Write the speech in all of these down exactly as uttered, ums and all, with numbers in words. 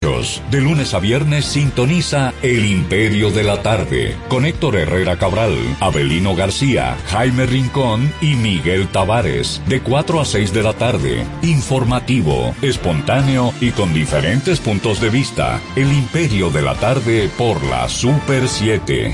hechos. De lunes a viernes sintoniza El Imperio de la Tarde con Héctor Herrera Cabral, Abelino García, Jaime Rincón y Miguel Tavares. De cuatro a seis de la tarde. Informativo, espontáneo y con diferentes puntos de vista. El Imperio de la Tarde por la Super siete.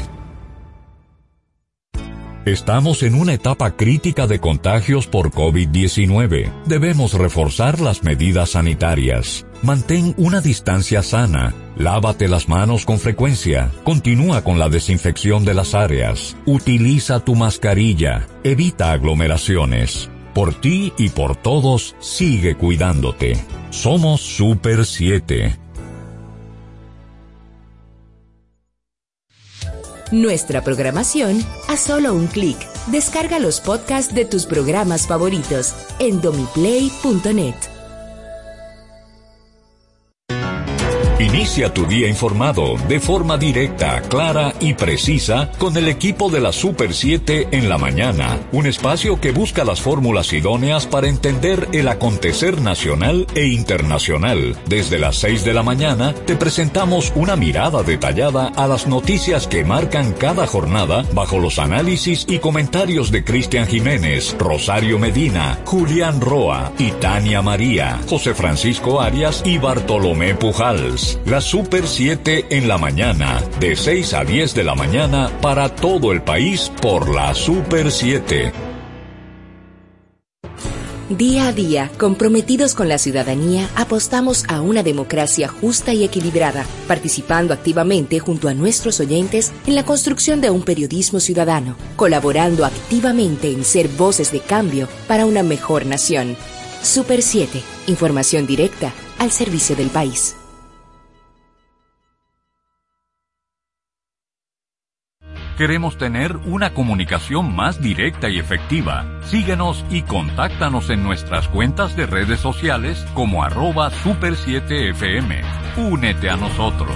Estamos en una etapa crítica de contagios por COVID diecinueve. Debemos reforzar las medidas sanitarias. Mantén una distancia sana. Lávate las manos con frecuencia. Continúa con la desinfección de las áreas. Utiliza tu mascarilla. Evita aglomeraciones. Por ti y por todos, sigue cuidándote. Somos Super siete. Nuestra programación a solo un clic. Descarga los podcasts de tus programas favoritos en domiplay punto net. Inicia tu día informado de forma directa, clara y precisa con el equipo de la Super siete en la mañana. Un espacio que busca las fórmulas idóneas para entender el acontecer nacional e internacional. Desde las seis de la mañana te presentamos una mirada detallada a las noticias que marcan cada jornada bajo los análisis y comentarios de Cristian Jiménez, Rosario Medina, Julián Roa y Tania María, José Francisco Arias y Bartolomé Pujals. La Super siete en la mañana, de seis a diez de la mañana para todo el país por la Super siete. Día a día, comprometidos con la ciudadanía, apostamos a una democracia justa y equilibrada, participando activamente junto a nuestros oyentes en la construcción de un periodismo ciudadano, colaborando activamente en ser voces de cambio para una mejor nación. Super siete, información directa al servicio del país. Queremos tener una comunicación más directa y efectiva. Síguenos y contáctanos en nuestras cuentas de redes sociales como arroba super siete F M. Únete a nosotros.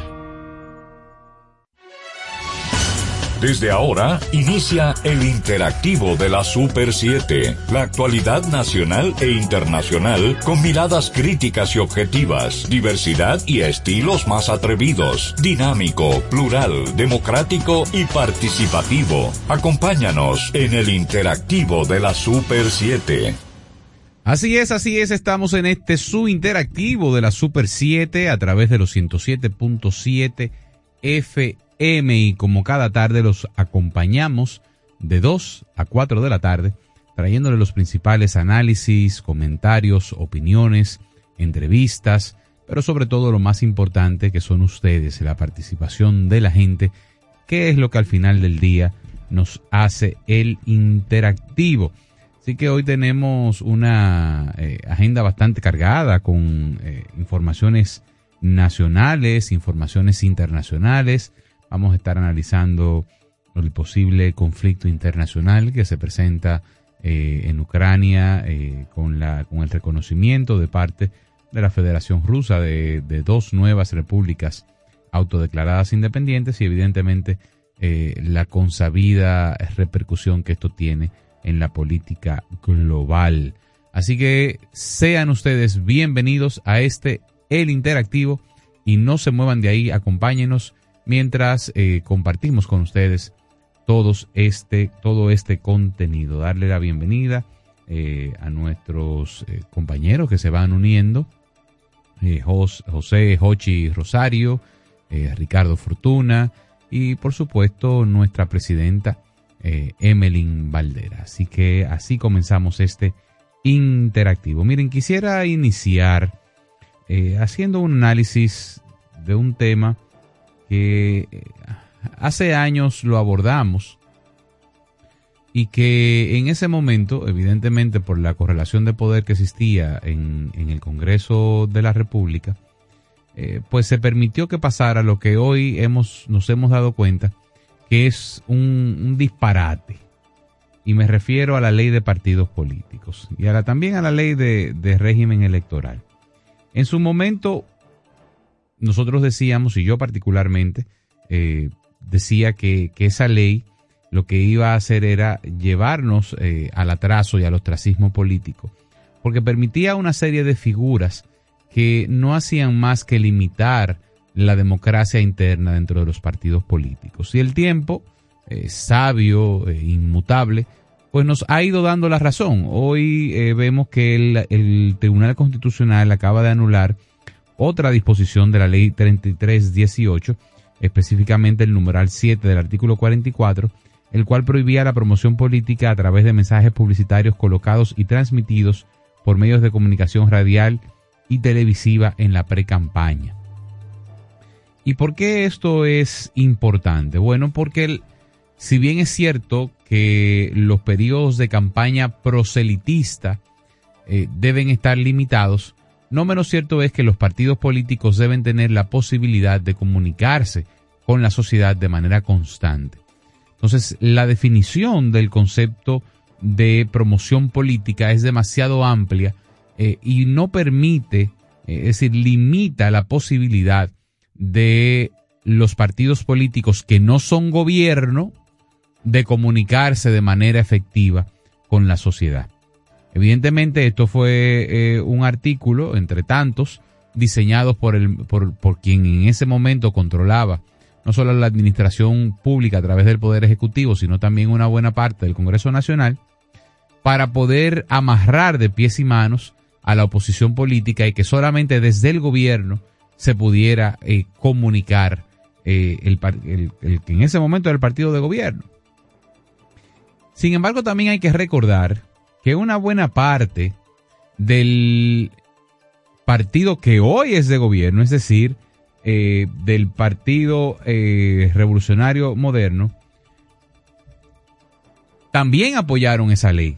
Desde ahora, inicia el interactivo de la Super siete. La actualidad nacional e internacional con miradas críticas y objetivas, diversidad y estilos más atrevidos, dinámico, plural, democrático y participativo. Acompáñanos en el interactivo de la Super siete. Así es, así es, estamos en este su interactivo de la Super siete a través de los ciento siete punto siete F M y como cada tarde los acompañamos de dos a cuatro de la tarde trayéndole los principales análisis, comentarios, opiniones, entrevistas, pero sobre todo lo más importante que son ustedes, la participación de la gente, que es lo que al final del día nos hace el interactivo. Así que hoy tenemos una eh, agenda bastante cargada con eh, informaciones nacionales, informaciones internacionales. Vamos a estar analizando el posible conflicto internacional que se presenta eh, en Ucrania eh, con, la, con el reconocimiento de parte de la Federación Rusa de, de dos nuevas repúblicas autodeclaradas independientes y evidentemente eh, la consabida repercusión que esto tiene en la política global. Así que sean ustedes bienvenidos a este El Interactivo y no se muevan de ahí, acompáñenos mientras eh, compartimos con ustedes todos este, todo este contenido. Darle la bienvenida eh, a nuestros eh, compañeros que se van uniendo, eh, Jos, José Jochi Rosario, eh, Ricardo Fortuna y por supuesto nuestra presidenta eh, Emelyn Valdera. Así que así comenzamos este interactivo. Miren, quisiera iniciar eh, haciendo un análisis de un tema que hace años lo abordamos y que en ese momento, evidentemente por la correlación de poder que existía en, en el Congreso de la República, eh, pues se permitió que pasara lo que hoy hemos, nos hemos dado cuenta que es un, un disparate. Y me refiero a la ley de partidos políticos y a la, también a la ley de, de régimen electoral. En su momento, nosotros decíamos, y yo particularmente, eh, decía que, que esa ley lo que iba a hacer era llevarnos eh, al atraso y al ostracismo político, porque permitía una serie de figuras que no hacían más que limitar la democracia interna dentro de los partidos políticos. Y el tiempo, eh, sabio, eh, inmutable, pues nos ha ido dando la razón. Hoy eh, vemos que el, el Tribunal Constitucional acaba de anular otra disposición de la Ley treinta y tres dieciocho, específicamente el numeral siete del artículo cuarenta y cuatro, el cual prohibía la promoción política a través de mensajes publicitarios colocados y transmitidos por medios de comunicación radial y televisiva en la precampaña. ¿Y por qué esto es importante? Bueno, porque el, si bien es cierto que los periodos de campaña proselitista eh, deben estar limitados, no menos cierto es que los partidos políticos deben tener la posibilidad de comunicarse con la sociedad de manera constante. Entonces, la definición del concepto de promoción política es demasiado amplia eh, y no permite, eh, es decir, limita la posibilidad de los partidos políticos que no son gobierno de comunicarse de manera efectiva con la sociedad. Evidentemente, esto fue eh, un artículo, entre tantos, diseñados por, el, por, por quien en ese momento controlaba no solo la administración pública a través del Poder Ejecutivo, sino también una buena parte del Congreso Nacional, para poder amarrar de pies y manos a la oposición política y que solamente desde el gobierno se pudiera eh, comunicar eh, el, el, el que en ese momento era el partido de gobierno. Sin embargo, también hay que recordar que una buena parte del partido que hoy es de gobierno, es decir, eh, del Partido eh, Revolucionario Moderno, también apoyaron esa ley.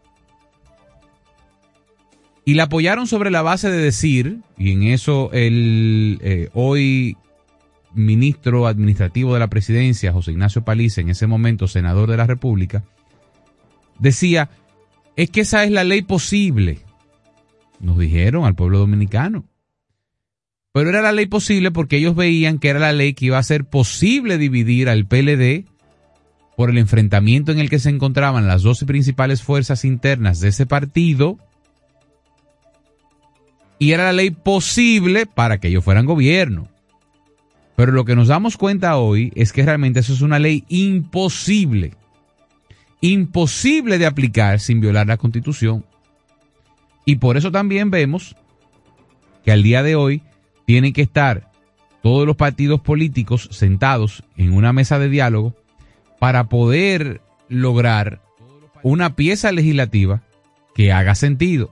Y la apoyaron sobre la base de decir, y en eso el eh, hoy ministro administrativo de la presidencia, José Ignacio Paliza, en ese momento senador de la República, decía, es que esa es la ley posible. Nos dijeron al pueblo dominicano. Pero era la ley posible porque ellos veían que era la ley que iba a ser posible dividir al P L D por el enfrentamiento en el que se encontraban las dos principales fuerzas internas de ese partido. Y era la ley posible para que ellos fueran gobierno. Pero lo que nos damos cuenta hoy es que realmente eso es una ley imposible. Imposible de aplicar sin violar la Constitución. Y por eso también vemos que al día de hoy tienen que estar todos los partidos políticos sentados en una mesa de diálogo para poder lograr una pieza legislativa que haga sentido.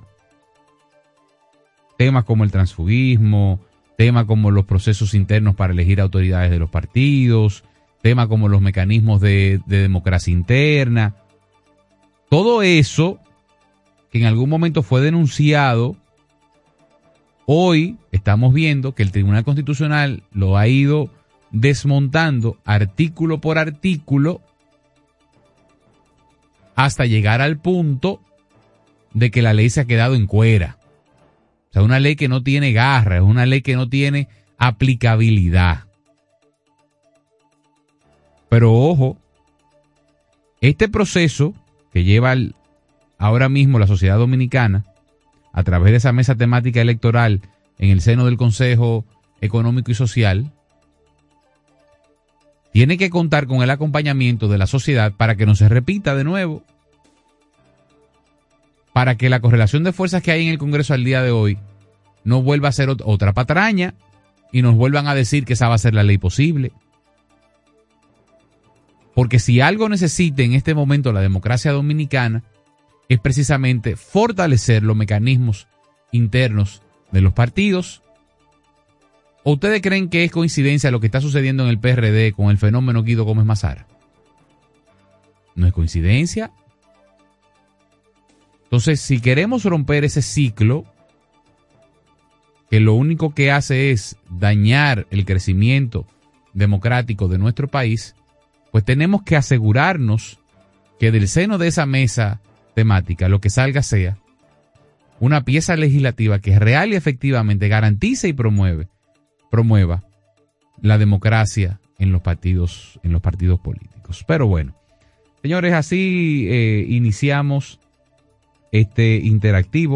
Temas como el transfugismo, temas como los procesos internos para elegir autoridades de los partidos, temas como los mecanismos de, de democracia interna. Todo eso que en algún momento fue denunciado, hoy estamos viendo que el Tribunal Constitucional lo ha ido desmontando artículo por artículo hasta llegar al punto de que la ley se ha quedado en cuera. O sea, una ley que no tiene garra, es una ley que no tiene aplicabilidad. Pero ojo, este proceso que lleva el, ahora mismo la sociedad dominicana a través de esa mesa temática electoral en el seno del Consejo Económico y Social, tiene que contar con el acompañamiento de la sociedad para que no se repita de nuevo, para que la correlación de fuerzas que hay en el Congreso al día de hoy no vuelva a ser otra patraña y nos vuelvan a decir que esa va a ser la ley posible. Porque si algo necesita en este momento la democracia dominicana es precisamente fortalecer los mecanismos internos de los partidos. ¿O ustedes creen que es coincidencia lo que está sucediendo en el P R D con el fenómeno Guido Gómez Mazara? ¿No es coincidencia? Entonces, si queremos romper ese ciclo, que lo único que hace es dañar el crecimiento democrático de nuestro país, pues tenemos que asegurarnos que del seno de esa mesa temática lo que salga sea una pieza legislativa que real y efectivamente garantice y promueve, promueva la democracia en los partidos, en los partidos políticos. Pero bueno, señores, así eh, iniciamos este interactivo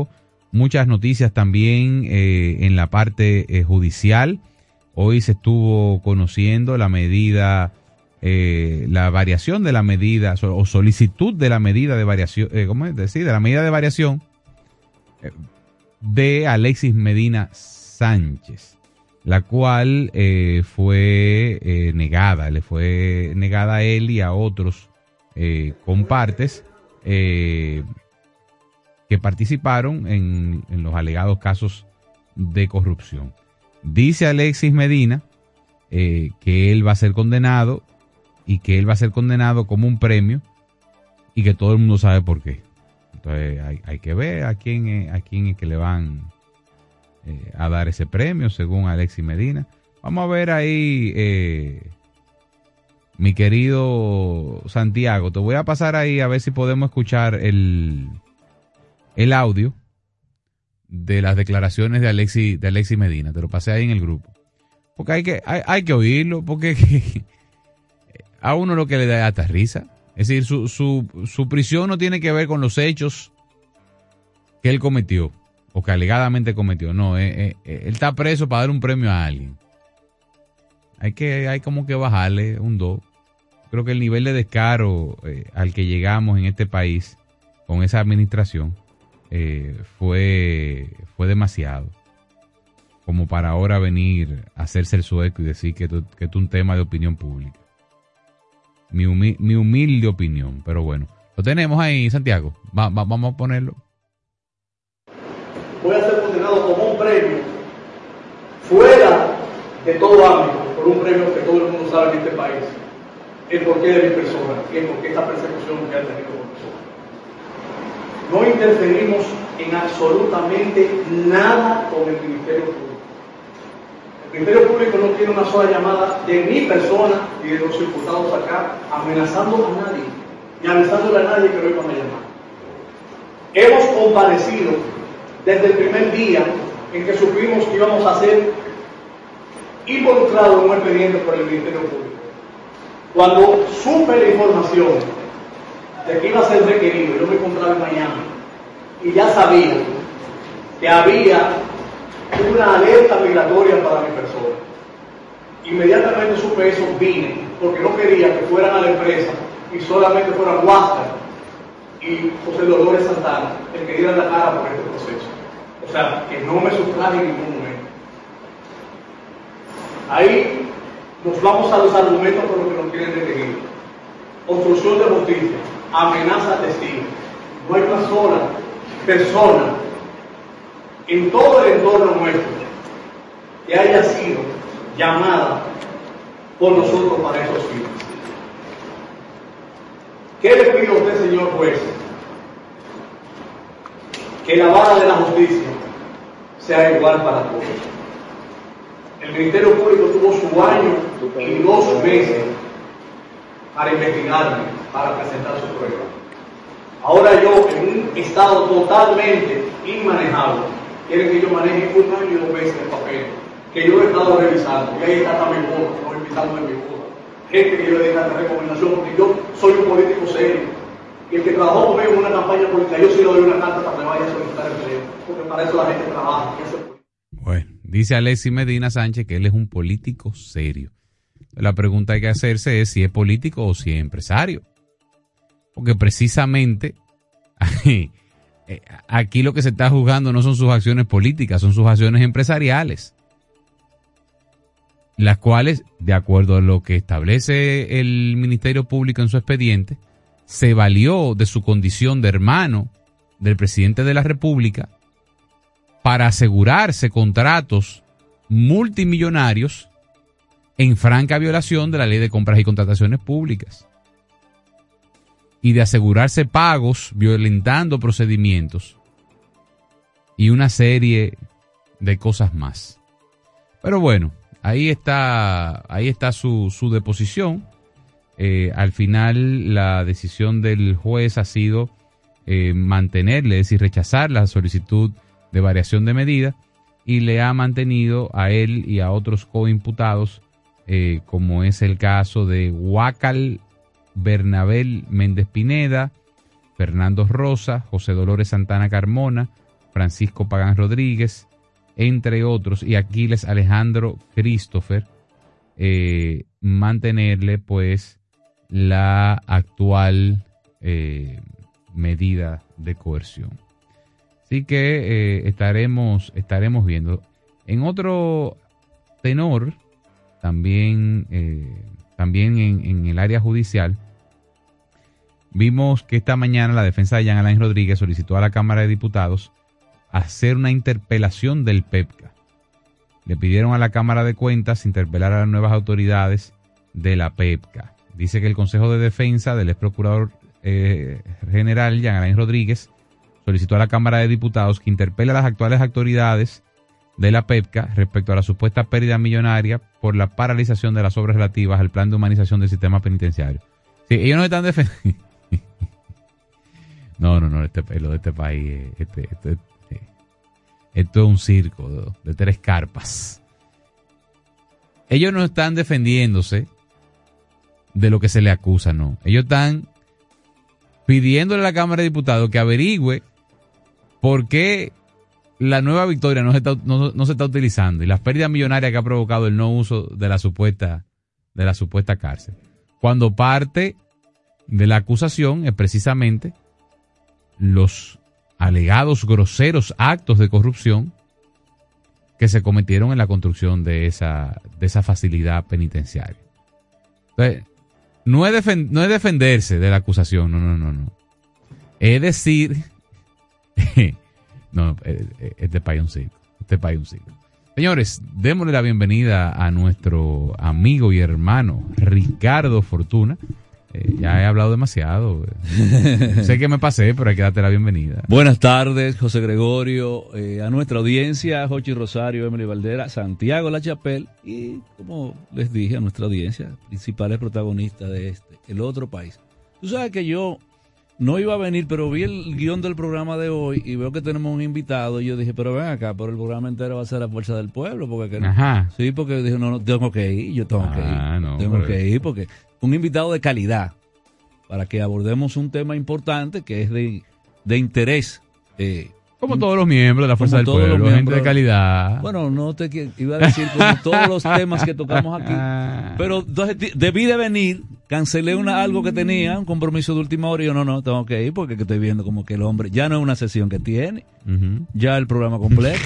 muchas noticias también eh, en la parte eh, judicial. Hoy se estuvo conociendo la medida, eh, la variación de la medida o solicitud de la medida de variación, eh, ¿cómo es decir? De la medida de variación eh, de Alexis Medina Sánchez, la cual eh, fue eh, negada, le fue negada a él y a otros eh, compartes eh, que participaron en, en los alegados casos de corrupción. Dice Alexis Medina eh, que él va a ser condenado y que él va a ser condenado como un premio y que todo el mundo sabe por qué. Entonces hay, hay que ver a quién, es, a quién es que le van eh, a dar ese premio según Alexis Medina. Vamos a ver ahí, eh, mi querido Santiago, te voy a pasar ahí a ver si podemos escuchar el, el audio de las declaraciones de Alexis, de Alexis Medina. Te lo pasé ahí en el grupo. Porque hay que, hay, hay que oírlo, porque a uno lo que le da hasta risa. Es decir, su, su, su prisión no tiene que ver con los hechos que él cometió, o que alegadamente cometió. No, eh, eh, él está preso para dar un premio a alguien. Hay que, hay como que bajarle un dos. Creo que el nivel de descaro eh, al que llegamos en este país con esa administración Eh, fue, fue demasiado como para ahora venir a hacerse el sueco y decir que esto que es un tema de opinión pública. Mi, humi, mi humilde opinión, pero bueno, lo tenemos ahí, Santiago. Va, va, vamos a ponerlo. Voy a ser condenado como un premio fuera de todo ámbito, por un premio que todo el mundo sabe en este país, el porqué de mi persona y el porqué de esta persecución que han tenido con nosotros. No interferimos en absolutamente nada con el Ministerio Público. El Ministerio Público no tiene una sola llamada de mi persona y de los imputados acá amenazando a nadie, ni avisándole a nadie que lo iban a llamar. Hemos comparecido desde el primer día en que supimos que íbamos a ser involucrados en un expediente por el Ministerio Público. Cuando supe la información de que iba a ser requerido, yo me encontraba en Miami y ya sabía que había una alerta migratoria para mi persona. Inmediatamente supe eso, vine, porque no quería que fueran a la empresa y solamente fueran Huáscar y José Dolores Santana el que dieran la cara por este proceso. O sea, que no me sustraje en ningún momento. Ahí nos vamos a los argumentos por los que nos quieren detenido. Obstrucción de justicia, amenaza a testigos. No hay una sola persona en todo el entorno nuestro que haya sido llamada por nosotros para esos fines. ¿Qué le pido a usted, señor juez? Que la vara de la justicia sea igual para todos. El Ministerio Público tuvo su año y dos meses para investigarme, para presentar su prueba. Ahora yo, en un estado totalmente inmanejable, quieren que yo maneje un año y dos meses el papel, que yo lo he estado revisando, y ahí está también mi voto, no invitando en mi voto. Gente que yo le deja esta recomendación, porque yo soy un político serio, y el que trabajó conmigo en una campaña política, yo sí le doy una carta para que vaya a solicitar empleo, porque para eso la gente trabaja. Bueno, dice Alexis Medina Sánchez que él es un político serio. La pregunta que hay que hacerse es si es político o si es empresario. Porque precisamente aquí lo que se está juzgando no son sus acciones políticas, son sus acciones empresariales. Las cuales, de acuerdo a lo que establece el Ministerio Público en su expediente, se valió de su condición de hermano del presidente de la República para asegurarse contratos multimillonarios en franca violación de la Ley de Compras y Contrataciones Públicas y de asegurarse pagos violentando procedimientos y una serie de cosas más. Pero bueno, ahí está, ahí está su, su deposición. Eh, al final la decisión del juez ha sido eh, mantenerle, es decir, rechazar la solicitud de variación de medida y le ha mantenido a él y a otros coimputados, eh, como es el caso de Huácal Bernabel Méndez Pineda, Fernando Rosa, José Dolores Santana Carmona, Francisco Pagán Rodríguez, entre otros, y Aquiles Alejandro Christopher, eh, mantenerle pues la actual eh, medida de coerción. Así que eh, estaremos, estaremos viendo. En otro tenor, también, eh, también en, en el área judicial, vimos que esta mañana la defensa de Jean Alain Rodríguez solicitó a la Cámara de Diputados hacer una interpelación del PEPCA. Le pidieron a la Cámara de Cuentas interpelar a las nuevas autoridades de la PEPCA. Dice que el Consejo de Defensa del ex procurador eh, general Jean Alain Rodríguez solicitó a la Cámara de Diputados que interpele a las actuales autoridades de la PEPCA respecto a la supuesta pérdida millonaria por la paralización de las obras relativas al plan de humanización del sistema penitenciario. Sí, ellos no están defendiendo. No, no, no, este, lo de este país, este, este, este, esto es un circo de, de tres carpas. Ellos no están defendiéndose de lo que se le acusa, no. Ellos están pidiéndole a la Cámara de Diputados que averigüe por qué la nueva victoria no se está, no, no se está utilizando y las pérdidas millonarias que ha provocado el no uso de la supuesta, de la supuesta cárcel. Cuando parte de la acusación es precisamente los alegados groseros actos de corrupción que se cometieron en la construcción de esa, de esa facilidad penitenciaria. Entonces, no es, defen- no es defenderse de la acusación, no, no, no, no. Es decir, no, este país es un circo, este país es un circo. Señores, démosle la bienvenida a nuestro amigo y hermano Ricardo Fortuna. Eh, ya he hablado demasiado. Sé que me pasé, pero hay que darte la bienvenida. Buenas tardes, José Gregorio, eh, a nuestra audiencia, Jochi Rosario, Emily Valdera, Santiago La Chapelle y, como les dije, a nuestra audiencia, principales protagonistas de este, el otro país. Tú sabes que yo no iba a venir, pero vi el guión del programa de hoy y veo que tenemos un invitado y yo dije, pero ven acá, pero el programa entero va a ser la fuerza del pueblo. Porque no. Ajá. Sí, porque dije, no, no, tengo que ir, yo tengo ah, que ir, no, tengo pero... que ir porque... un invitado de calidad para que abordemos un tema importante que es de, de interés. Eh, como todos los miembros de la Fuerza del Pueblo, miembros, gente de calidad. Bueno, no te iba a decir como todos los temas que tocamos aquí, pero entonces debí de venir, cancelé una, algo que tenía, un compromiso de última hora y yo no, no, tengo que ir porque estoy viendo como que el hombre, ya no es una sesión que tiene, uh-huh. ya el programa completo.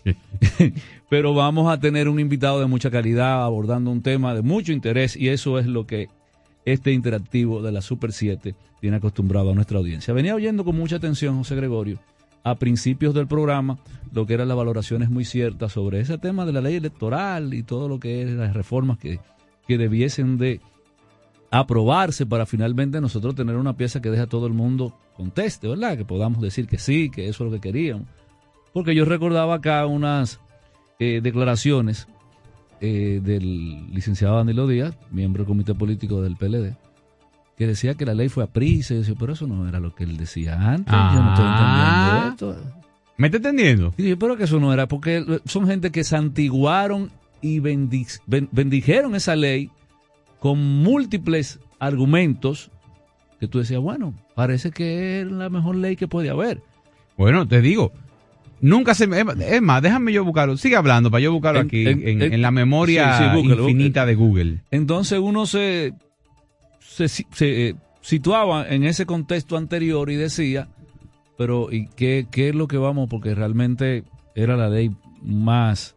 Pero vamos a tener un invitado de mucha calidad abordando un tema de mucho interés y eso es lo que este interactivo de la Super siete tiene acostumbrado a nuestra audiencia. Venía oyendo con mucha atención, José Gregorio, a principios del programa, lo que eran las valoraciones muy ciertas sobre ese tema de la ley electoral y todo lo que es las reformas que, que debiesen de aprobarse para finalmente nosotros tener una pieza que deje a todo el mundo conteste, ¿verdad? Que podamos decir que sí, que eso es lo que queríamos. Porque yo recordaba acá unas eh, declaraciones Eh, del licenciado Danilo Díaz, miembro del comité político del P L D, que decía que la ley fue a prisa. Y yo decía, pero eso no era lo que él decía antes. Ah, yo no estoy entendiendo esto. ¿Me está entendiendo? Y yo, pero que eso no era, porque son gente que santiguaron y bendi- ben- bendijeron esa ley con múltiples argumentos que tú decías, bueno, parece que es la mejor ley que puede haber. Bueno, te digo, nunca se me... Es más, déjame yo buscarlo. Sigue hablando para yo buscarlo en, aquí en, en, en, en la memoria sí, sí, búscalo, infinita búscalo. de Google. Entonces uno se, se, se eh, situaba en ese contexto anterior y decía, pero ¿y qué, qué es lo que vamos? Porque realmente era la ley más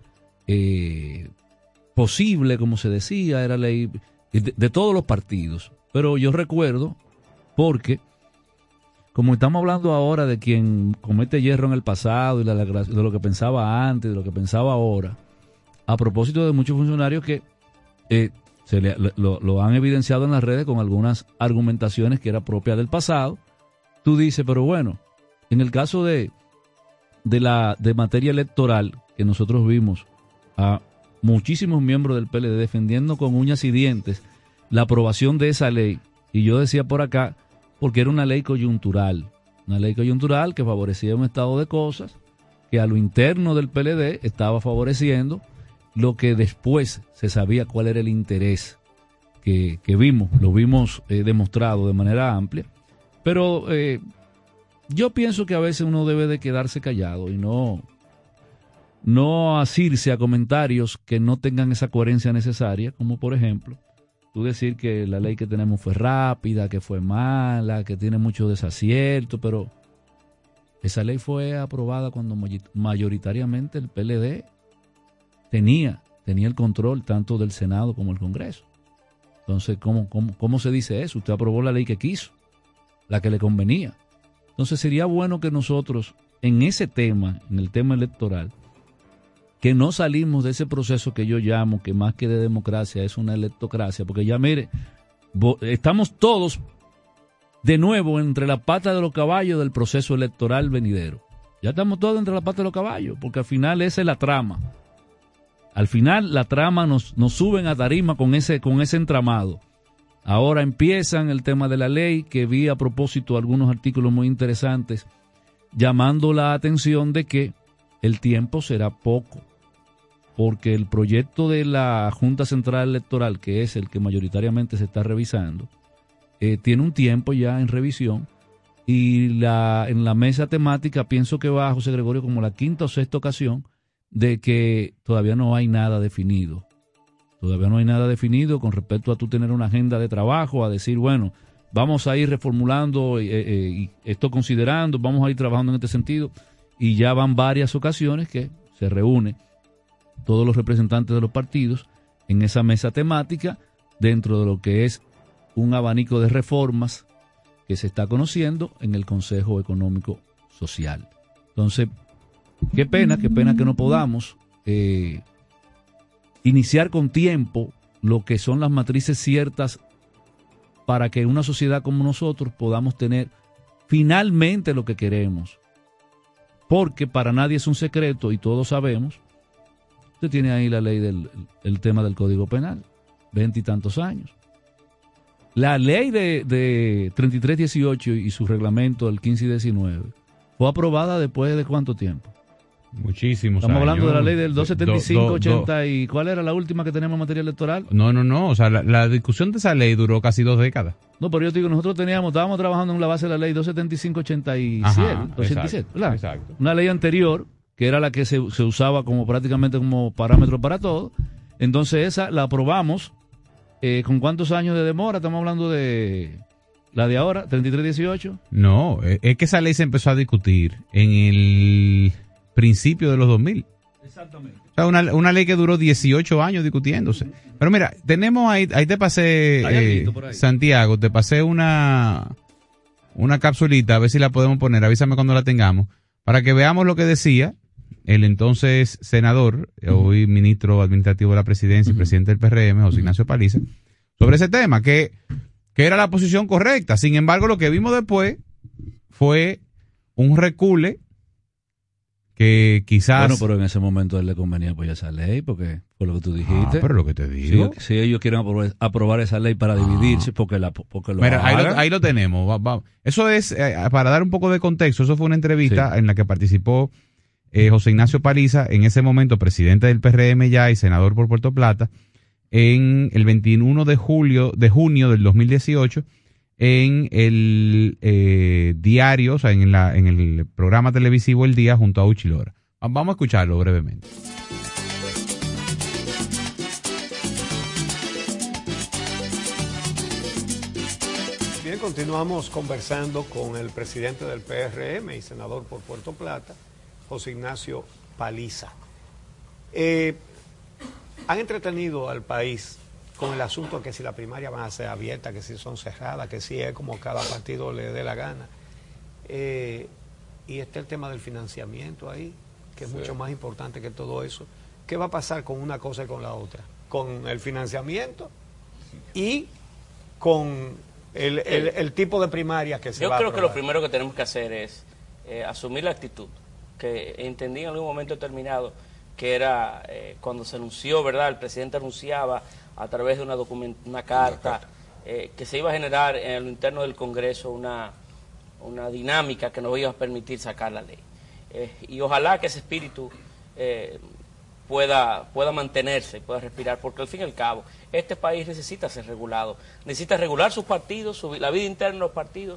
eh, posible, como se decía, era ley de, de todos los partidos. Pero yo recuerdo, porque... como estamos hablando ahora de quien comete hierro en el pasado y de, la, de lo que pensaba antes, de lo que pensaba ahora, a propósito de muchos funcionarios que eh, se le, lo, lo han evidenciado en las redes con algunas argumentaciones que era propia del pasado, tú dices, pero bueno, en el caso de, de la de materia electoral, que nosotros vimos a muchísimos miembros del P L D defendiendo con uñas y dientes la aprobación de esa ley, y yo decía por acá, porque era una ley coyuntural, una ley coyuntural que favorecía un estado de cosas que a lo interno del P L D estaba favoreciendo lo que después se sabía cuál era el interés que, que vimos, lo vimos eh, demostrado de manera amplia, pero eh, yo pienso que a veces uno debe de quedarse callado y no, no asirse a comentarios que no tengan esa coherencia necesaria, como por ejemplo, tú decir que la ley que tenemos fue rápida, que fue mala, que tiene mucho desacierto, pero esa ley fue aprobada cuando mayoritariamente el P L D tenía, tenía el control tanto del Senado como del Congreso. Entonces, ¿cómo, cómo, cómo se dice eso? Usted aprobó la ley que quiso, la que le convenía. Entonces sería bueno que nosotros, en ese tema, en el tema electoral, que no salimos de ese proceso que yo llamo, que más que de democracia es una electocracia, porque ya mire, estamos todos de nuevo entre la pata de los caballos del proceso electoral venidero. Ya estamos todos entre la pata de los caballos, porque al final esa es la trama. Al final la trama nos, nos suben a tarima con ese, con ese entramado. Ahora empiezan el tema de la ley, que vi a propósito algunos artículos muy interesantes, llamando la atención de que el tiempo será poco, porque el proyecto de la Junta Central Electoral, que es el que mayoritariamente se está revisando, eh, tiene un tiempo ya en revisión, y la, en la mesa temática pienso que va, José Gregorio, como la quinta o sexta ocasión de que todavía no hay nada definido. Todavía no hay nada definido con respecto a tú tener una agenda de trabajo, a decir, bueno, vamos a ir reformulando eh, eh, y esto considerando, vamos a ir trabajando en este sentido, y ya van varias ocasiones que se reúnen todos los representantes de los partidos en esa mesa temática dentro de lo que es un abanico de reformas que se está conociendo en el Consejo Económico Social. Entonces, qué pena, qué pena que no podamos eh, iniciar con tiempo lo que son las matrices ciertas para que una sociedad como nosotros podamos tener finalmente lo que queremos. Porque para nadie es un secreto y todos sabemos, usted tiene ahí la ley del el tema del Código Penal, veinte y tantos años. La ley de, de treinta y tres dieciocho y su reglamento del quince y diecinueve fue aprobada después de ¿cuánto tiempo? Muchísimos Estamos años. hablando de la ley del doscientos setenta y cinco, Do, do, ochenta do. y ¿cuál era la última que tenemos en materia electoral? No, no, no, o sea, la, la discusión de esa ley duró casi dos décadas. No, pero yo te digo, nosotros teníamos, estábamos trabajando en la base de la ley doscientos setenta y cinco ochenta y siete, Ajá, ochenta y siete, exacto, ¿verdad? exacto. Una ley anterior, que era la que se, se usaba como prácticamente como parámetro para todo. Entonces esa la aprobamos, eh, ¿con cuántos años de demora? Estamos hablando de la de ahora, treinta y tres dieciocho. No, es que esa ley se empezó a discutir en el principio de los dos mil. Exactamente. O sea, una, una ley que duró dieciocho años discutiéndose. Pero mira, tenemos ahí, ahí te pasé, eh, ahí. Santiago, te pasé una, una capsulita, a ver si la podemos poner, avísame cuando la tengamos, para que veamos lo que decía el entonces senador, uh-huh. hoy ministro administrativo de la presidencia y uh-huh. presidente del P R M, José Ignacio Paliza, sobre ese tema, que, que era la posición correcta. Sin embargo, lo que vimos después fue un recule que quizás... Bueno, pero en ese momento a él le convenía apoyar esa ley, porque fue lo que tú dijiste. Ah, pero lo que te digo. Si, si ellos quieren aprobar, aprobar esa ley para dividirse, ah. porque, la, porque lo Mira, ahí lo, ahí lo tenemos. Va, va. Eso es, eh, para dar un poco de contexto, eso fue una entrevista sí. en la que participó eh, José Ignacio Paliza, en ese momento presidente del P R M ya y senador por Puerto Plata, en el veintiuno de julio, de junio del dos mil dieciocho, en el eh, diario, o sea, en, la, en el programa televisivo El Día junto a Uchi Lora. Vamos a escucharlo brevemente. Bien, continuamos conversando con el presidente del P R M y senador por Puerto Plata, José Ignacio Paliza. Eh, han entretenido al país con el asunto de que si las primarias van a ser abiertas, que si son cerradas, que si es como cada partido le dé la gana. Eh, y está el tema del financiamiento ahí, que es sí. mucho más importante que todo eso. ¿Qué va a pasar con una cosa y con la otra? Con el financiamiento y con el, el, el tipo de primarias que se Yo va a creo aprobar. que lo primero que tenemos que hacer es eh, asumir la actitud, que entendí en algún momento determinado que era eh, cuando se anunció, ¿verdad? El presidente anunciaba a través de una, document una carta eh, que se iba a generar en lo interno del Congreso una, una dinámica que nos iba a permitir sacar la ley. Eh, y ojalá que ese espíritu eh, pueda, pueda mantenerse, pueda respirar, porque al fin y al cabo este país necesita ser regulado, necesita regular sus partidos, su, la vida interna de los partidos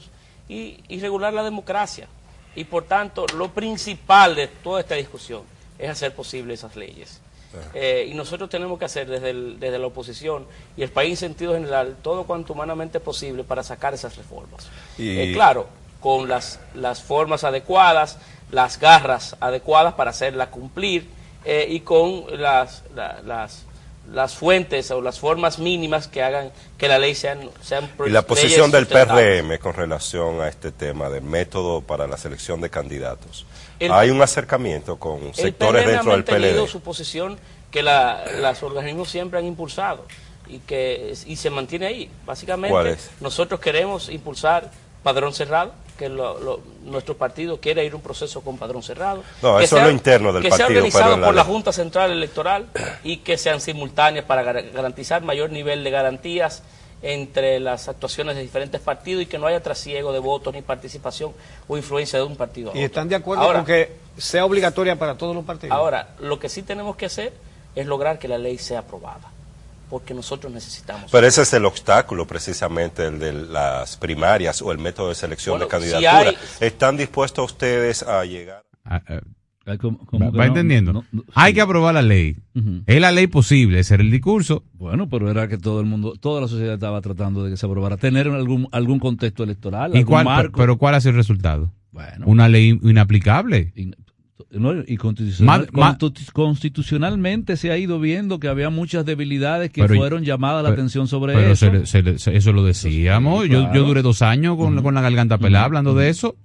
y, y regular la democracia. Y por tanto, lo principal de toda esta discusión es hacer posible esas leyes. Eh, y nosotros tenemos que hacer desde, el, desde la oposición y el país en sentido general todo cuanto humanamente posible para sacar esas reformas. Y... Eh, claro, con las, las formas adecuadas, las garras adecuadas para hacerlas cumplir eh, y con las, la, las, las fuentes o las formas mínimas que hagan que la ley sean, sean y la posición del P R M con relación a este tema del método para la selección de candidatos. El, Hay un acercamiento con sectores dentro del P L D. El P R M ha mantenido su posición que la, los organismos siempre han impulsado y que y se mantiene ahí. Básicamente, es? nosotros queremos impulsar padrón cerrado, que lo, lo, nuestro partido quiere ir a un proceso con padrón cerrado. No, eso sea, es lo interno del que partido. Que sea organizado pero la por ley. la Junta Central Electoral y que sean simultáneas para garantizar mayor nivel de garantías entre las actuaciones de diferentes partidos y que no haya trasiego de votos ni participación o influencia de un partido a otro. ¿Y están de acuerdo ahora, con que sea obligatoria para todos los partidos? Ahora, lo que sí tenemos que hacer es lograr que la ley sea aprobada, porque nosotros necesitamos. Pero ese es el obstáculo, precisamente, el de las primarias o el método de selección bueno, de candidatura. Si hay... ¿Están dispuestos ustedes a llegar? Ah, uh. ¿Cómo, cómo va, va no, entendiendo. No, no, Hay sí. que aprobar la ley. Uh-huh. Es la ley posible, ese era el discurso. Bueno, pero era que todo el mundo, toda la sociedad estaba tratando de que se aprobara, tener algún algún contexto electoral, ¿Y algún cuál, marco. Pero ¿cuál ha sido el resultado? Bueno, una ley inaplicable. Y, no, y constitucional, ma, ma, constitucionalmente se ha ido viendo que había muchas debilidades que pero, fueron llamadas la pero, atención sobre pero eso. Se, se, se, eso lo decíamos. Sí, claro. yo, yo duré dos años con, uh-huh. con la garganta pelada uh-huh. hablando uh-huh. de eso.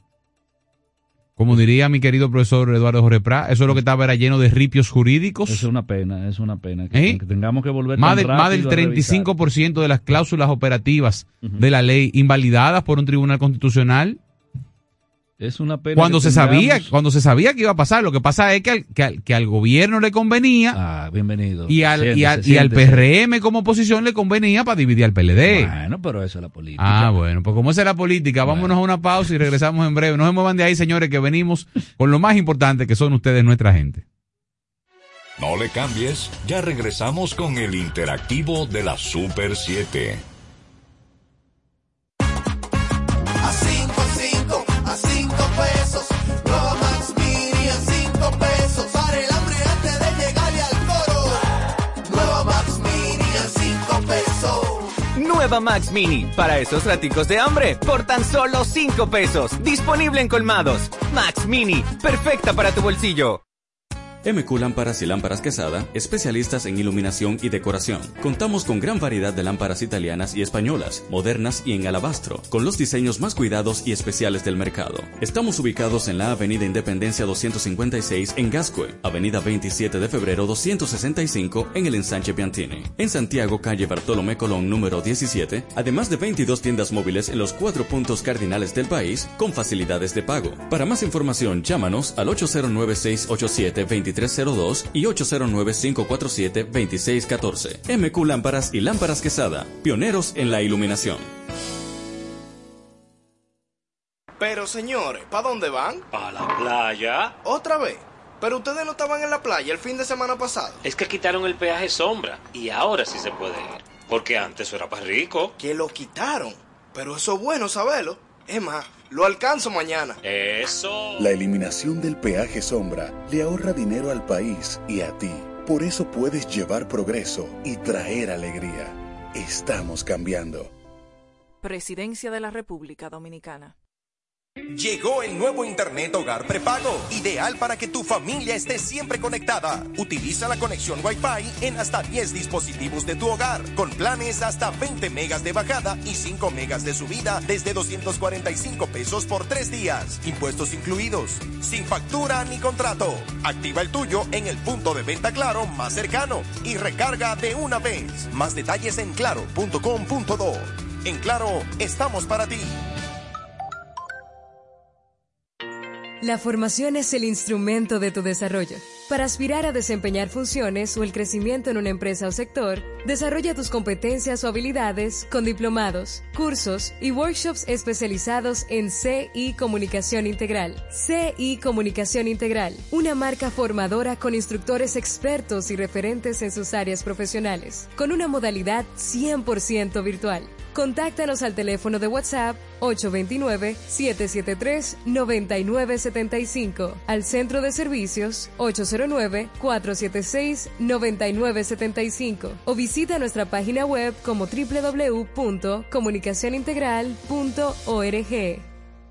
Como diría mi querido profesor Eduardo Jorge Prat, eso es lo que estaba era lleno de ripios jurídicos. Es una pena, es una pena que, ¿Eh? que tengamos que volver más, tan de, rápido más del treinta y cinco por ciento de las cláusulas operativas uh-huh. de la ley invalidadas por un tribunal constitucional. Es una pena cuando se tengamos... sabía cuando se sabía que iba a pasar. Lo que pasa es que al, que al, que al gobierno le convenía ah, bienvenido. y al, siéntese, y, al, siéntese. y al P R M como oposición le convenía para dividir al P L D. Bueno, pero eso es la política. Ah, bueno, pues como esa es la política, bueno. vámonos a una pausa y regresamos en breve. No se muevan de ahí, señores, que venimos con lo más importante que son ustedes, nuestra gente. No le cambies, ya regresamos con el interactivo de la Super siete. Nueva Max Mini, para esos raticos de hambre, por tan solo cinco pesos. Disponible en colmados. Max Mini, perfecta para tu bolsillo. M Q Lámparas y Lámparas Quesada, especialistas en iluminación y decoración. Contamos con gran variedad de lámparas italianas y españolas, modernas y en alabastro, con los diseños más cuidados y especiales del mercado. Estamos ubicados en la Avenida Independencia doscientos cincuenta y seis en Gascue, Avenida veintisiete de febrero doscientos sesenta y cinco en el Ensanche Piantini. En Santiago, calle Bartolomé Colón número diecisiete, además de veintidós tiendas móviles en los cuatro puntos cardinales del país, con facilidades de pago. Para más información, llámanos al ocho cero nueve, seis ocho siete, dos tres cero dos y ocho cero nueve, cinco cuatro siete, dos seis uno cuatro. M Q Lámparas y Lámparas Quesada, pioneros en la iluminación. Pero señores, ¿para dónde van? ¿A la playa? ¿Otra vez? Pero ustedes no estaban en la playa el fin de semana pasado. Es que quitaron el peaje sombra y ahora sí se puede ir. Porque antes eso era para rico. Que lo quitaron. Pero eso es bueno saberlo. Es más, lo alcanzo mañana. Eso. La eliminación del peaje sombra le ahorra dinero al país y a ti. Por eso puedes llevar progreso y traer alegría. Estamos cambiando. Presidencia de la República Dominicana. Llegó el nuevo Internet Hogar Prepago, ideal para que tu familia esté siempre conectada. Utiliza la conexión Wi-Fi en hasta diez dispositivos de tu hogar, con planes hasta veinte megas de bajada y cinco megas de subida desde doscientos cuarenta y cinco pesos por tres días, impuestos incluidos, sin factura ni contrato. Activa el tuyo en el punto de venta Claro más cercano y recarga de una vez. Más detalles en claro punto com punto do. En Claro, estamos para ti. La formación es el instrumento de tu desarrollo. Para aspirar a desempeñar funciones o el crecimiento en una empresa o sector, desarrolla tus competencias o habilidades con diplomados, cursos y workshops especializados en C I Comunicación Integral. C I Comunicación Integral, una marca formadora con instructores expertos y referentes en sus áreas profesionales, con una modalidad cien por ciento virtual. Contáctanos al teléfono de WhatsApp ocho dos nueve, siete siete tres, nueve nueve siete cinco, al centro de servicios ocho cero nueve, cuatro siete seis, nueve nueve siete cinco o visita nuestra página web como doble u doble u doble u punto comunicación integral punto org.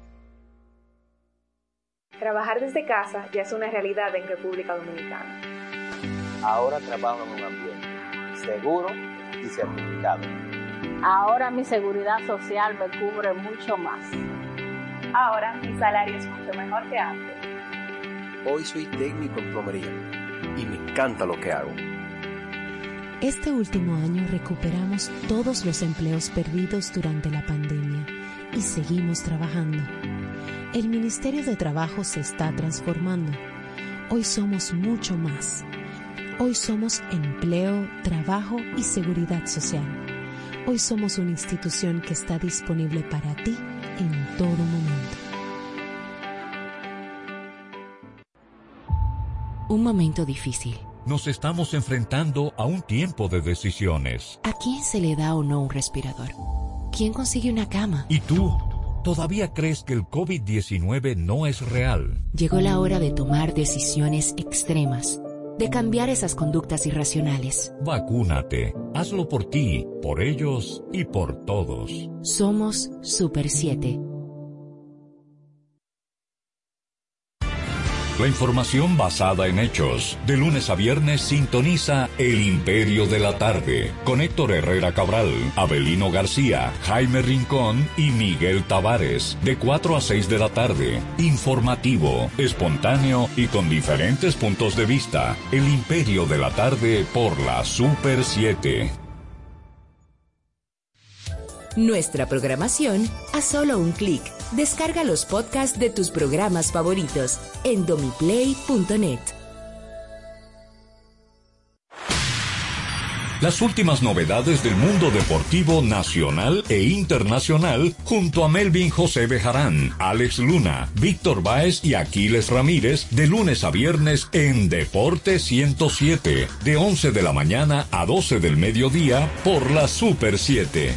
Trabajar desde casa ya es una realidad en República Dominicana. Ahora trabajo en un ambiente seguro y certificado. Ahora mi seguridad social me cubre mucho más. Ahora mi salario es mucho mejor que antes. Hoy soy técnico en plomería y me encanta lo que hago. Este último año recuperamos todos los empleos perdidos durante la pandemia y seguimos trabajando. El Ministerio de Trabajo se está transformando. Hoy somos mucho más. Hoy somos empleo, trabajo y seguridad social. Hoy somos una institución que está disponible para ti en todo momento. Un momento difícil. Nos estamos enfrentando a un tiempo de decisiones. ¿A quién se le da o no un respirador? ¿Quién consigue una cama? ¿Y tú? ¿Todavía crees que el COVID diecinueve no es real? Llegó la hora de tomar decisiones extremas, de cambiar esas conductas irracionales. Vacúnate. Hazlo por ti, por ellos y por todos. Somos Super siete. La información basada en hechos. De lunes a viernes sintoniza El Imperio de la Tarde con Héctor Herrera Cabral, Abelino García, Jaime Rincón y Miguel Tavares. De cuatro a seis de la tarde. Informativo, espontáneo y con diferentes puntos de vista. El Imperio de la Tarde por la Super siete. Nuestra programación a solo un clic. Descarga los podcasts de tus programas favoritos en domiplay punto net. Las últimas novedades del mundo deportivo nacional e internacional junto a Melvin José Bejarán, Alex Luna, Víctor Báez y Aquiles Ramírez de lunes a viernes en Deporte ciento siete, de once de la mañana a doce del mediodía por la Super siete.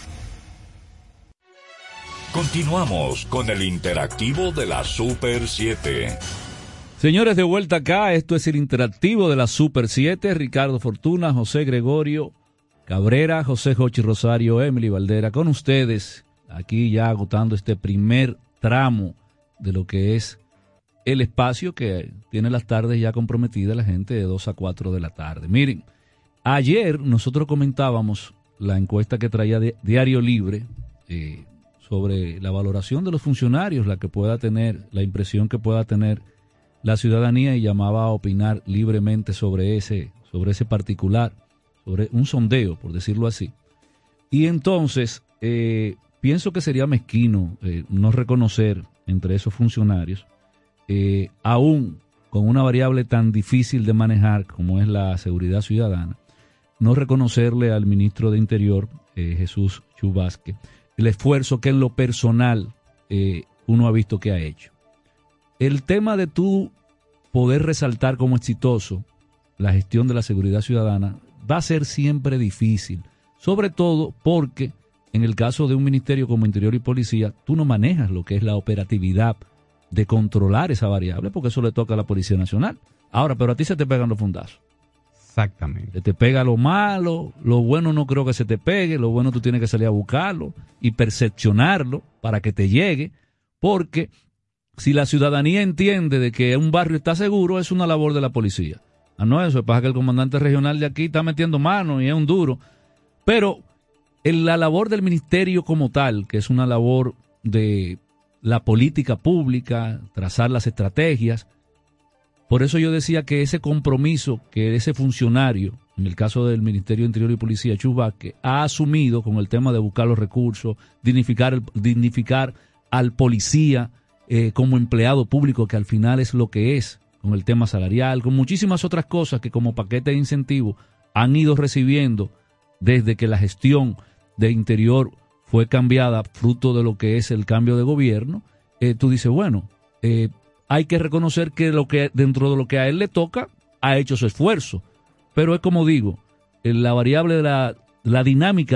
Continuamos con el interactivo de la Super siete. Señores, de vuelta acá, esto es el interactivo de la Super siete. Ricardo Fortuna, José Gregorio Cabrera, José Jochi Rosario, Emily Valdera, con ustedes, aquí ya agotando este primer tramo de lo que es el espacio que tiene las tardes ya comprometidas la gente de dos a cuatro de la tarde. Miren, ayer nosotros comentábamos la encuesta que traía Diario Libre, eh, sobre la valoración de los funcionarios, la que pueda tener, la impresión que pueda tener la ciudadanía, y llamaba a opinar libremente sobre ese, sobre ese particular, sobre un sondeo, por decirlo así. Y entonces, eh, pienso que sería mezquino eh, no reconocer entre esos funcionarios, eh, aún con una variable tan difícil de manejar como es la seguridad ciudadana, no reconocerle al ministro de Interior, eh, Jesús Chu Vázquez, el esfuerzo que en lo personal eh, uno ha visto que ha hecho. El tema de tú poder resaltar como exitoso la gestión de la seguridad ciudadana va a ser siempre difícil, sobre todo porque en el caso de un ministerio como Interior y Policía, tú no manejas lo que es la operatividad de controlar esa variable, porque eso le toca a la Policía Nacional. Ahora, pero a ti se te pegan los fundazos. Exactamente. Se te pega lo malo, lo bueno no creo que se te pegue, lo bueno tú tienes que salir a buscarlo y percepcionarlo para que te llegue, porque si la ciudadanía entiende de que un barrio está seguro, es una labor de la policía. Ah, no, eso pasa que el comandante regional de aquí está metiendo mano y es un duro, pero en la labor del ministerio como tal, que es una labor de la política pública, trazar las estrategias. Por eso yo decía que ese compromiso que ese funcionario, en el caso del Ministerio de Interior y Policía, Chu Vázquez, ha asumido con el tema de buscar los recursos, dignificar, el, dignificar al policía eh, como empleado público, que al final es lo que es, con el tema salarial, con muchísimas otras cosas que como paquete de incentivo han ido recibiendo desde que la gestión de Interior fue cambiada, fruto de lo que es el cambio de gobierno. Eh, tú dices, bueno, eh, hay que reconocer que lo que dentro de lo que a él le toca ha hecho su esfuerzo, pero es como digo, la variable de la, la dinámica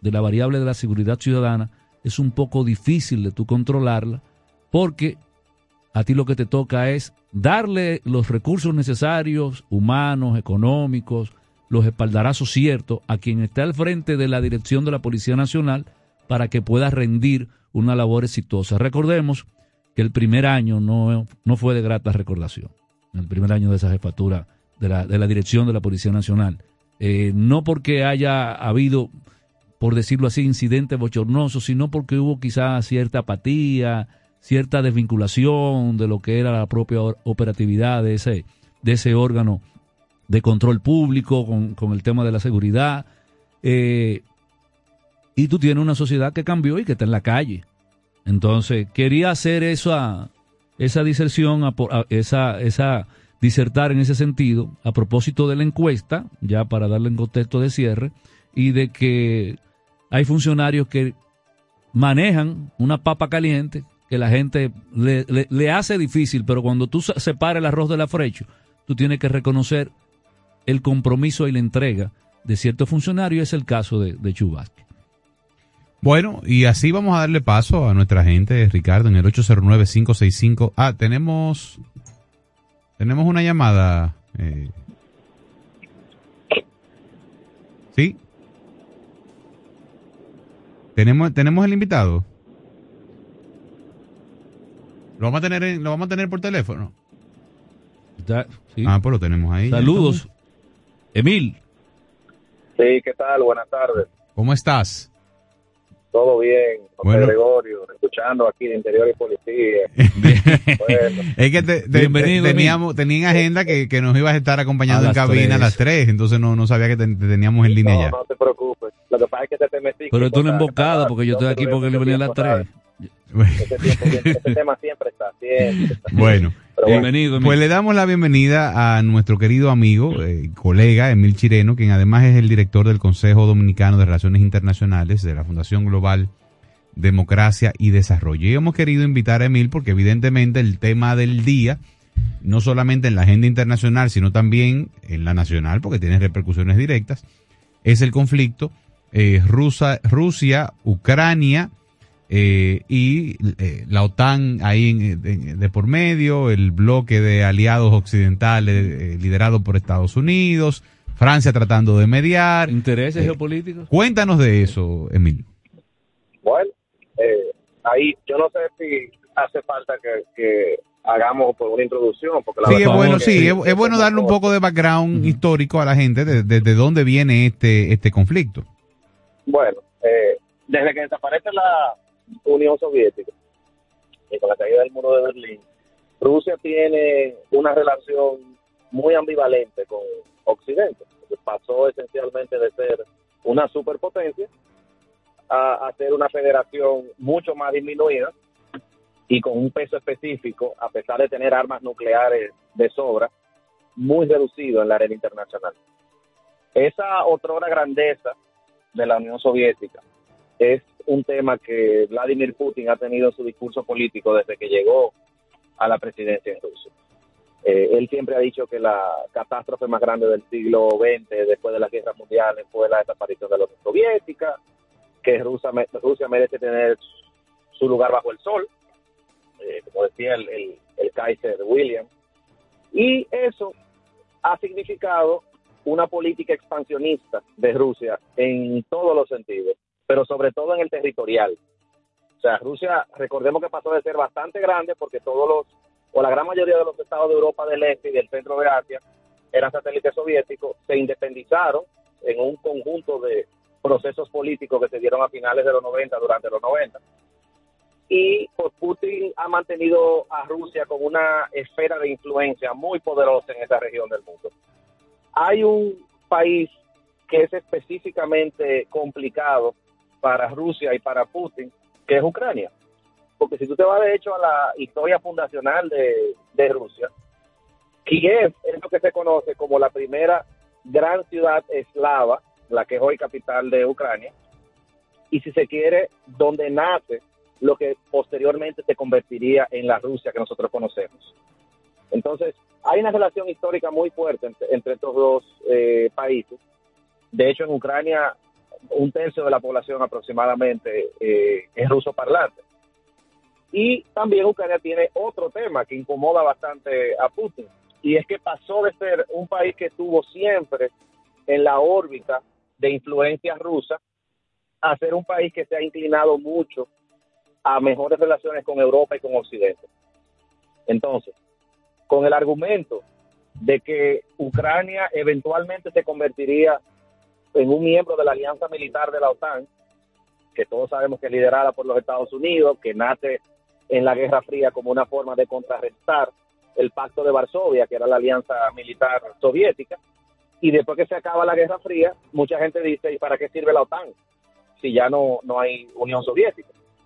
de la variable de la seguridad ciudadana es un poco difícil de tú controlarla, porque a ti lo que te toca es darle los recursos necesarios, humanos, económicos, los espaldarazos ciertos a quien está al frente de la dirección de la Policía Nacional para que pueda rendir una labor exitosa. Recordemos que el primer año no, no fue de grata recordación, el primer año de esa jefatura de la, de la dirección de la Policía Nacional. Eh, no porque haya habido, por decirlo así, incidentes bochornosos, sino porque hubo quizás cierta apatía, cierta desvinculación de lo que era la propia operatividad de ese, de ese órgano de control público con, con el tema de la seguridad. Eh, y tú tienes una sociedad que cambió y que está en la calle. Entonces, quería hacer esa, esa diserción, a, a, esa, esa disertar en ese sentido, a propósito de la encuesta, ya para darle en contexto de cierre, y de que hay funcionarios que manejan una papa caliente que la gente le, le, le hace difícil, pero cuando tú separas el arroz del afrecho, tú tienes que reconocer el compromiso y la entrega de ciertos funcionarios. Es el caso de, de Chu Vázquez. Bueno, y así vamos a darle paso a nuestra gente, Ricardo, en el ocho cero nueve, cinco seis cinco. Ah, tenemos tenemos una llamada. Eh. ¿Sí? ¿Tenemos, tenemos el invitado? ¿Lo vamos a tener, en, lo vamos a tener por teléfono? Ya, sí. Ah, pues lo tenemos ahí. Saludos. Emil. Sí, ¿qué tal? Buenas tardes. ¿Cómo estás? Todo bien, José bueno. Gregorio, escuchando aquí de Interior y Policía. Bueno. Es que te, te, te, teníamos tenía en agenda que, que nos ibas a estar acompañando a en cabina tres. a las tres, entonces no, no sabía que te, te teníamos en línea no, ya. No, no te preocupes. Lo que pasa es que te, te metí. Pero tú una embocada, porque yo estoy aquí porque le venía a las tres. Este, tiempo, este tema siempre está, siempre está. Bueno, Pero eh, bienvenido, Emil. Pues le damos la bienvenida a nuestro querido amigo, eh, colega Emil Chireno, quien además es el director del Consejo Dominicano de Relaciones Internacionales de la Fundación Global Democracia y Desarrollo. Y hemos querido invitar a Emil porque evidentemente el tema del día, no solamente en la agenda internacional, sino también en la nacional, porque tiene repercusiones directas, es el conflicto eh, Rusia, Rusia, Ucrania, Eh, y eh, la OTAN ahí en, de, de por medio, el bloque de aliados occidentales eh, liderado por Estados Unidos, Francia tratando de mediar. ¿Intereses eh, geopolíticos? Cuéntanos de eso, Emil. Bueno, eh, ahí yo no sé si hace falta que, que hagamos por una introducción. Porque la sí, es bueno, que, sí, es, es bueno darle un poco de background uh-huh. histórico a la gente de, de, de dónde viene este, este conflicto. Bueno, eh, desde que desaparece la Unión Soviética y con la caída del muro de Berlín, Rusia tiene una relación muy ambivalente con Occidente. Pasó esencialmente de ser una superpotencia a, a ser una federación mucho más disminuida y con un peso específico, a pesar de tener armas nucleares de sobra, muy reducido en la arena internacional. Esa otrora grandeza de la Unión Soviética es un tema que Vladimir Putin ha tenido en su discurso político desde que llegó a la presidencia en Rusia. Eh, él siempre ha dicho que la catástrofe más grande del siglo veinte, después de las guerras mundiales, fue la desaparición de la Unión Soviética, que Rusia, Rusia merece tener su lugar bajo el sol, eh, como decía el, el, el Kaiser William. Y eso ha significado una política expansionista de Rusia en todos los sentidos, pero sobre todo en el territorial. O sea, Rusia, recordemos que pasó de ser bastante grande porque todos los, o la gran mayoría de los estados de Europa del Este y del centro de Asia eran satélites soviéticos, se independizaron en un conjunto de procesos políticos que se dieron a finales de los noventa, durante los noventa. Y pues, Putin ha mantenido a Rusia con una esfera de influencia muy poderosa en esa región del mundo. Hay un país que es específicamente complicado para Rusia y para Putin, que es Ucrania. Porque si tú te vas de hecho a la historia fundacional de, de Rusia, Kiev es lo que se conoce como la primera gran ciudad eslava, la que es hoy capital de Ucrania, y si se quiere, donde nace lo que posteriormente se convertiría en la Rusia que nosotros conocemos. Entonces, hay una relación histórica muy fuerte entre, entre estos dos eh, países. De hecho, en Ucrania un tercio de la población aproximadamente eh, es ruso parlante. Y también Ucrania tiene otro tema que incomoda bastante a Putin, y es que pasó de ser un país que estuvo siempre en la órbita de influencia rusa a ser un país que se ha inclinado mucho a mejores relaciones con Europa y con Occidente. Entonces, con el argumento de que Ucrania eventualmente se convertiría en un miembro de la alianza militar de la OTAN, que todos sabemos que es liderada por los Estados Unidos, que nace en la Guerra Fría como una forma de contrarrestar el Pacto de Varsovia, que era la alianza militar soviética, y después que se acaba la Guerra Fría, mucha gente dice, ¿y para qué sirve la OTAN si ya no, no hay Unión Soviética?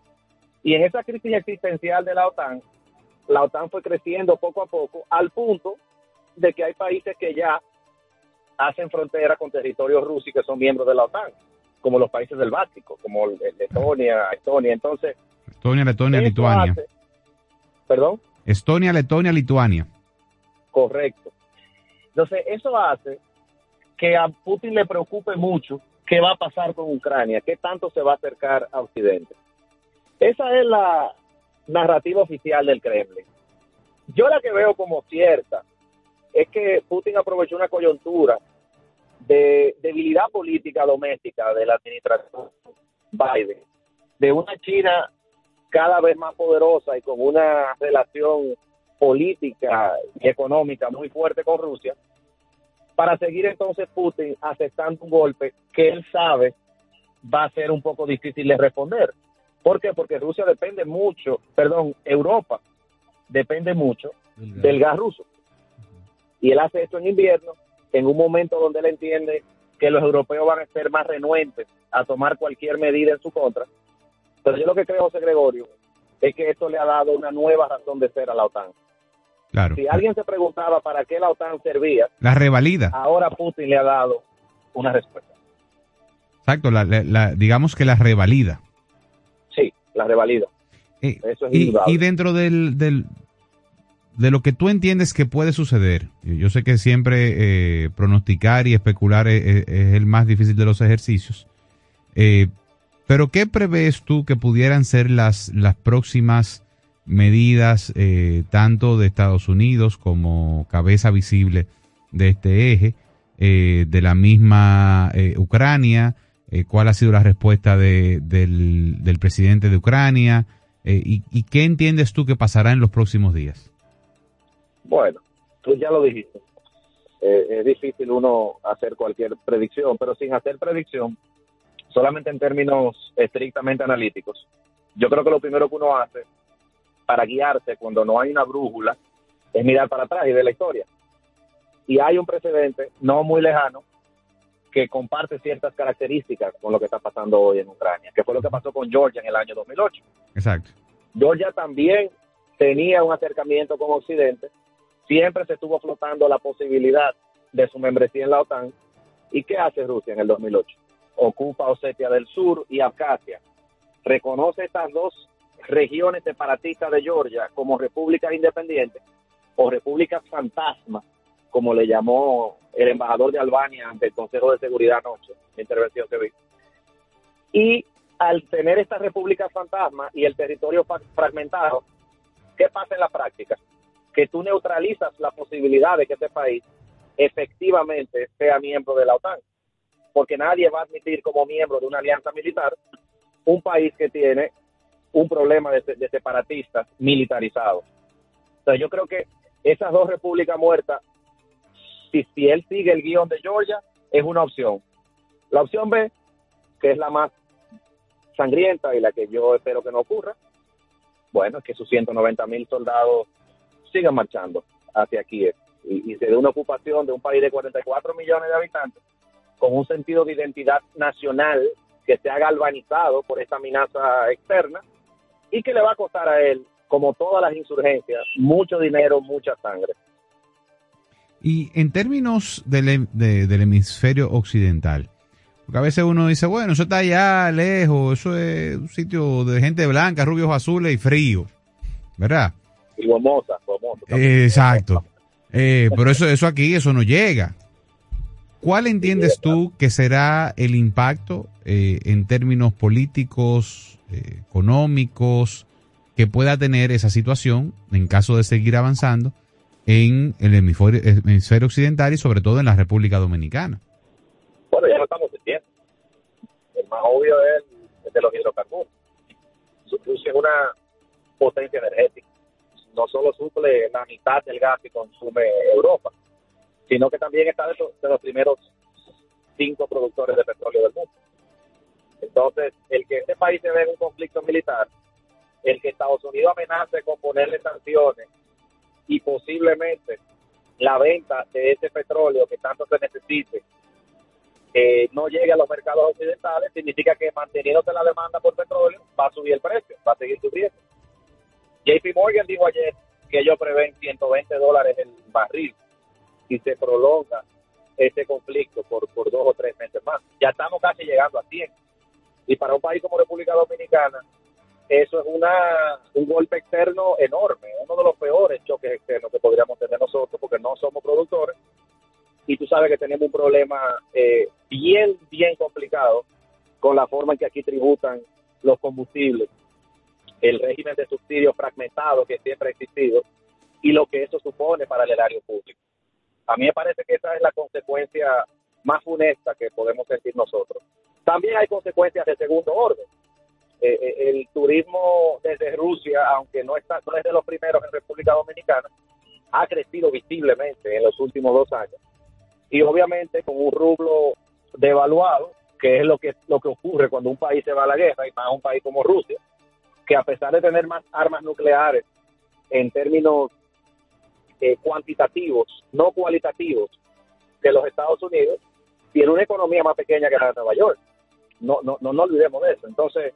Y en esa crisis existencial de la OTAN, la OTAN fue creciendo poco a poco al punto de que hay países que ya hacen frontera con territorios rusos y que son miembros de la OTAN, como los países del Báltico, como Letonia, Estonia. Entonces, Estonia, Letonia, Lituania. Hace, ¿Perdón? Estonia, Letonia, Lituania. Correcto. Entonces, eso hace que a Putin le preocupe mucho qué va a pasar con Ucrania, qué tanto se va a acercar a Occidente. Esa es la narrativa oficial del Kremlin. Yo la que veo como cierta es que Putin aprovechó una coyuntura de debilidad política doméstica de la administración Biden, de una China cada vez más poderosa y con una relación política y económica muy fuerte con Rusia, para seguir entonces Putin aceptando un golpe que él sabe va a ser un poco difícil de responder. ¿Por qué? Porque Rusia depende mucho, perdón, Europa depende mucho del, del gas ruso. Y él hace esto en invierno, en un momento donde él entiende que los europeos van a ser más renuentes a tomar cualquier medida en su contra. Pero yo lo que creo, José Gregorio, es que esto le ha dado una nueva razón de ser a la OTAN. Claro. Si alguien se preguntaba para qué la OTAN servía, la revalida. Ahora Putin le ha dado una respuesta. Exacto, la, la, la, digamos que la revalida. Sí, la revalida. Eh, Eso es y, indudable. y dentro del, del, de lo que tú entiendes que puede suceder, yo sé que siempre eh, pronosticar y especular es, es, es el más difícil de los ejercicios, eh, pero ¿qué prevés tú que pudieran ser las, las próximas medidas eh, tanto de Estados Unidos como cabeza visible de este eje, eh, de la misma eh, Ucrania? Eh, ¿Cuál ha sido la respuesta de, del, del presidente de Ucrania? Eh, y, ¿Y qué entiendes tú que pasará en los próximos días? Bueno, tú ya lo dijiste. Eh, es difícil uno hacer cualquier predicción, pero sin hacer predicción, solamente en términos estrictamente analíticos, yo creo que lo primero que uno hace para guiarse cuando no hay una brújula es mirar para atrás y ver la historia. Y hay un precedente no muy lejano que comparte ciertas características con lo que está pasando hoy en Ucrania, que fue lo que pasó con Georgia en el año dos mil ocho. Exacto. Georgia también tenía un acercamiento con Occidente, siempre se estuvo flotando la posibilidad de su membresía en la OTAN. ¿Y qué hace Rusia en el dos mil ocho? Ocupa Osetia del Sur y Abjasia. Reconoce estas dos regiones separatistas de Georgia como repúblicas independientes o repúblicas fantasma, como le llamó el embajador de Albania ante el Consejo de Seguridad anoche, la intervención que vi. Y al tener estas repúblicas fantasma y el territorio fragmentado, ¿qué pasa en la práctica? Que tú neutralizas la posibilidad de que ese país efectivamente sea miembro de la OTAN, porque nadie va a admitir como miembro de una alianza militar un país que tiene un problema de, de separatistas militarizados. Entonces yo creo que esas dos repúblicas muertas, si, si él sigue el guión de Georgia, es una opción. La opción B, que es la más sangrienta y la que yo espero que no ocurra, bueno, es que sus ciento noventa mil soldados sigan marchando hacia Kiev y, y se dé una ocupación de un país de cuarenta y cuatro millones de habitantes con un sentido de identidad nacional que se ha galvanizado por esta amenaza externa y que le va a costar a él, como todas las insurgencias, mucho dinero, mucha sangre. Y en términos del, de, del hemisferio occidental, porque a veces uno dice, bueno, eso está allá lejos, eso es un sitio de gente blanca, rubios azules y frío, ¿verdad? Y gomosa, gomosa. Eh, exacto. Eh, pero eso, eso aquí, eso no llega. ¿cuál entiendes tú que será el impacto eh, en términos políticos, eh, económicos, que pueda tener esa situación en caso de seguir avanzando en el hemisferio, hemisferio occidental y sobre todo en la República Dominicana? Bueno, ya lo estamos diciendo. El más obvio es el de los hidrocarburos. Rusia es una potencia energética. No solo suple la mitad del gas que consume Europa, sino que también está de, de los primeros cinco productores de petróleo del mundo. Entonces, el que este país se ve en un conflicto militar, el que Estados Unidos amenace con ponerle sanciones y posiblemente la venta de ese petróleo que tanto se necesite eh, no llegue a los mercados occidentales, significa que manteniéndose la demanda por petróleo va a subir el precio, va a seguir subiendo. J P Morgan dijo ayer que ellos prevén ciento veinte dólares el barril y se prolonga este conflicto por, por dos o tres meses más. Ya estamos casi llegando a cien. Y para un país como República Dominicana, eso es una un golpe externo enorme, uno de los peores choques externos que podríamos tener nosotros, porque no somos productores, y tú sabes que tenemos un problema eh, bien, bien complicado con la forma en que aquí tributan los combustibles, el régimen de subsidios fragmentado que siempre ha existido, y lo que eso supone para el erario público. A mí me parece que esa es la consecuencia más funesta que podemos sentir nosotros. También hay consecuencias de segundo orden. Eh, el turismo desde Rusia, aunque no está no es de los primeros en República Dominicana, ha crecido visiblemente en los últimos dos años. Y obviamente con un rublo devaluado, que es lo que lo que ocurre cuando un país se va a la guerra, y más un país como Rusia, que a pesar de tener más armas nucleares en términos eh, cuantitativos, no cualitativos, que los Estados Unidos, tiene una economía más pequeña que la de Nueva York. No, no, no, no olvidemos de eso. Entonces,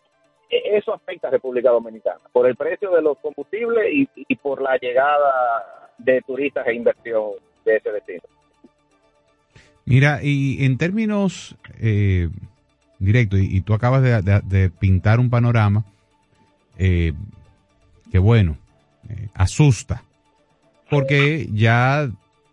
eso afecta a República Dominicana por el precio de los combustibles y, y por la llegada de turistas e inversión de ese destino. Mira, y en términos eh, directos, y, y tú acabas de, de, de pintar un panorama eh, que, bueno, eh, asusta, porque ya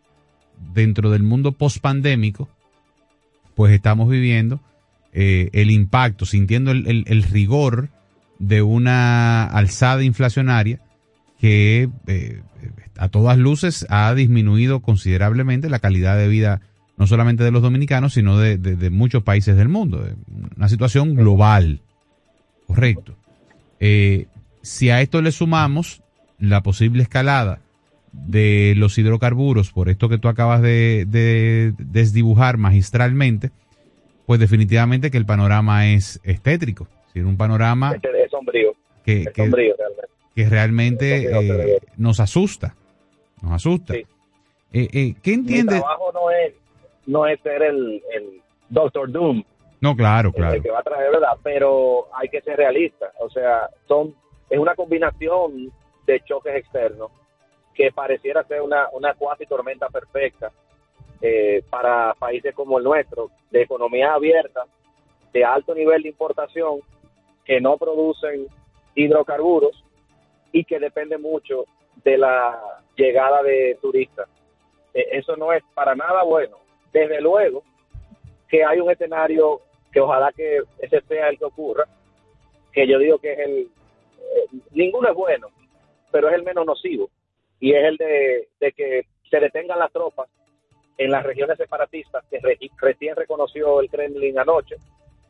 dentro del mundo pospandémico, pues estamos viviendo Eh, el impacto, sintiendo el, el, el rigor de una alzada inflacionaria que eh, a todas luces ha disminuido considerablemente la calidad de vida no solamente de los dominicanos, sino de, de, de muchos países del mundo. Una situación global, correcto. Eh, si a esto le sumamos la posible escalada de los hidrocarburos, por esto que tú acabas de, de desdibujar magistralmente, pues definitivamente que el panorama es estétrico, es decir, un panorama es, es sombrío, que, es que, sombrío realmente. que realmente sombrío, eh, nos asusta, nos asusta. Sí. Eh, eh, ¿Qué entiende? Mi trabajo no es, no es ser el, el Doctor Doom. No, claro, claro. El que va a traer verdad, pero hay que ser realista. O sea, son es una combinación de choques externos que pareciera ser una, una cuasi tormenta perfecta. Eh, para países como el nuestro, de economía abierta, de alto nivel de importación, que no producen hidrocarburos y que depende mucho de la llegada de turistas. Eh, eso no es para nada bueno. Desde luego que hay un escenario que ojalá que ese sea el que ocurra, que yo digo que es el... Eh, ninguno es bueno, pero es el menos nocivo, y es el de, de que se detengan las tropas en las regiones separatistas que re, recién reconoció el Kremlin anoche,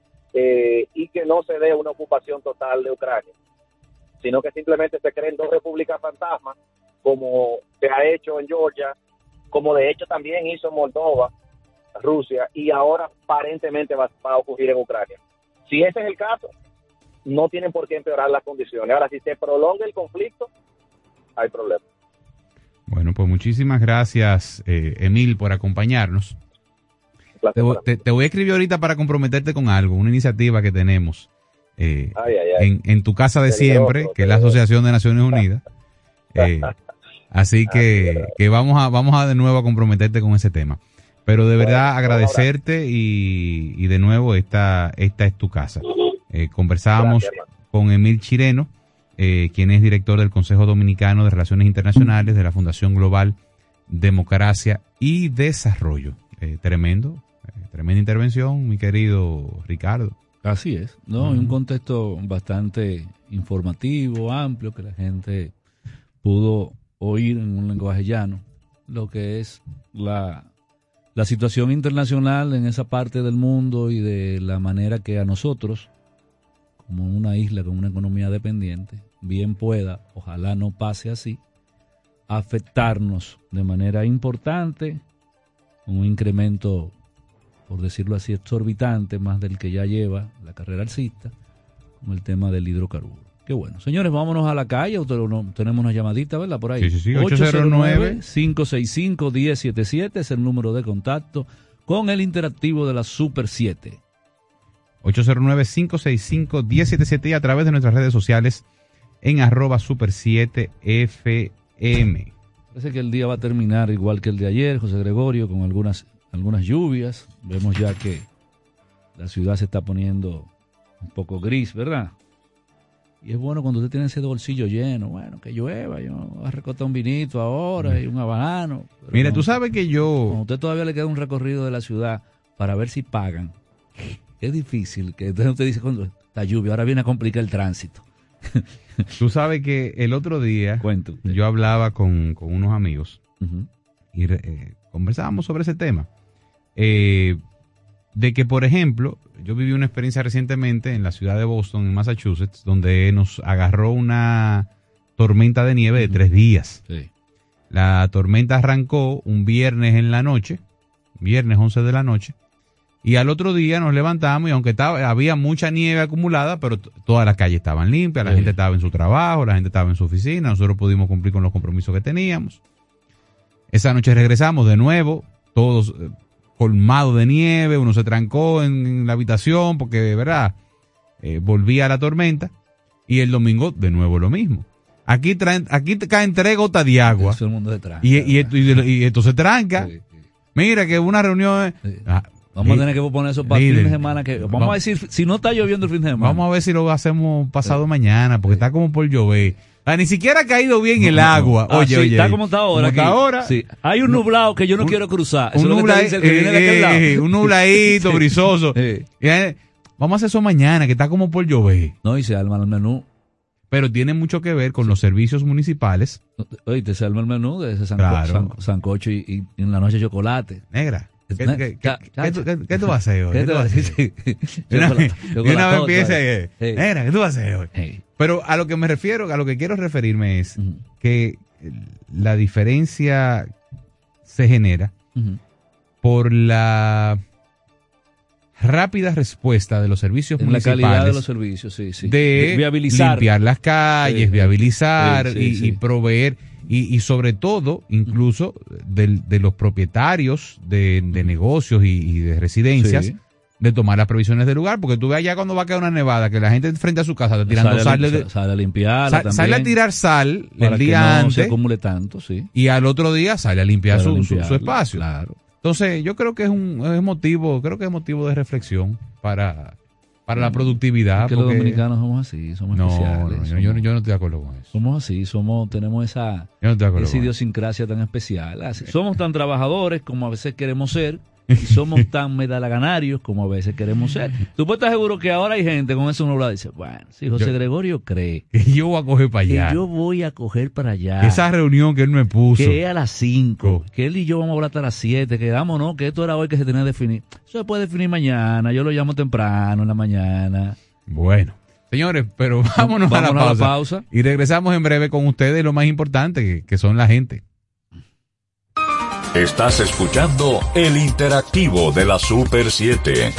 eh, y que no se dé una ocupación total de Ucrania, sino que simplemente se creen dos repúblicas fantasmas, como se ha hecho en Georgia, como de hecho también hizo Moldova, Rusia, y ahora aparentemente va, va a ocurrir en Ucrania. Si ese es el caso, no tienen por qué empeorar las condiciones. Ahora, si se prolonga el conflicto, hay problemas. Bueno, pues muchísimas gracias, eh, Emil, por acompañarnos. Te, te, te voy a escribir ahorita para comprometerte con algo, una iniciativa que tenemos eh, ay, ay, ay. En, en tu casa de siempre, que es la Asociación de Naciones Unidas. Eh, así que, que vamos a vamos a de nuevo a comprometerte con ese tema. Pero de verdad bueno, agradecerte y, y de nuevo esta esta es tu casa. Eh, conversábamos gracias, con Emil Chireno, Eh, quien es director del Consejo Dominicano de Relaciones Internacionales de la Fundación Global Democracia y Desarrollo. eh, tremendo, eh, tremenda intervención, mi querido Ricardo. Así es, ¿no? Uh-huh. Un contexto bastante informativo, amplio, que la gente pudo oír en un lenguaje llano lo que es la, la situación internacional en esa parte del mundo y de la manera que a nosotros, como una isla con una economía dependiente, bien pueda, ojalá no pase así, afectarnos de manera importante, un incremento, por decirlo así, exorbitante, más del que ya lleva la carrera alcista, con el tema del hidrocarburo. Qué bueno. Señores, vámonos a la calle. Tenemos una llamadita, ¿verdad? Por ahí. Sí, sí, sí. ocho cero nueve, cinco seis cinco, uno cero siete siete es el número de contacto con el interactivo de la Super siete. ocho cero nueve, cinco seis cinco, uno cero siete siete y a través de nuestras redes sociales en arroba Super siete F M. Parece que el día va a terminar igual que el de ayer, José Gregorio, con algunas, algunas lluvias. Vemos ya que la ciudad se está poniendo un poco gris, ¿verdad? Y es bueno cuando usted tiene ese bolsillo lleno, bueno, que llueva, yo voy a recortar un vinito ahora y un habanano. Mira, tú sabes que yo... Cuando a usted todavía le queda un recorrido de la ciudad para ver si pagan, es difícil, que entonces usted dice, cuando está lluvia, ahora viene a complicar el tránsito. Tú sabes que el otro día yo hablaba con, con unos amigos uh-huh. y eh, conversábamos sobre ese tema. Eh, de que, por ejemplo, yo viví una experiencia recientemente en la ciudad de Boston, en Massachusetts, donde nos agarró una tormenta de nieve de tres días. Sí. La tormenta arrancó un viernes en la noche, viernes once de la noche, y al otro día nos levantamos y aunque estaba, había mucha nieve acumulada, pero t- todas las calles estaban limpias, la sí. gente estaba en su trabajo, la gente estaba en su oficina, nosotros pudimos cumplir con los compromisos que teníamos. Esa noche regresamos de nuevo, todos... Eh, colmado de nieve, uno se trancó en, en la habitación porque, ¿verdad? Eh, volvía la tormenta y el domingo de nuevo lo mismo. Aquí traen, aquí caen tres gotas de agua. Todo el mundo se tranca. Y, y, esto, y, y esto se tranca. Sí, sí. Mira que una reunión... Sí. Ah, vamos a tener que poner eso para el fin de semana. Que, vamos, vamos a decir, si no está lloviendo el fin de semana. Vamos a ver si lo hacemos pasado sí. mañana, porque sí. está como por llover. Ah, ni siquiera ha caído bien no, el agua. No. Ah, oye, sí, oye. Está como está ahora. Como está ahora. Sí. Hay un nublado que yo no un, quiero cruzar. Eso un, es lo que te dice el que viene de aquel lado. Eh, un nubladito, sí. brisoso. Sí. Eh, vamos a hacer eso mañana, que está como por llover. No, y se arma el menú. Pero tiene mucho que ver con sí. los servicios municipales. Oye, te se arma el menú de ese sanco, claro. san, sancocho y, y, y en la noche chocolate. Negra. ¿Qué, qué, qué, qué, tú, qué, ¿Qué tú vas a hacer hoy? ¿Qué tú vas a hacer? Y una vez empieza, eh, hey. Negra, ¿qué tú vas a hacer hoy? Hey. Pero a lo que me refiero, a lo que quiero referirme es uh-huh. que la diferencia se genera uh-huh. por la rápida respuesta de los servicios en municipales. La calidad de los servicios, sí, sí. De viabilizar. limpiar las calles, sí, viabilizar sí, sí, y, sí. y proveer. Y, y sobre todo, incluso, de, de los propietarios de, de negocios y, y de residencias, sí. de tomar las previsiones del lugar, porque tú ves allá cuando va a caer una nevada, que la gente frente a su casa está tirando sal. Sale, de, sale a limpiar. Sal, sale a tirar sal el día que no antes. se acumule tanto, sí. Y al otro día sale a limpiar, sale su, a limpiar su, su espacio. Claro. Entonces, yo creo que es un es motivo, creo que es motivo de reflexión para... Para la productividad. Es que porque... los dominicanos somos así, somos no, especiales. No, somos, yo, yo no estoy de acuerdo con eso. Somos así, somos, tenemos esa, yo no estoy de acuerdo esa con idiosincrasia eso. tan especial. Así, somos tan trabajadores como a veces queremos ser y somos tan medalaganarios como a veces queremos ser. Tú puedes estar seguro que ahora hay gente con eso nublado y dice, bueno, si José yo, Gregorio cree que yo voy a coger para allá. Que yo voy a coger para allá. Esa reunión que él me puso. Que es a las cinco, oh. que él y yo vamos a hablar hasta las siete, que vámonos, que esto era hoy que se tenía que definir. Eso se puede definir mañana, yo lo llamo temprano en la mañana. Bueno, señores, pero vámonos, vámonos a, la, a pausa, la pausa y regresamos en breve con ustedes, lo más importante que, que son la gente. Estás escuchando el interactivo de la Super siete.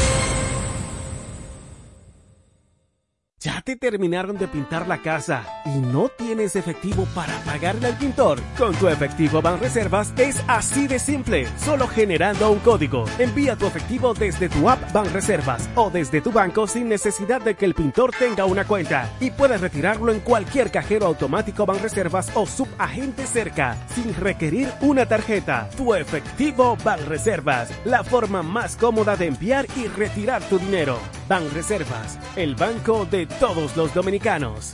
¿Ya te terminaron de pintar la casa y no tienes efectivo para pagarle al pintor? Con tu efectivo Banreservas es así de simple. Solo generando un código. Envía tu efectivo desde tu app Banreservas o desde tu banco sin necesidad de que el pintor tenga una cuenta. Y puedes retirarlo en cualquier cajero automático Banreservas o subagente cerca, sin requerir una tarjeta. Tu efectivo Banreservas, la forma más cómoda de enviar y retirar tu dinero. Banreservas, el banco de todos los dominicanos.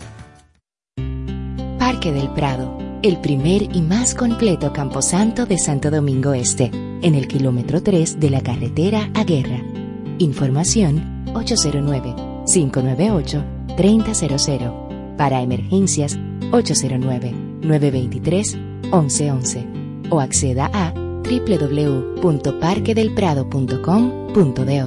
Parque del Prado, el primer y más completo camposanto de Santo Domingo Este. en el kilómetro tres de la carretera a Guerra. Información ocho cero nueve, cinco nueve ocho, tres cero cero cero. Para emergencias ocho cero nueve, nueve dos tres, once once o acceda a doble u doble u doble u punto parque del prado punto com punto do.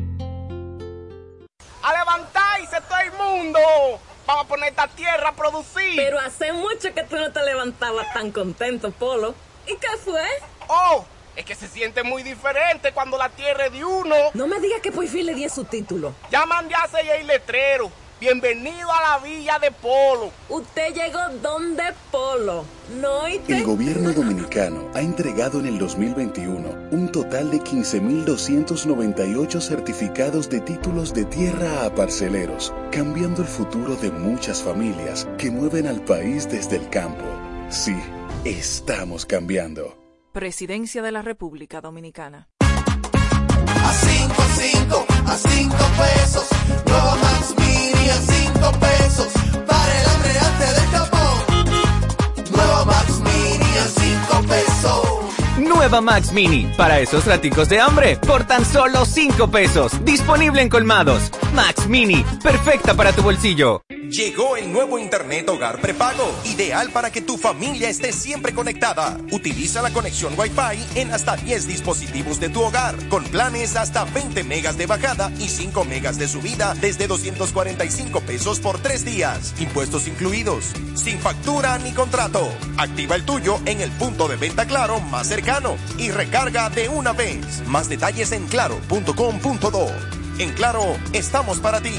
¡A levantarse todo el mundo! Vamos a poner esta tierra a producir. Pero hace mucho que tú no te levantabas tan contento, Polo. ¿Y qué fue? ¡Oh! Es que se siente muy diferente cuando la tierra es de uno. No me digas que por fin le di su título. Ya mandé a sellar el letrero. Bienvenido a la villa de Polo. Usted llegó donde Polo, ¿no? ¿Y te... El gobierno dominicano ha entregado en el dos mil veintiuno un total de quince mil doscientos noventa y ocho certificados de títulos de tierra a parceleros, cambiando el futuro de muchas familias que mueven al país desde el campo. Sí, estamos cambiando. Presidencia de la República Dominicana. A cinco, cinco, a cinco pesos. Nueva Max Mini a cinco pesos. Para el hambre antes del tapón. Nueva Max Mini a cinco pesos. Nueva Max Mini, para esos raticos de hambre, por tan solo cinco pesos. Disponible en colmados. Max Mini, perfecta para tu bolsillo. Llegó el nuevo Internet Hogar Prepago, ideal para que tu familia esté siempre conectada. Utiliza la conexión Wi-Fi en hasta diez dispositivos de tu hogar, con planes hasta veinte megas de bajada y cinco megas de subida desde doscientos cuarenta y cinco pesos por tres días. Impuestos incluidos, sin factura ni contrato. Activa el tuyo en el punto de venta Claro más cercano y recarga de una vez. Más detalles en claro punto com punto do. En Claro, estamos para ti.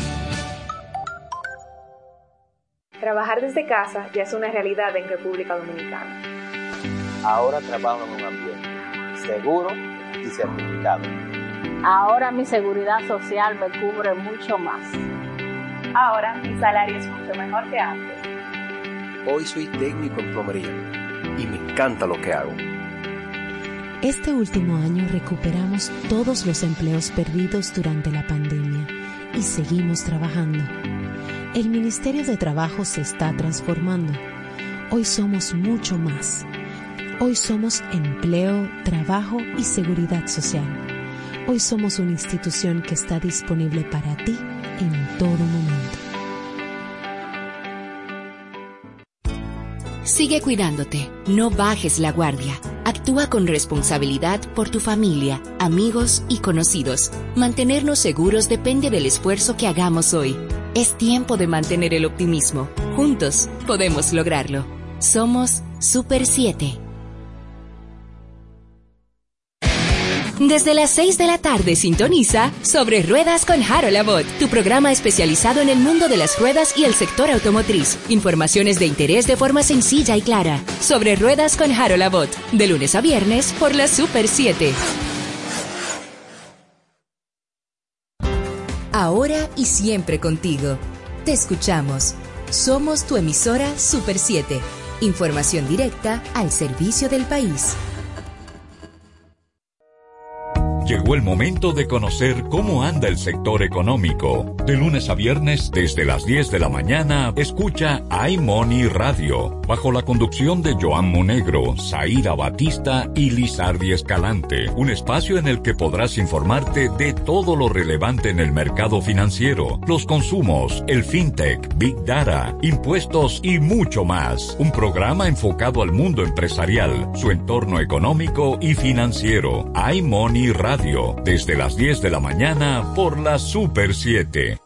Trabajar desde casa ya es una realidad en República Dominicana. Ahora trabajo en un ambiente seguro y certificado. Ahora mi seguridad social me cubre mucho más. Ahora mi salario es mucho mejor que antes. Hoy soy técnico en plomería y me encanta lo que hago. Este último año recuperamos todos los empleos perdidos durante la pandemia y seguimos trabajando. El Ministerio de Trabajo se está transformando. Hoy somos mucho más. Hoy somos empleo, trabajo y seguridad social. Hoy somos una institución que está disponible para ti en todo momento. Sigue cuidándote, no bajes la guardia. Actúa con responsabilidad por tu familia, amigos y conocidos. Mantenernos seguros depende del esfuerzo que hagamos hoy. Es tiempo de mantener el optimismo. Juntos podemos lograrlo. Somos Super siete. Desde las seis de la tarde sintoniza Sobre Ruedas con Harold Abbott, tu programa especializado en el mundo de las ruedas y el sector automotriz. Informaciones de interés de forma sencilla y clara. Sobre Ruedas con Harold Abbott, de lunes a viernes por la Super siete. Ahora y siempre contigo. Te escuchamos. Somos tu emisora Super siete. Información directa al servicio del país. Llegó el momento de conocer cómo anda el sector económico. De lunes a viernes, desde las diez de la mañana, escucha iMoney Radio, bajo la conducción de Joan Monegro, Zaira Batista y Lizardi Escalante. Un espacio en el que podrás informarte de todo lo relevante en el mercado financiero, los consumos, el fintech, Big Data, impuestos y mucho más. Un programa enfocado al mundo empresarial, su entorno económico y financiero. iMoney Radio. Desde las diez de la mañana por la Super siete.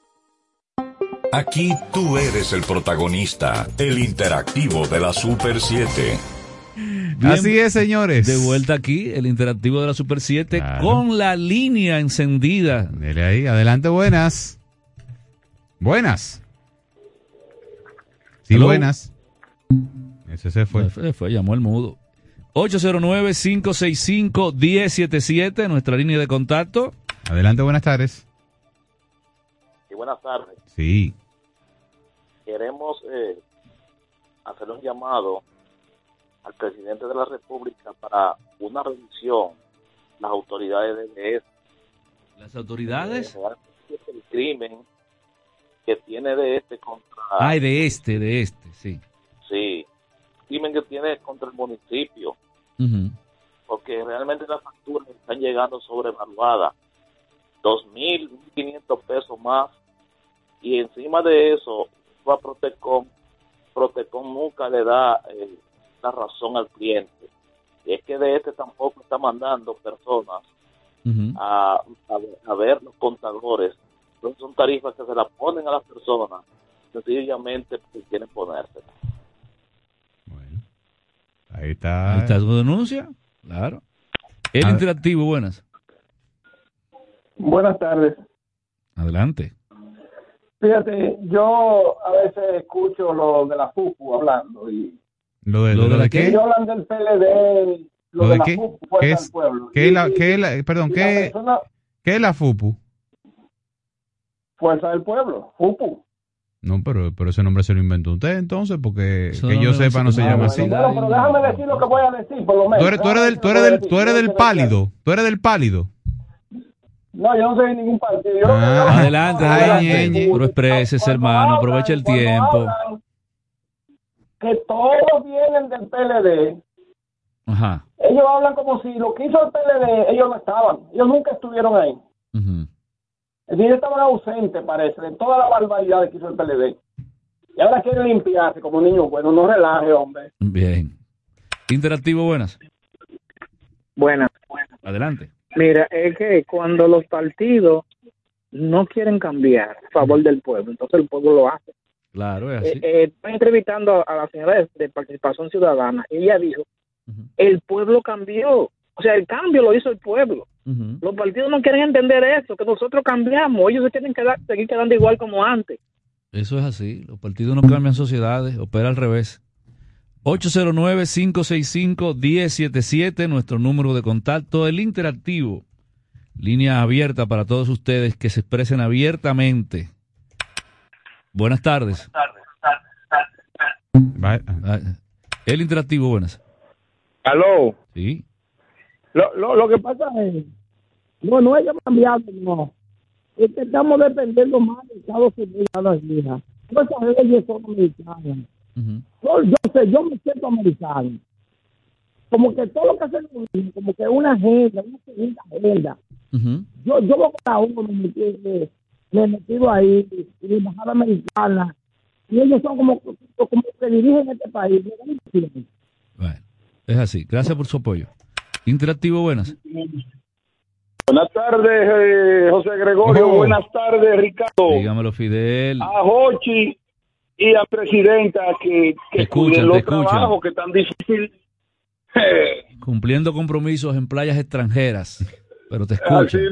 Aquí tú eres el protagonista, el interactivo de la Super siete. Bien, así es, señores. De vuelta aquí, el interactivo de la Super siete, claro, con la línea encendida. Dele ahí, adelante, buenas. Buenas. Sí, hello. Buenas. Ese se fue. Se fue, llamó el mudo. ocho cero nueve, cinco seis cinco, uno cero siete siete, nuestra línea de contacto. Adelante, buenas tardes. Sí, buenas tardes. Sí. Queremos eh, hacer un llamado al presidente de la República para una revisión, las autoridades de D S. ¿Las autoridades? Eh, el crimen que tiene de este contra... Ay, de este, de este, sí. Sí. Crimen que tiene contra el municipio, uh-huh. porque realmente las facturas están llegando sobrevaluadas, dos mil, mil quinientos pesos más, y encima de eso, a Protecom, Protecom nunca le da eh, la razón al cliente, y es que de este tampoco está mandando personas uh-huh. a, a, a ver los contadores. Entonces son tarifas que se las ponen a las personas sencillamente porque quieren ponérsela. Bueno, ahí está. Ahí está su denuncia, claro. El ah. Interactivo, buenas. Buenas tardes. Adelante. Fíjate, yo a veces escucho lo de la FUPU hablando y ¿Lo de, ¿Lo de, de la qué? Ellos hablan del P L D, lo, ¿Lo de, de la qué? FUPU, Fuerza ¿Qué del es, Pueblo. ¿qué, y, la, qué la, perdón, ¿qué, persona, ¿qué es la FUPU? Fuerza del Pueblo, FUPU. No, pero, pero ese nombre se lo inventó usted entonces, porque eso que no yo sepa no se llama así. Bueno, pero déjame decir lo que voy a decir, por lo menos. Tú eres, tú eres del, tú eres del, tú eres del pálido, tú eres del pálido. No, yo no soy de ningún partido. Yo ah, no adelante, adelante. Pero exprésese, hermano, aprovecha el tiempo. Que todos vienen del P L D. Ajá. Ellos hablan como si lo que hizo el P L D, ellos no estaban. Ellos nunca estuvieron ahí. Uh-huh. Ellos estaban ausentes, parece, de toda la barbaridad que hizo el P L D. Y ahora quieren limpiarse como niños. Bueno, no relaje, hombre. Bien. Interactivo, buenas. Buenas. Adelante. Mira, es que cuando los partidos no quieren cambiar a favor del pueblo, entonces el pueblo lo hace. Claro, es así. Eh, eh, estoy entrevistando a la señora de, de Participación Ciudadana y ella dijo, uh-huh. el pueblo cambió. O sea, el cambio lo hizo el pueblo. Uh-huh. Los partidos no quieren entender eso, que nosotros cambiamos. Ellos se tienen que dar, seguir quedando igual como antes. Eso es así. Los partidos no cambian sociedades, opera al revés. ocho cero nueve, cinco seis cinco, uno cero siete siete, nuestro número de contacto, el Interactivo. Línea abierta para todos ustedes que se expresen abiertamente. Buenas tardes. El Interactivo, buenas. ¿Aló? Sí. Lo, lo, lo que pasa es, no, no hay que cambiar, no. Es que estamos dependiendo más de Estados Unidos cada día. No, esas leyes son americanas. Uh-huh. Yo, yo sé, yo me siento americano. Como que todo lo que hacen, como que una agenda, una segunda agenda. Uh-huh. Yo, yo voy a uno, me metí, me, me he metido ahí, y la embajada americana, y ellos son como, como que dirigen este país. Bueno, es así. Gracias por su apoyo. Interactivo, buenas. Buenas tardes, eh, José Gregorio. Oh. Buenas tardes, Ricardo. Dígamelo, Fidel. A Jochi y a Presidenta que, que escuchan los escuchan. trabajos que es tan difícil. Cumpliendo compromisos en playas extranjeras, pero te escuchan.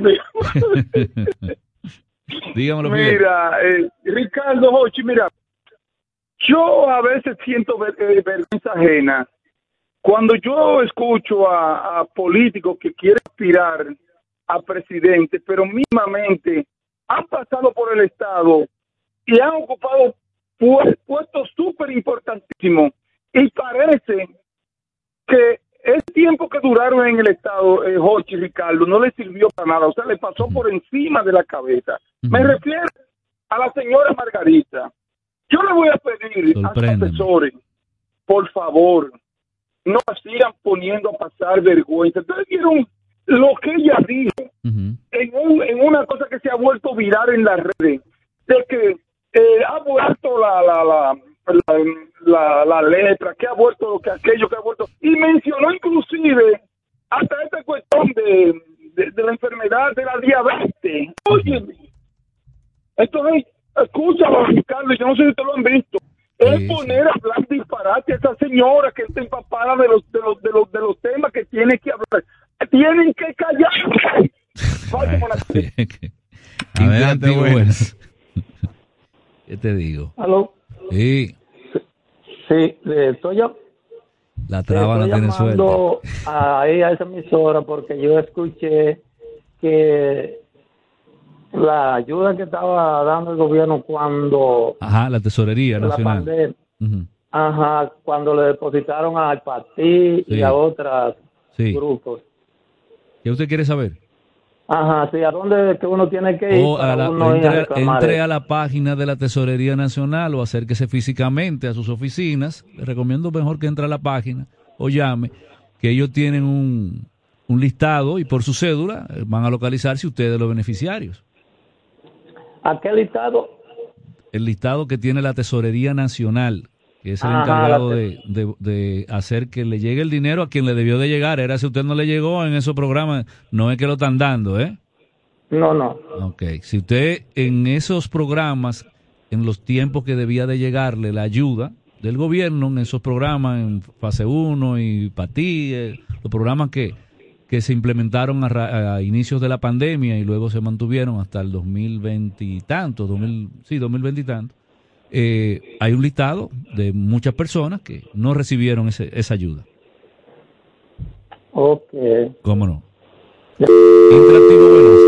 Dígamelo, Fidel. Mira, eh, Ricardo, Jochi, mira, yo a veces siento ver, eh, vergüenza ajena cuando yo escucho a, a políticos que quieren aspirar a presidente, pero mismamente han pasado por el Estado y han ocupado puestos súper importantísimos, y parece que el tiempo que duraron en el Estado, eh, Jochi y Ricardo, no les sirvió para nada, o sea, le pasó por encima de la cabeza. Uh-huh. Me refiero a la señora Margarita. Yo le voy a pedir a los asesores, por favor, no sigan poniendo a pasar vergüenza. Ustedes vieron lo que ella dijo uh-huh. en, un, en una cosa que se ha vuelto viral en las redes, de que eh, ha vuelto la la, la, la, la, la letra, que ha vuelto lo que aquello, que ha vuelto, y mencionó inclusive hasta esta cuestión de, de, de la enfermedad de la diabetes. Óyeme, esto es, escúchalo, Ricardo, yo no sé si ustedes lo han visto. Es sí, poner sí. a hablar disparate a esa señora que está empapada de los de los de los de los temas que tiene que hablar. Tienen que callar. Vaya con la... Adelante, buenas. ¿Qué te digo? ¿Aló? Sí. Sí, estoy yo. La traba no tiene suerte. Ahí a esa emisora porque yo escuché que la ayuda que estaba dando el gobierno cuando... Ajá, la tesorería la nacional. Pandemia, uh-huh. Ajá, cuando le depositaron al partido sí. y a otros sí. grupos. ¿Qué usted quiere saber? Ajá, sí, ¿a dónde es que uno tiene que ir? O a la, uno entre, a entre a la página de la Tesorería Nacional o acérquese físicamente a sus oficinas. Le recomiendo mejor que entre a la página o llame que ellos tienen un, un listado y por su cédula van a localizarse ustedes los beneficiarios. ¿A qué listado? El listado que tiene la Tesorería Nacional, que es el Ajá, encargado la de, de, de hacer que le llegue el dinero a quien le debió de llegar. Era si usted no le llegó en esos programas, no es que lo están dando, ¿eh? No, no. Ok, si usted en esos programas, en los tiempos que debía de llegarle la ayuda del gobierno, en esos programas, en fase uno y P A T I, eh, los programas que, que se implementaron a, ra- a inicios de la pandemia y luego se mantuvieron hasta el dos mil veinte y tanto, dos mil, sí, dos mil veinte y tanto, eh, hay un listado de muchas personas que no recibieron ese, esa ayuda. Ok. ¿Cómo no? Interactivo, buenas.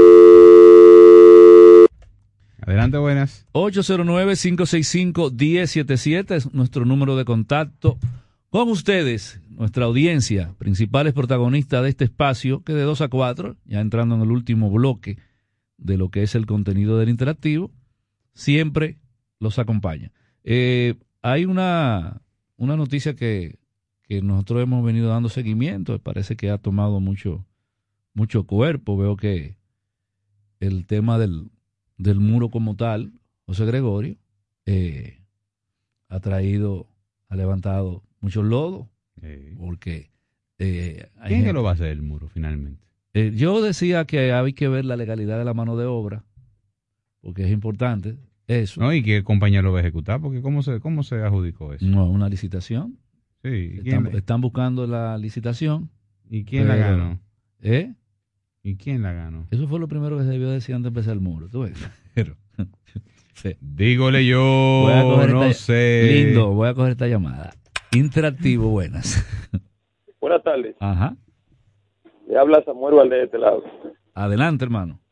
Adelante, buenas. ocho cero nueve, cinco seis cinco, uno cero siete siete es nuestro número de contacto con ustedes, nuestra audiencia, principales protagonistas de este espacio, que de dos a cuatro, ya entrando en el último bloque de lo que es el contenido del interactivo, siempre los acompaña. Eh, hay una, una noticia que, que nosotros hemos venido dando seguimiento, parece que ha tomado mucho, mucho cuerpo. Veo que el tema del, del muro como tal, José Gregorio, eh, ha traído, ha levantado muchos lodos, Sí. porque eh, hay ¿Quién es gente- que lo va a hacer el muro finalmente? Eh, yo decía que hay que ver la legalidad de la mano de obra, porque es importante eso. No, ¿y qué compañía lo va a ejecutar? Porque ¿cómo se, cómo se adjudicó eso? No, una licitación. Sí, ¿y Están, quién, están buscando la licitación. ¿y quién la pero- ganó? ¿Eh? ¿Y quién la ganó? Eso fue lo primero que se debió decir antes de empezar el muro. ¿Tú ves? Pero, sí. Dígole yo, Voy a coger no esta- sé. Lindo, voy a coger esta llamada. Interactivo, buenas. Buenas tardes. Ajá. Le habla Samuel Valdés de este lado. Adelante, hermano.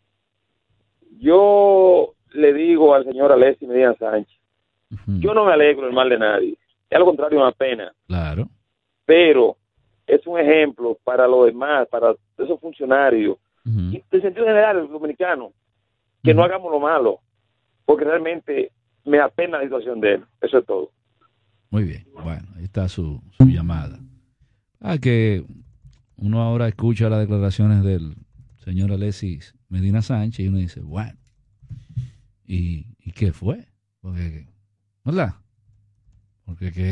Yo le digo al señor Alexis Medina Sánchez, yo no me alegro del mal de nadie. Es al contrario, una pena. Claro. Pero es un ejemplo para los demás, para esos funcionarios, y en sentido general, el dominicano, que no hagamos lo malo, porque realmente me apena la situación de él. Eso es todo. Muy bien. Bueno, ahí está su, su llamada. Ah, que uno ahora escucha las declaraciones del señor Alexis Medina Sánchez y uno dice, bueno, ¿y, y qué fue? Porque, ¿verdad? Porque que...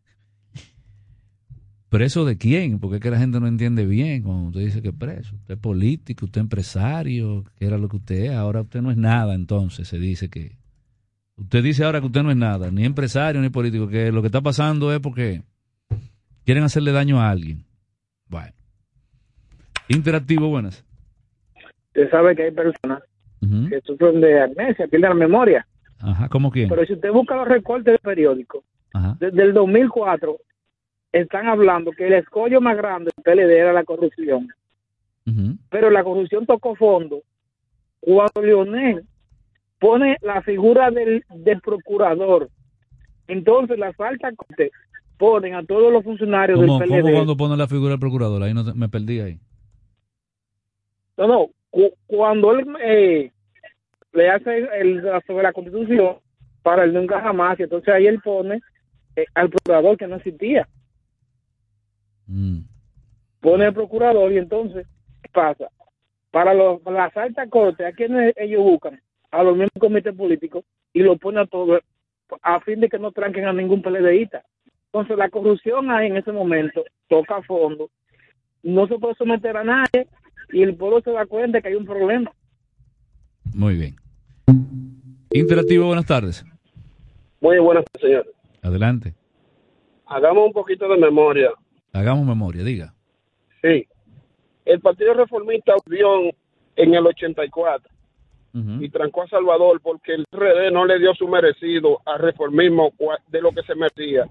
¿Preso de quién? Porque es que la gente no entiende bien cuando usted dice que es preso. Usted es político, usted es empresario, que era lo que usted es. Ahora usted no es nada, entonces se dice que... Usted dice ahora que usted no es nada, ni empresario ni político, que lo que está pasando es porque quieren hacerle daño a alguien. Bueno. Interactivo, buenas. Usted sabe que hay personas Ujú. que sufren de amnesia, pierden la memoria. Ajá, ¿cómo quién? Pero si usted busca los recortes del periódico, Ajá. desde el dos mil cuatro están hablando que el escollo más grande del P L D era la corrupción. Ujú. Pero la corrupción tocó fondo cuando Leonel pone la figura del, del procurador. Entonces las altas cortes ponen a todos los funcionarios ¿Cómo, del cómo P L D. cuando pone la figura del procurador? Ahí no te- me perdí ahí. No, no, cu- cuando él eh, le hace el, sobre la constitución para el nunca jamás, y entonces ahí él pone eh, al procurador que no existía. Mm. Pone el procurador y entonces, ¿qué pasa? Para, los, para las altas cortes, ¿a quiénes ellos buscan? A los mismos comités políticos y lo ponen a todos a fin de que no tranquen a ningún PLDista. Entonces la corrupción ahí en ese momento toca a fondo, no se puede someter a nadie y el pueblo se da cuenta que hay un problema. Muy bien. Interactivo, buenas tardes. Muy buenas, señor. Adelante. Hagamos un poquito de memoria. Hagamos memoria, diga. Sí. El Partido Reformista volvió en el ochenta y cuatro y trancó a Salvador porque el R D no le dio su merecido al reformismo cua- de lo que se merecía.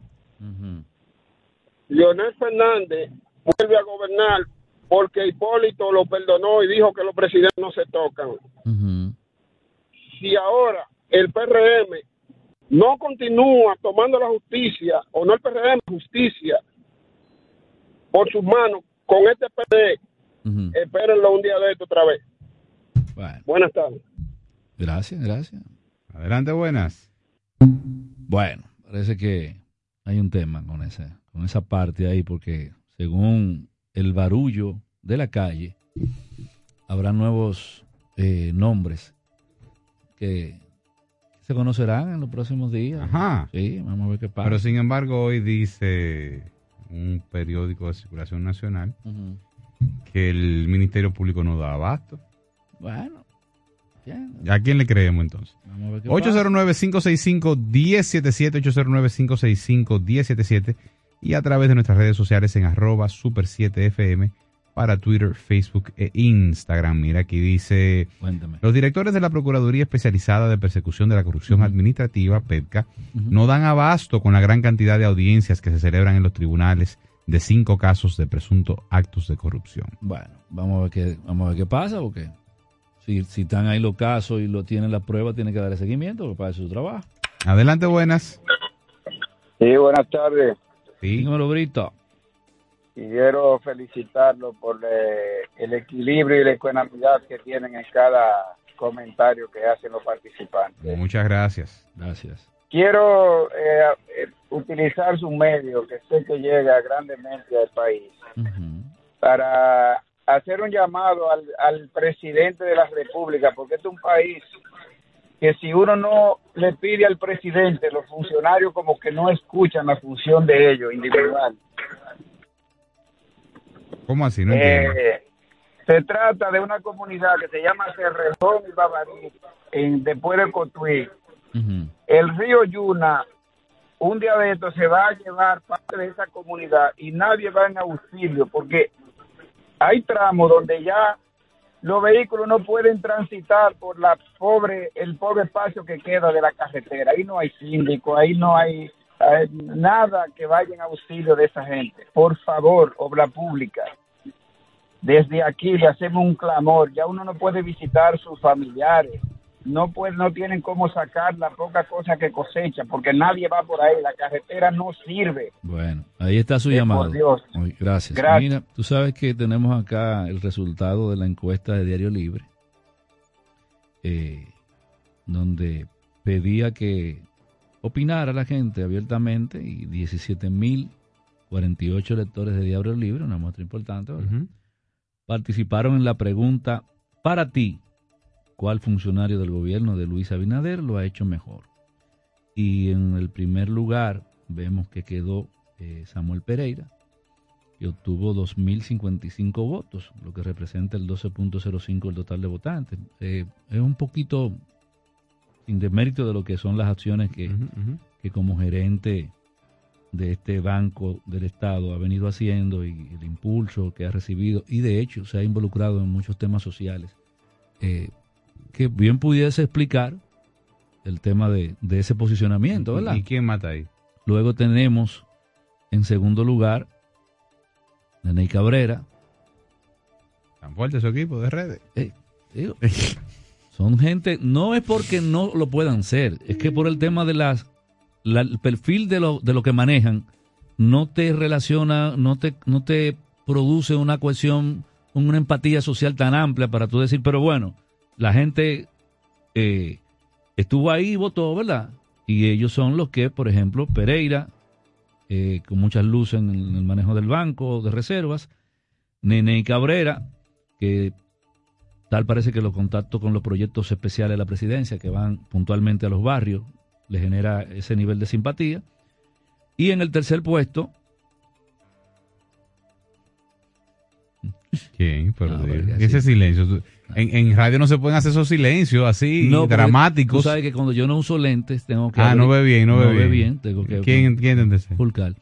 Leonel Fernández vuelve a gobernar porque Hipólito lo perdonó y dijo que los presidentes no se tocan. Si ahora el P R M no continúa tomando la justicia, o no el P R M, justicia, por sus manos, con este P D, espérenlo un día de esto otra vez. Bueno. Buenas tardes. Gracias, gracias. Adelante, buenas. Bueno, parece que hay un tema con esa, con esa parte ahí, porque según el barullo de la calle, habrá nuevos eh, nombres que se conocerán en los próximos días. Ajá. Sí, vamos a ver qué pasa. Pero sin embargo, hoy dice un periódico de circulación nacional uh-huh. que el Ministerio Público no da abasto. Bueno. Bien. ¿A quién le creemos entonces? ocho cero nueve, cinco seis cinco, uno cero siete siete, ocho cero nueve, cinco seis cinco, uno cero siete siete y a través de nuestras redes sociales en arroba super siete F M para Twitter, Facebook e Instagram. Mira, aquí dice, Cuéntame. Los directores de la Procuraduría Especializada de Persecución de la Corrupción uh-huh. Administrativa, P E P C A, uh-huh. no dan abasto con la gran cantidad de audiencias que se celebran en los tribunales de cinco casos de presuntos actos de corrupción. Bueno, vamos a ver qué, vamos a ver qué pasa, porque si, si están ahí los casos y lo tienen la prueba, tienen que darle seguimiento, porque para eso es su trabajo. Adelante, buenas. Sí, buenas tardes. Sí. Dímelo, Brito. Y quiero felicitarlo por eh, el equilibrio y la ecuanimidad que tienen en cada comentario que hacen los participantes. Muchas gracias. Gracias. Quiero eh, utilizar su medio, que sé que llega grandemente al país, uh-huh. para hacer un llamado al, al presidente de la República, porque este es un país que si uno no le pide al presidente, los funcionarios como que no escuchan la función de ellos, individual. ¿Cómo así? No entiendo. Eh, se trata de una comunidad que se llama Cerrejón y Babarí, en, después de Cotuí. Uh-huh. El río Yuna, un día de esto se va a llevar parte de esa comunidad y nadie va en auxilio, porque hay tramos donde ya los vehículos no pueden transitar por la pobre, el pobre espacio que queda de la carretera. Ahí no hay síndico, ahí no hay eh, nada que vaya en auxilio de esa gente. Por favor, obra pública, desde aquí le hacemos un clamor. Ya uno no puede visitar sus familiares, no puede, no tienen cómo sacar la poca cosa que cosecha, porque nadie va por ahí, la carretera no sirve. Bueno, ahí está su eh, llamado. Por Dios. Muy, gracias. Gracias. Mira, tú sabes que tenemos acá el resultado de la encuesta de Diario Libre, eh, donde pedía que opinara la gente abiertamente, y diecisiete mil cuarenta y ocho lectores de Diario Libre, una muestra importante, ¿verdad? Uh-huh. Participaron en la pregunta: para ti, ¿cuál funcionario del gobierno de Luis Abinader lo ha hecho mejor? Y en el primer lugar vemos que quedó eh, Samuel Pereira, que obtuvo dos mil cincuenta y cinco votos, lo que representa el doce punto cero cinco del total de votantes. Eh, es un poquito sin demérito de lo que son las acciones que, uh-huh, uh-huh. que como gerente de este banco del Estado ha venido haciendo, y el impulso que ha recibido, y de hecho se ha involucrado en muchos temas sociales. Eh, que bien pudiese explicar el tema de, de ese posicionamiento, ¿verdad? ¿Y quién mata ahí? Luego tenemos en segundo lugar Nene Cabrera. Tan fuerte su equipo de redes. Eh, digo, son gente, no es porque no lo puedan ser, es que por el tema de las, la, el perfil de lo, de lo que manejan, no te relaciona, no te, no te produce una cohesión, una empatía social tan amplia para tú decir, pero bueno, la gente eh, estuvo ahí y votó, ¿verdad? Y ellos son los que, por ejemplo, Pereira, eh, con muchas luces en el manejo del banco de reservas, Nene Cabrera, que tal parece que los contactos con los proyectos especiales de la presidencia, que van puntualmente a los barrios, le genera ese nivel de simpatía. Y en el tercer puesto... ¿Quién? Por no, Dios. Ese silencio. En, en radio no se pueden hacer esos silencios así, no, dramáticos. Tú sabes que cuando yo no uso lentes tengo que... Ah, abrir, no ve bien, no, no ve bien. bien tengo que, ¿Quién, ¿quién entiende? Fulcal.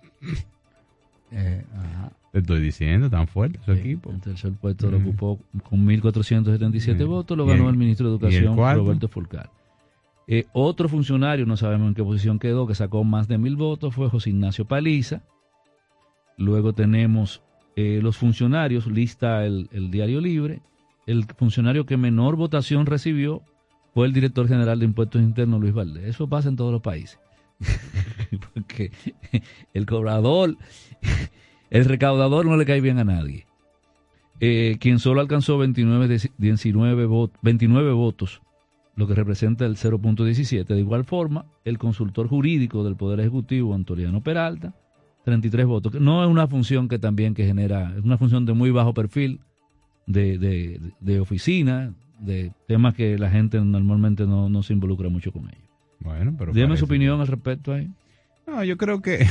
Eh, ajá. Te estoy diciendo, tan fuerte su sí, equipo. El tercer puesto mm. lo ocupó con mil cuatrocientos setenta y siete mm. votos, lo ganó el, el ministro de Educación, Roberto Fulcal. Eh, otro funcionario, no sabemos en qué posición quedó, que sacó más de mil votos, fue José Ignacio Paliza. Luego tenemos eh, los funcionarios, lista el, el Diario Libre. El funcionario que menor votación recibió fue el director general de Impuestos Internos, Luis Valdés. Eso pasa en todos los países. Porque el cobrador, el recaudador no le cae bien a nadie. Eh, quien solo alcanzó veintinueve, diecinueve vot, veintinueve votos, lo que representa el cero punto diecisiete. De igual forma, el consultor jurídico del Poder Ejecutivo, Antoliano Peralta, treinta y tres votos. No es una función que también que genera, es una función de muy bajo perfil, de, de, de oficina, de temas que la gente normalmente no, no se involucra mucho con ellos. Bueno, pero Dime parece... su opinión al respecto ahí. No, yo creo que...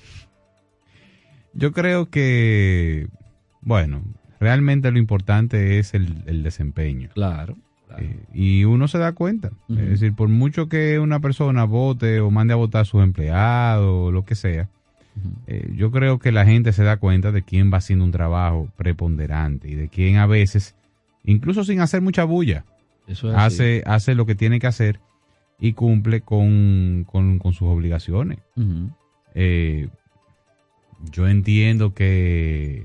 yo creo que... Bueno, realmente lo importante es el, el desempeño. Claro. claro. Eh, y uno se da cuenta. Uh-huh. Es decir, por mucho que una persona vote o mande a votar a sus empleados o lo que sea, uh-huh. eh, yo creo que la gente se da cuenta de quién va haciendo un trabajo preponderante y de quién a veces, incluso sin hacer mucha bulla, Eso es hace, hace lo que tiene que hacer y cumple con, con, con sus obligaciones. Uh-huh. Eh, yo entiendo que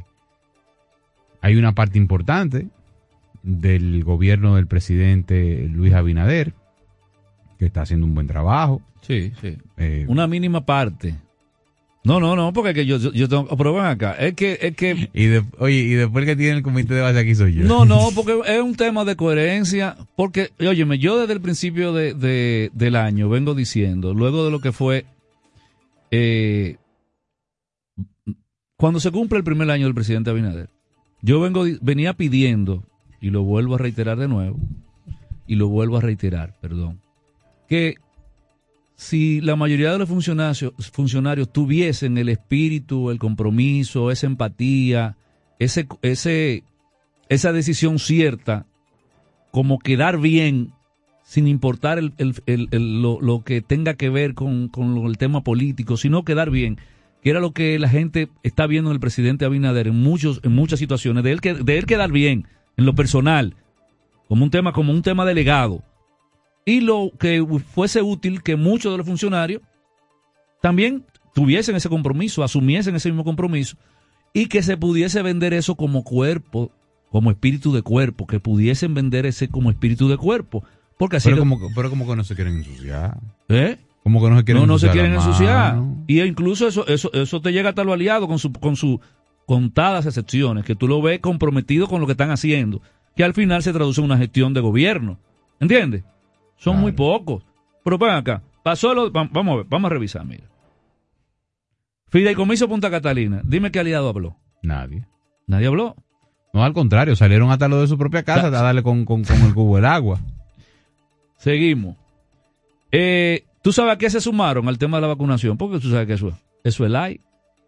hay una parte importante del gobierno del presidente Luis Abinader que está haciendo un buen trabajo. Sí, sí. Eh, una mínima parte. No, no, no, porque que yo, yo tengo que probar acá. Es que, es que. Y de, oye, y después que tiene el comité de base aquí soy yo. No, no, porque es un tema de coherencia. Porque, óyeme, yo desde el principio de, de, del año vengo diciendo, luego de lo que fue, eh, cuando se cumple el primer año del presidente Abinader, yo vengo, venía pidiendo, y lo vuelvo a reiterar de nuevo, y lo vuelvo a reiterar, perdón, que si la mayoría de los funcionarios, funcionarios tuviesen el espíritu, el compromiso, esa empatía, ese, ese, esa decisión cierta, como quedar bien, sin importar el, el, el, el, lo, lo que tenga que ver con, con el tema político, sino quedar bien, que era lo que la gente está viendo en el presidente Abinader en muchos, en muchas situaciones, de él, que, de él quedar bien, en lo personal, como un tema, como un tema delegado. Y lo que fuese útil que muchos de los funcionarios también tuviesen ese compromiso, asumiesen ese mismo compromiso, y que se pudiese vender eso como cuerpo, como espíritu de cuerpo, que pudiesen vender ese como espíritu de cuerpo. Porque así pero, lo, como, pero como que no se quieren ensuciar. ¿Eh? Como que no se quieren no, no ensuciar. se quieren la ensuciar. mano. Y incluso eso, eso, eso te llega hasta lo aliado con su, con su contadas excepciones, que tú lo ves comprometido con lo que están haciendo, que al final se traduce en una gestión de gobierno. ¿Entiendes? Son claro. muy pocos. Pero ven acá, pasó lo, vamos a ver, vamos a revisar, mira. Fideicomiso Punta Catalina, dime qué aliado habló. Nadie. ¿Nadie habló? No, al contrario, salieron hasta lo de su propia casa a darle con, con, con el cubo del agua. Seguimos. Eh, ¿Tú sabes a qué se sumaron al tema de la vacunación? Porque tú sabes que eso es. Eso es light.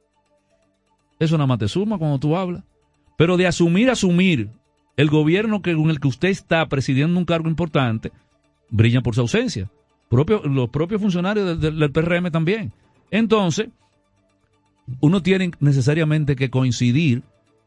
Eso nada más te suma cuando tú hablas. Pero de asumir, asumir el gobierno que, con el que usted está presidiendo un cargo importante, brillan por su ausencia. Propio, los propios funcionarios del, del, del P R M también. Entonces, uno tiene necesariamente que coincidir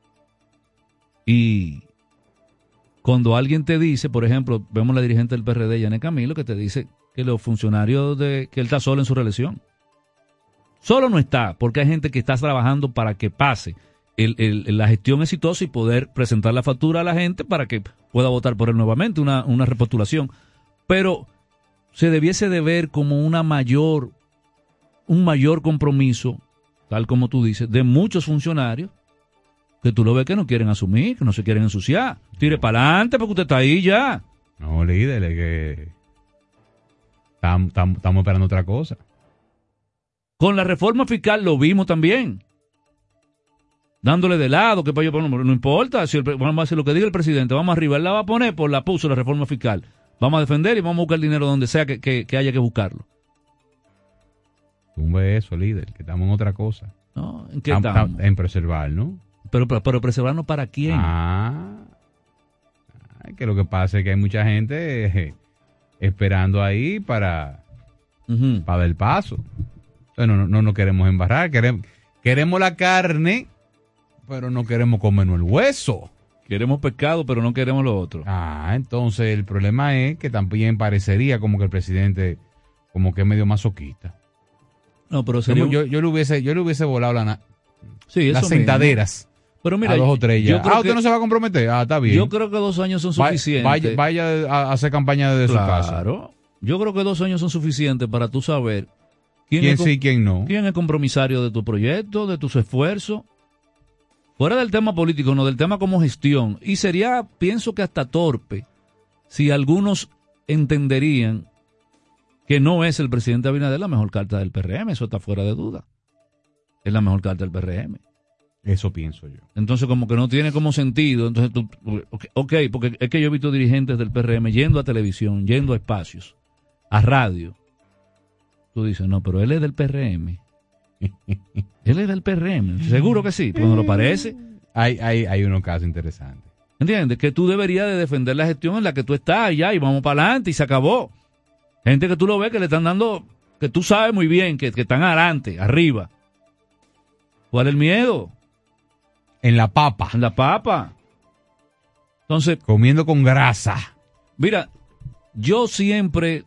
y cuando alguien te dice, por ejemplo, vemos la dirigente del P R D, Yané Camilo, que te dice que los funcionarios, de que él está solo en su reelección. Solo no está, porque hay gente que está trabajando para que pase el, el, la gestión exitosa y poder presentar la factura a la gente para que pueda votar por él nuevamente, una, una repostulación. Pero se debiese de ver como una mayor, un mayor compromiso, tal como tú dices, de muchos funcionarios que tú lo ves que no quieren asumir, que no se quieren ensuciar. Tire para adelante porque usted está ahí ya. No, líder, es que estamos esperando otra cosa. Con la reforma fiscal lo vimos también. Dándole de lado, que para yo, no, no importa, si el, vamos a hacer lo que diga el presidente, vamos arriba, él la va a poner, pues la puso la reforma fiscal. Vamos a defender y vamos a buscar el dinero donde sea que, que, que haya que buscarlo. Tumbe eso, líder, que estamos en otra cosa. No, ¿en qué estamos? En preservar, ¿no? Pero, pero, pero preservarnos ¿para quién? Ah, que lo que pasa es que hay mucha gente eh, esperando ahí para, uh-huh. para dar el paso. Bueno, no, no nos queremos embarrar, queremos, queremos la carne, pero no queremos comernos el hueso. Queremos pescado, pero no queremos lo otro. Ah, entonces el problema es que también parecería como que el presidente como que es medio masoquista. No, pero sería un... yo, yo le hubiese yo le hubiese volado la na... sí, las sentaderas. Mismo. Pero mira, a dos o tres ya. Ah, ¿usted que, no se va a comprometer? Ah, está bien. Yo creo que dos años son suficientes. Vaya, vaya a hacer campaña desde claro. su casa. Claro. Yo creo que dos años son suficientes para tú saber quién, ¿Quién es, sí, quién no. quién es compromisario de tu proyecto, de tus esfuerzos. Fuera del tema político, no del tema como gestión. Y sería, pienso que hasta torpe, si algunos entenderían que no es el presidente Abinader la mejor carta del P R M. Eso está fuera de duda. es la mejor carta del P R M. Eso pienso yo. Entonces, como que no tiene como sentido. Entonces, tú, ok, porque es que yo he visto dirigentes del P R M yendo a televisión, yendo a espacios, a radio. Tú dices, no, pero él es del P R M. Él es del P R M. Seguro que sí, cuando lo parece. Hay, hay, hay unos casos interesantes. ¿Entiendes? Que tú deberías de defender la gestión en la que tú estás ya y vamos para adelante y se acabó. Gente que tú lo ves que le están dando, que tú sabes muy bien que, que están adelante, arriba. ¿Cuál es el miedo? En la papa. En la papa. Entonces. Comiendo con grasa. Mira, yo siempre.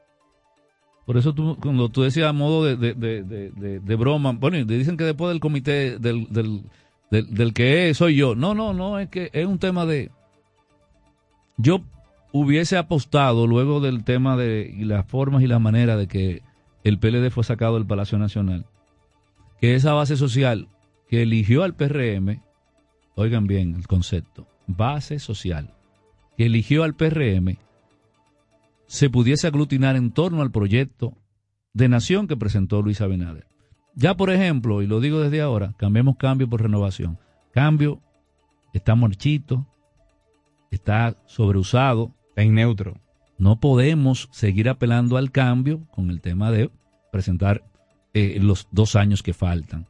Por eso tú, cuando tú decías a modo de, de, de, de, de, de broma, bueno, dicen que después del comité, del, del, del, del que es, soy yo. No, no, no, es que es un tema de. Yo hubiese apostado luego del tema de y las formas y las maneras de que el P L D fue sacado del Palacio Nacional, que esa base social que eligió al P R M, oigan bien el concepto, base social, que eligió al P R M, se pudiese aglutinar en torno al proyecto de nación que presentó Luis Abinader. Ya, por ejemplo, y lo digo desde ahora, cambiemos cambio por renovación. Cambio está marchito, está sobreusado, está en neutro. No podemos seguir apelando al cambio con el tema de presentar eh, los dos años que faltan.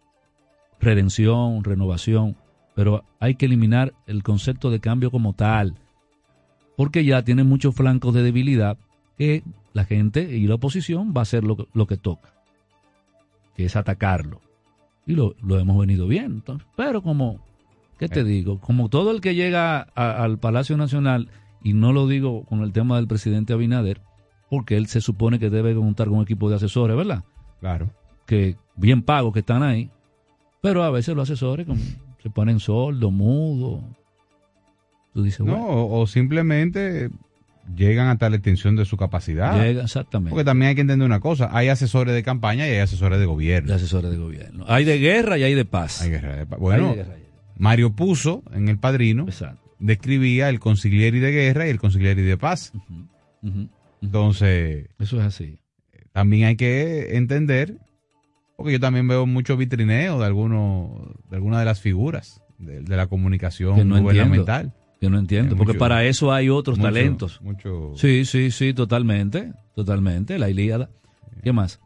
Redención, renovación, pero hay que eliminar el concepto de cambio como tal, porque ya tiene muchos flancos de debilidad que la gente y la oposición va a hacer lo, lo que toca, que es atacarlo. Y lo, lo hemos venido viendo. Entonces, pero como, ¿qué te digo? Como todo el que llega a, al Palacio Nacional, y no lo digo con el tema del presidente Abinader, porque él se supone que debe contar con un equipo de asesores, ¿verdad? Claro. Que bien pagos que están ahí, pero a veces los asesores como, se ponen sordos, mudos. Tú dices, no, bueno. o, o simplemente llegan a tal extensión de su capacidad. Llega, exactamente. Porque también hay que entender una cosa, hay asesores de campaña y hay asesores de gobierno. De asesores de gobierno. Hay de guerra y hay de paz. Hay guerra de paz. Bueno, de guerra. Mario Puzo, en El Padrino, exacto, describía el consiglieri de guerra y el consiglieri de paz. Uh-huh, uh-huh, uh-huh. Entonces, eso es así. También hay que entender, porque yo también veo mucho vitrineo de algunos de algunas de las figuras de, de la comunicación que no gubernamental. Entiendo, que no entiendo, porque mucho, para eso hay otros mucho, talentos. Mucho... Sí, sí, sí, totalmente, totalmente. La Ilíada. ¿Qué más?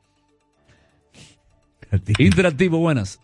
Interactivo, buenas.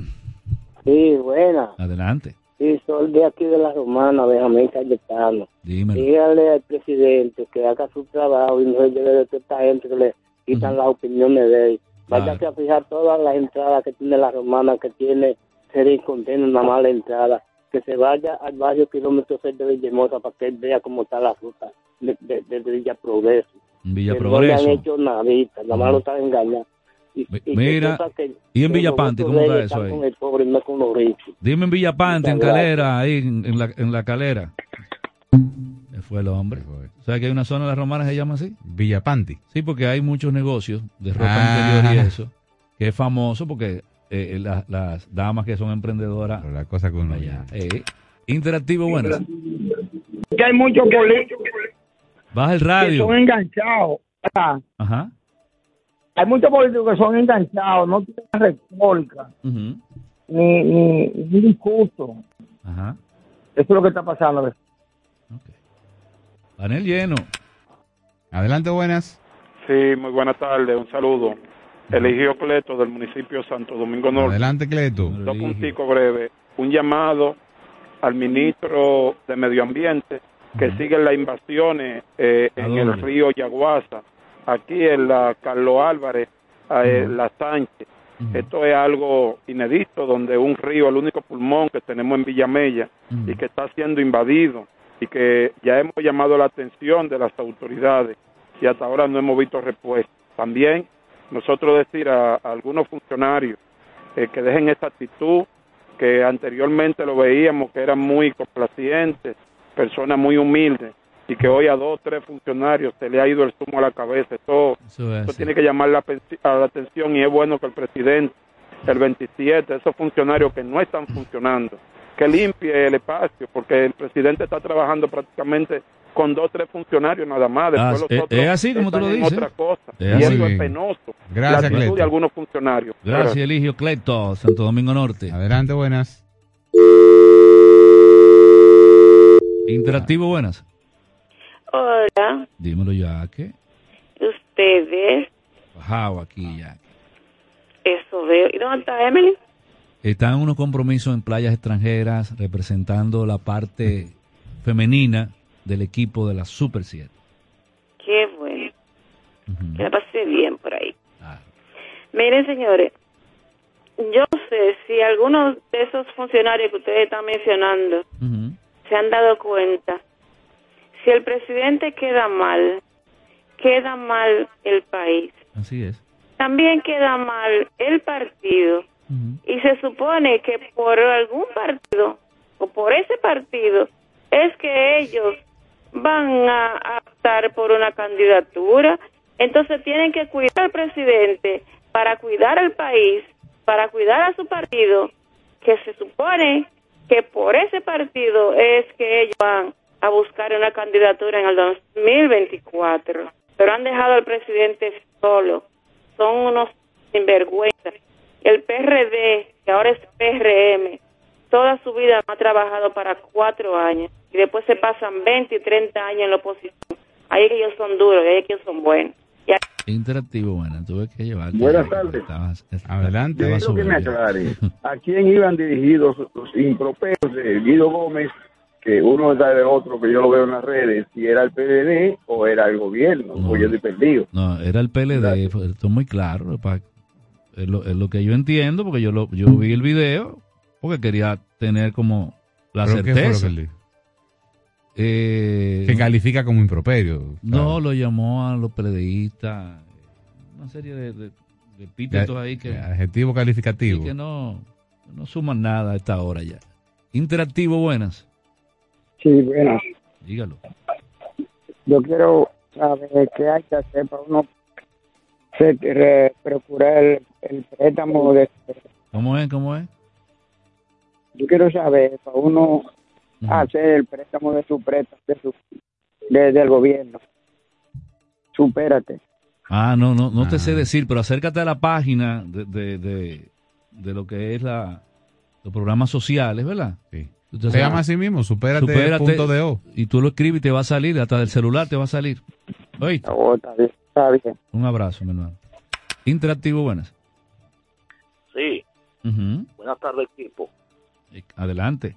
Sí, buenas. Adelante. Sí, soy de aquí de la Romana, Benjamín Cayetano. Dímelo. Dígale al presidente que haga su trabajo y no se lleve de toda esta gente que le quitan uh-huh. las opiniones de él. Váyase claro. a fijar todas las entradas que tiene la Romana, que tiene serie contiene una mala entrada. Que se vaya al barrio kilómetro seis de Villahermosa para que él vea cómo está la ruta de, de, de, de Villa Progreso. Villa que Progreso. No le han hecho nadita, nada más uh-huh. lo están engañando. Y, y Mira, que, ¿y en Villapanti cómo está eso ahí? Con el pobre, no con los ricos. Dime en Villapanti, en Calera, ahí en, en, la, en la Calera. Se fue el hombre. O sea que hay una zona de la Romana que se llama así. Villapanti. Sí, porque hay muchos negocios de ropa ah. interior y eso, que es famoso porque eh, la, las damas que son emprendedoras. Pero la cosa con allá. Eh, interactivo, buenas. Que hay muchos políticos. Baja el radio. Que son enganchados. Ajá. Hay muchos políticos que son enganchados, no tienen recolca, uh-huh. ni, ni, ni discurso. Ajá. Eso es lo que está pasando. Okay. Panel lleno. Adelante, buenas. Sí, muy buenas tardes, un saludo. Eligio Cleto del municipio de Santo Domingo Norte. Adelante, Cleto. Dos punticos breves. Un llamado al ministro de Medio Ambiente que uh-huh. sigue las invasiones eh, en dónde? el río Yaguasa. Aquí en la Carlos Álvarez, eh, uh-huh. la Sánchez. Uh-huh. Esto es algo inédito, donde un río, el único pulmón que tenemos en Villamella, uh-huh. y que está siendo invadido, y que ya hemos llamado la atención de las autoridades, y hasta ahora no hemos visto respuesta. También nosotros decir a, a algunos funcionarios eh, que dejen esta actitud, que anteriormente lo veíamos que eran muy complacientes, personas muy humildes, y que hoy a dos o tres funcionarios se le ha ido el zumo a la cabeza. Esto, esto tiene que llamar la, a la atención, y es bueno que el presidente, el veintisiete, esos funcionarios que no están funcionando, que limpie el espacio, porque el presidente está trabajando prácticamente con dos o tres funcionarios nada más. Después Ah, los es- otros es así como tú están lo en dices. otra cosa. Es y así. eso es penoso. Gracias, la actitud Cleto. de algunos funcionarios. Gracias, Eligio Cleto, Santo Domingo Norte. Adelante, buenas. Interactivo, buenas. Hola, Dímelo ya, que ustedes, bajado aquí ya. eso veo. ¿Y dónde está Emily? Están en unos compromisos en playas extranjeras representando la parte femenina del equipo de la Super siete. Qué bueno. Que la pasé bien por ahí. Miren, señores, yo no sé si algunos de esos funcionarios que ustedes están mencionando se han dado cuenta. Si el presidente queda mal, queda mal el país. Así es. También queda mal el partido. Y se supone que por algún partido o por ese partido es que ellos van a, a optar por una candidatura. Entonces tienen que cuidar al presidente para cuidar al país, para cuidar a su partido, que se supone que por ese partido es que ellos van a buscar una candidatura en el dos mil veinticuatro. Pero han dejado al presidente solo. Son unos sinvergüenzas. El P R D, que ahora es P R M, toda su vida ha trabajado para cuatro años y después se pasan veinte y treinta años en la oposición. Ahí es que ellos son duros y ahí es que ellos son buenos. Y ahí- Interactivo, bueno, tuve que llevar. Buenas tardes. Adelante. Yo quiero que me aclare. ¿A quién iban dirigidos los impropeos de Guido Gómez, que uno está de otro, que yo lo veo en las redes, si era el P D D o era el gobierno? O yo estoy perdido. No, era el P L D, fue- esto es muy claro. pa- Es lo, es lo que yo entiendo, porque yo lo, yo vi el video, porque quería tener como la ¿Pero qué fue lo certeza. que él dijo? Eh, Que califica como improperio. No, lo llamó a los periodistas, una serie de, de, de epítetos De- ahí que, de adjetivo calificativo. y que no, no suman nada a esta hora ya. Interactivo, buenas. Sí, buenas. Dígalo. Yo quiero saber qué hay que hacer para uno se- re- procurar el, el préstamo de... ¿Cómo es? ¿Cómo es? Yo quiero saber para uno hacer el préstamo de su préstamo, de su, de- del gobierno. Supérate. Ah, no, no, no te sé decir, pero acércate a la página de, de, de, de lo que es la los programas sociales, ¿verdad? Sí. Tú te Se sabes- llama así mismo, supérate, punto de o. Y tú lo escribes y te va a salir, hasta del celular te va a salir. ¿Oíste? Oh, está bien, está bien. Un abrazo, mi hermano. Interactivo, buenas. Sí, Ujú. buenas tardes, equipo. Adelante.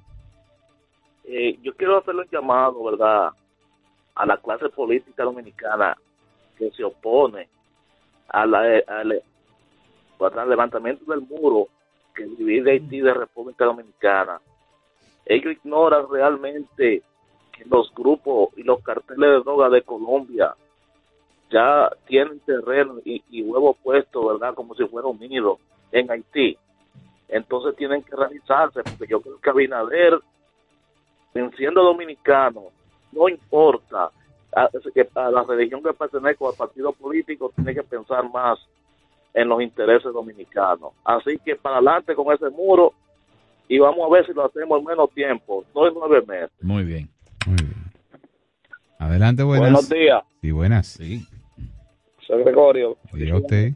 Eh, yo quiero hacerle un llamado, ¿verdad?, a la clase política dominicana que se opone a la, al, al levantamiento del muro que divide Haití de República Dominicana. Ellos ignoran realmente que los grupos y los carteles de droga de Colombia ya tienen terreno y, y huevos puestos, ¿verdad?, como si fuera un nido en Haití. Entonces tienen que realizarse, porque yo creo que Abinader, siendo dominicano, no importa a, a la religión que pertenezca o al partido político, tiene que pensar más en los intereses dominicanos. Así que para adelante con ese muro y vamos a ver si lo hacemos en menos tiempo, no en nueve meses. Muy bien. Adelante, buenas. Buenos días. Sí, buenas. Sí. Soy Gregorio. Diga usted.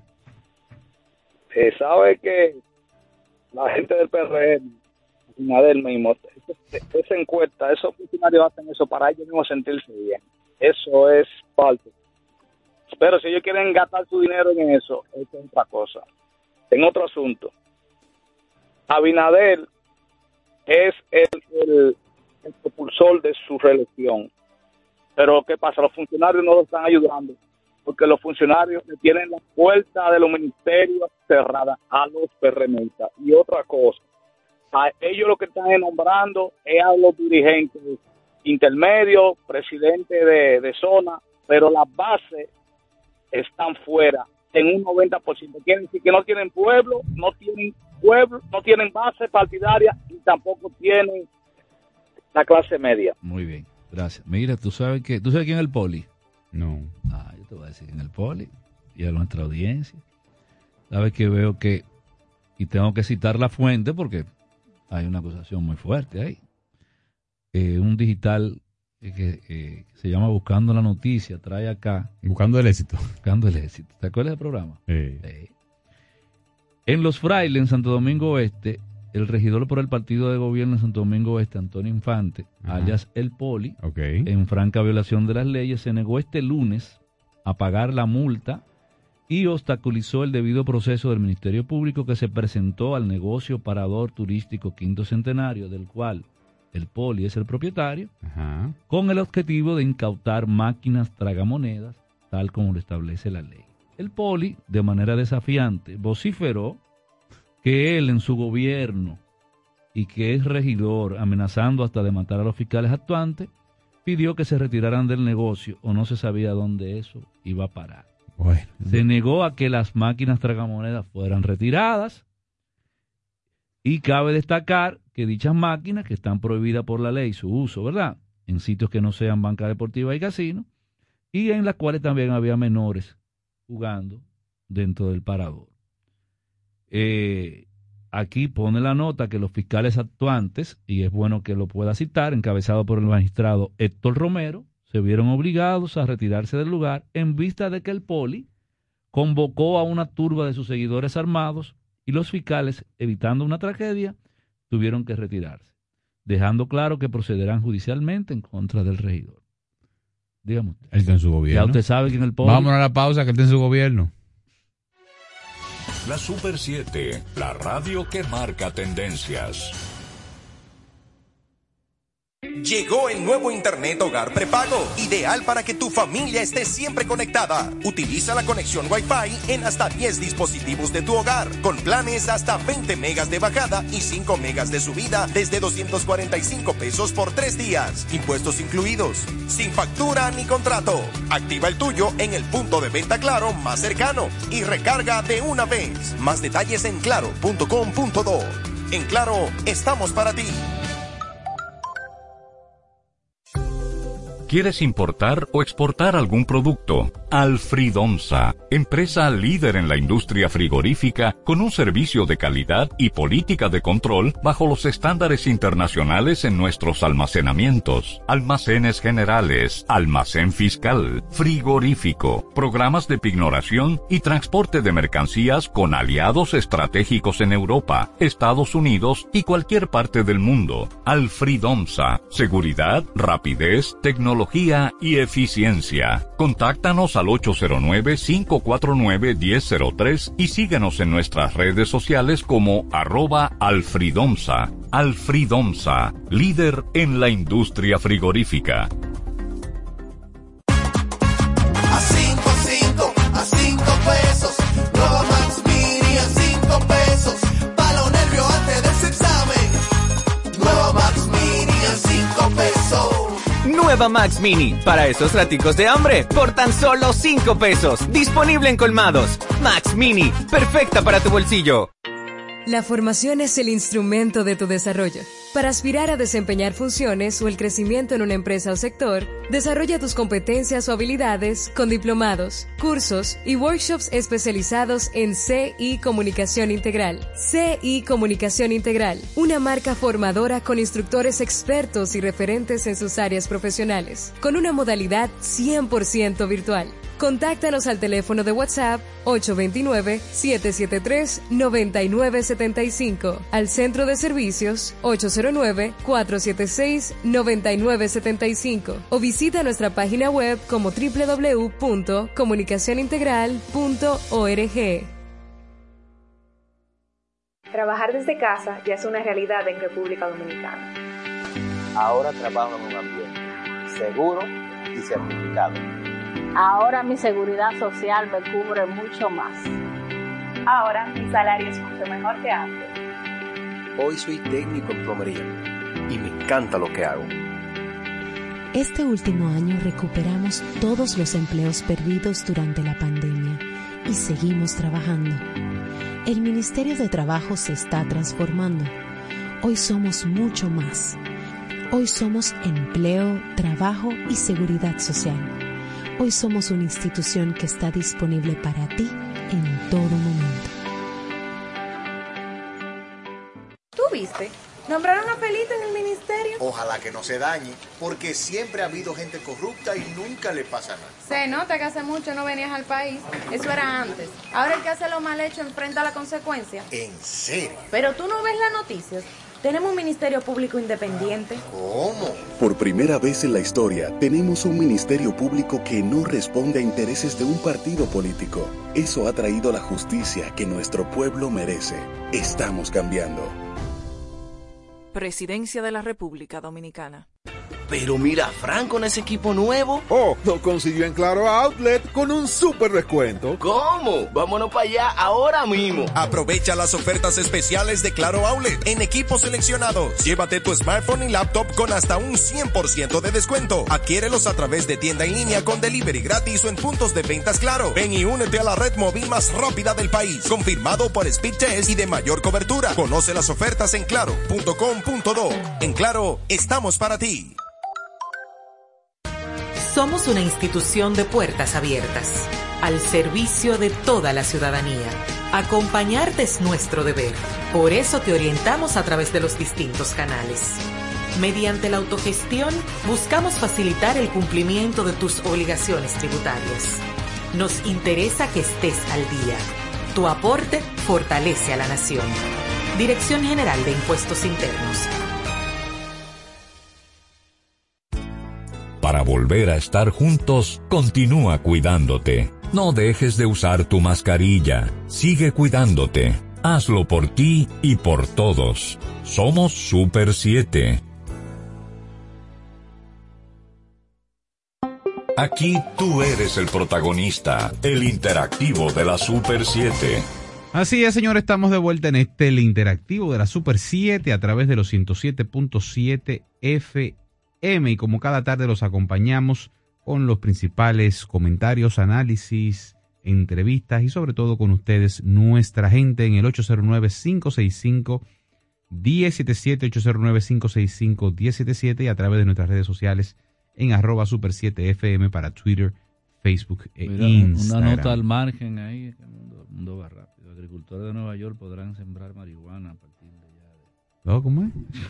Eh, ¿Sabe que la gente del P R M, Abinader mismo, esa encuesta, esos funcionarios hacen eso para ellos mismos sentirse bien? Eso es falso. Pero si ellos quieren gastar su dinero en eso, eso es otra cosa. En otro asunto, Abinader es el, el, el propulsor de su reelección. Pero ¿qué pasa? Los funcionarios no lo están ayudando, porque los funcionarios le tienen la puerta de los ministerios cerrada a los PRMistas. Y otra cosa, a ellos lo que están nombrando es a los dirigentes intermedios, presidentes de, de zona, pero las bases están fuera en un noventa por ciento. Quieren decir que no tienen pueblo, no tienen pueblo, no tienen base partidaria y tampoco tienen la clase media. Muy bien, gracias. Mira, tú sabes que, ¿tú sabes quién es el Poli? No. Ah, yo te voy a decir quién es el Poli y a nuestra audiencia. Sabes que veo que, y tengo que citar la fuente porque hay una acusación muy fuerte ahí. Eh, un digital eh, que eh, se llama Buscando la Noticia, trae acá. Buscando el éxito. Buscando el éxito. ¿Te acuerdas del programa? Sí. Sí. En Los Frailes, en Santo Domingo Oeste, el regidor por el partido de gobierno en Santo Domingo Oeste, Antonio Infante, Ajá. alias El Poli, okay. en franca violación de las leyes, se negó este lunes a pagar la multa y obstaculizó el debido proceso del Ministerio Público que se presentó al negocio Parador Turístico Quinto Centenario, del cual el Poli es el propietario, Ajá. con el objetivo de incautar máquinas tragamonedas, tal como lo establece la ley. El Poli, de manera desafiante, vociferó que él en su gobierno y que es regidor, amenazando hasta de matar a los fiscales actuantes, pidió que se retiraran del negocio o no se sabía dónde eso iba a parar. Bueno. Se negó a que las máquinas tragamonedas fueran retiradas y cabe destacar que dichas máquinas, que están prohibidas por la ley su uso, ¿verdad?, en sitios que no sean banca deportiva y casino, y en las cuales también había menores jugando dentro del parador. Eh, aquí pone la nota que los fiscales actuantes, y es bueno que lo pueda citar, encabezado por el magistrado Héctor Romero, se vieron obligados a retirarse del lugar en vista de que el Poli convocó a una turba de sus seguidores armados y los fiscales, evitando una tragedia, tuvieron que retirarse, dejando claro que procederán judicialmente en contra del regidor. Dígame usted. Él está en su gobierno. Ya usted sabe quién es el Poli. Vámonos a la pausa, que él está en su gobierno. La Super siete, la radio que marca tendencias. Llegó el nuevo Internet Hogar Prepago, ideal para que tu familia esté siempre conectada. Utiliza la conexión Wi-Fi en hasta diez dispositivos de tu hogar, con planes hasta veinte megas de bajada y cinco megas de subida desde doscientos cuarenta y cinco pesos por tres días, impuestos incluidos, sin factura ni contrato. Activa el tuyo en el punto de venta Claro más cercano y recarga de una vez. Más detalles en claro punto com punto do. En Claro, estamos para ti. ¿Quieres importar o exportar algún producto? Alfridomsa, empresa líder en la industria frigorífica con un servicio de calidad y política de control bajo los estándares internacionales en nuestros almacenamientos, almacenes generales, almacén fiscal, frigorífico, programas de pignoración y transporte de mercancías con aliados estratégicos en Europa, Estados Unidos y cualquier parte del mundo. Alfridomsa, seguridad, rapidez, tecnología y eficiencia. Contáctanos al ocho cero nueve, cinco cuatro nueve, uno cero cero tres y síguenos en nuestras redes sociales como arroba Alfridomsa. Alfridomsa, líder en la industria frigorífica. A cinco, cinco, a cinco pesos. Nueva Max Mini a cinco pesos. Pa' los nervios antes de ese examen. Nueva Max Mini a cinco pesos. Nueva Max Mini, para esos raticos de hambre, por tan solo cinco pesos. Disponible en colmados. Max Mini, perfecta para tu bolsillo. La formación es el instrumento de tu desarrollo. Para aspirar a desempeñar funciones o el crecimiento en una empresa o sector, desarrolla tus competencias o habilidades con diplomados, cursos y workshops especializados en C I Comunicación Integral. C I Comunicación Integral, una marca formadora con instructores expertos y referentes en sus áreas profesionales, con una modalidad cien por ciento virtual. Contáctanos al teléfono de WhatsApp ocho dos nueve, siete siete tres, nueve nueve siete cinco, al centro de servicios ocho cero nueve, cuatro siete seis, nueve nueve siete cinco o visita nuestra página web como doble u doble u doble u punto comunicación integral punto org. Trabajar desde casa ya es una realidad en República Dominicana. Ahora trabajo en un ambiente seguro y certificado. Ahora mi seguridad social me cubre mucho más. Ahora mi salario es mucho mejor que antes. Hoy soy técnico en plomería y me encanta lo que hago. Este último año recuperamos todos los empleos perdidos durante la pandemia y seguimos trabajando. El Ministerio de Trabajo se está transformando. Hoy somos mucho más. Hoy somos empleo, trabajo y seguridad social. Hoy somos una institución que está disponible para ti en todo momento. ¿Tú viste? ¿Nombraron a Felito en el ministerio? Ojalá que no se dañe, porque siempre ha habido gente corrupta y nunca le pasa nada. Se nota que hace mucho no venías al país. Eso era antes. Ahora el que hace lo mal hecho enfrenta la consecuencia. ¿En serio? Pero tú no ves las noticias. Tenemos un ministerio público independiente. ¿Cómo? Por primera vez en la historia, tenemos un ministerio público que no responde a intereses de un partido político. Eso ha traído la justicia que nuestro pueblo merece. Estamos cambiando. Presidencia de la República Dominicana. Pero mira, Fran, con ese equipo nuevo. Oh, lo consiguió en Claro Outlet con un súper descuento. ¿Cómo? Vámonos para allá ahora mismo. Aprovecha las ofertas especiales de Claro Outlet en equipos seleccionados. Llévate tu smartphone y laptop con hasta un cien por ciento de descuento. Adquiérelos a través de tienda en línea con delivery gratis o en puntos de ventas Claro. Ven y únete a la red móvil más rápida del país. Confirmado por Speed Test y de mayor cobertura. Conoce las ofertas en claro punto com punto do. En Claro, estamos para ti. Somos una institución de puertas abiertas, al servicio de toda la ciudadanía. Acompañarte es nuestro deber. Por eso te orientamos a través de los distintos canales. Mediante la autogestión, buscamos facilitar el cumplimiento de tus obligaciones tributarias. Nos interesa que estés al día. Tu aporte fortalece a la nación. Dirección General de Impuestos Internos. Para volver a estar juntos, continúa cuidándote. No dejes de usar tu mascarilla. Sigue cuidándote. Hazlo por ti y por todos. Somos Super siete. Aquí tú eres el protagonista, el interactivo de la Super siete. Así es, señores, estamos de vuelta en este, el interactivo de la Super siete a través de los ciento siete punto siete F M, y como cada tarde los acompañamos con los principales comentarios, análisis, entrevistas y sobre todo con ustedes, nuestra gente, en el ocho cero nueve, cinco seis cinco, uno cero siete siete, ocho cero nueve, cinco seis cinco, uno cero siete siete, y a través de nuestras redes sociales en arroba super siete F M para Twitter, Facebook e Mira, Instagram. Una nota al margen ahí, que el mundo, el mundo va rápido. Agricultores de Nueva York podrán sembrar marihuana a partir de ya. ¿No? ¿Cómo es?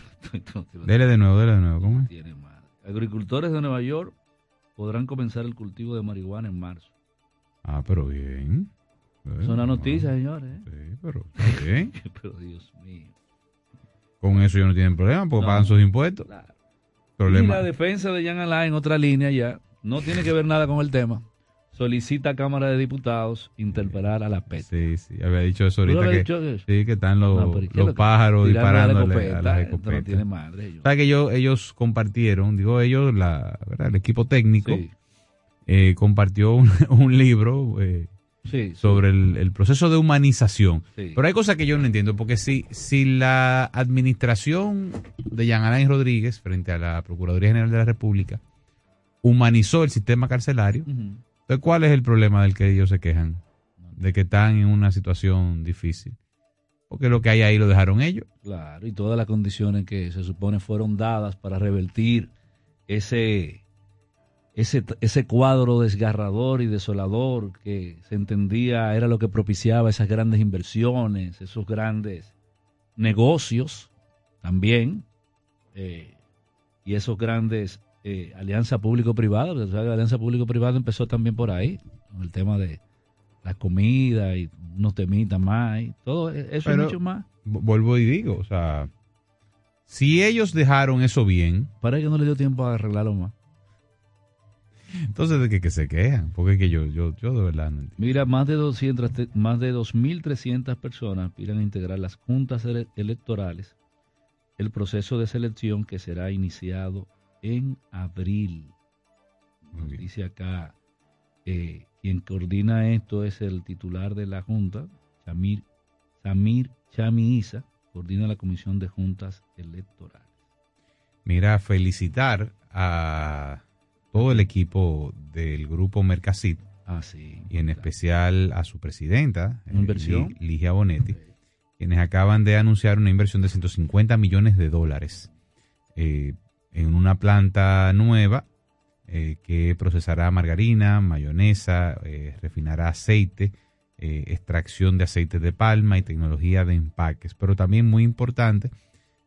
Dele de nuevo, dele de nuevo, ¿cómo es? Tiene madre. Agricultores de Nueva York podrán comenzar el cultivo de marihuana en marzo. Ah, pero bien. Es una noticia, señores. ¿eh? Sí, pero está bien. Pero Dios mío. Con eso ellos no tienen problema porque No, pagan sus impuestos. Claro. Problema. Y la defensa de Jean Alain, otra línea ya, no tiene que ver nada con el tema. Solicita a Cámara de Diputados interpelar a la P E T. Sí, sí, había dicho eso ahorita, que, dicho eso? sí, que están los, No, pero ¿qué es los lo que- pájaros tirando a la disparándole escopeta? a las Esto no escopetas. tiene madre, ellos. O sea que ellos, ellos compartieron, digo ellos, la, ¿verdad? El equipo técnico Sí. eh, compartió un, un libro eh, Sí, sí. sobre el, el proceso de humanización. Sí. Pero hay cosas que yo no entiendo, porque si, si la administración de Jean Alain Rodríguez frente a la Procuraduría General de la República humanizó el sistema carcelario, Ujú. entonces, ¿cuál es el problema del que ellos se quejan? De que están en una situación difícil. Porque lo que hay ahí lo dejaron ellos. Claro, y todas las condiciones que se supone fueron dadas para revertir ese, ese, ese cuadro desgarrador y desolador que se entendía era lo que propiciaba esas grandes inversiones, esos grandes negocios también, eh, y esos grandes eh, alianza público-privada, porque la alianza público-privada empezó también por ahí, con el tema de la comida y unos temitas más, y todo eso y Pero, mucho más. v- Vuelvo y digo, o sea, si ellos dejaron eso bien, Para que no le dio tiempo a arreglarlo más. entonces de que, que se quejan, porque es que yo, yo, yo de verdad no entiendo. Mira, más de doscientas, te- más de dos mil trescientas personas aspiran a integrar las juntas ele- electorales, el proceso de selección que será iniciado en abril. Nos dice acá, eh, quien coordina esto es el titular de la Junta, Samir, Samir Chami Isa, coordina la Comisión de Juntas Electorales. Mira, felicitar a todo el equipo del grupo Mercasit, Ah, sí. y en especial a su presidenta, Una inversión. Li- Ligia Bonetti, quienes acaban de anunciar una inversión de ciento cincuenta millones de dólares eh, en una planta nueva eh, que procesará margarina, mayonesa, eh, refinará aceite, eh, extracción de aceite de palma y tecnología de empaques. Pero también muy importante,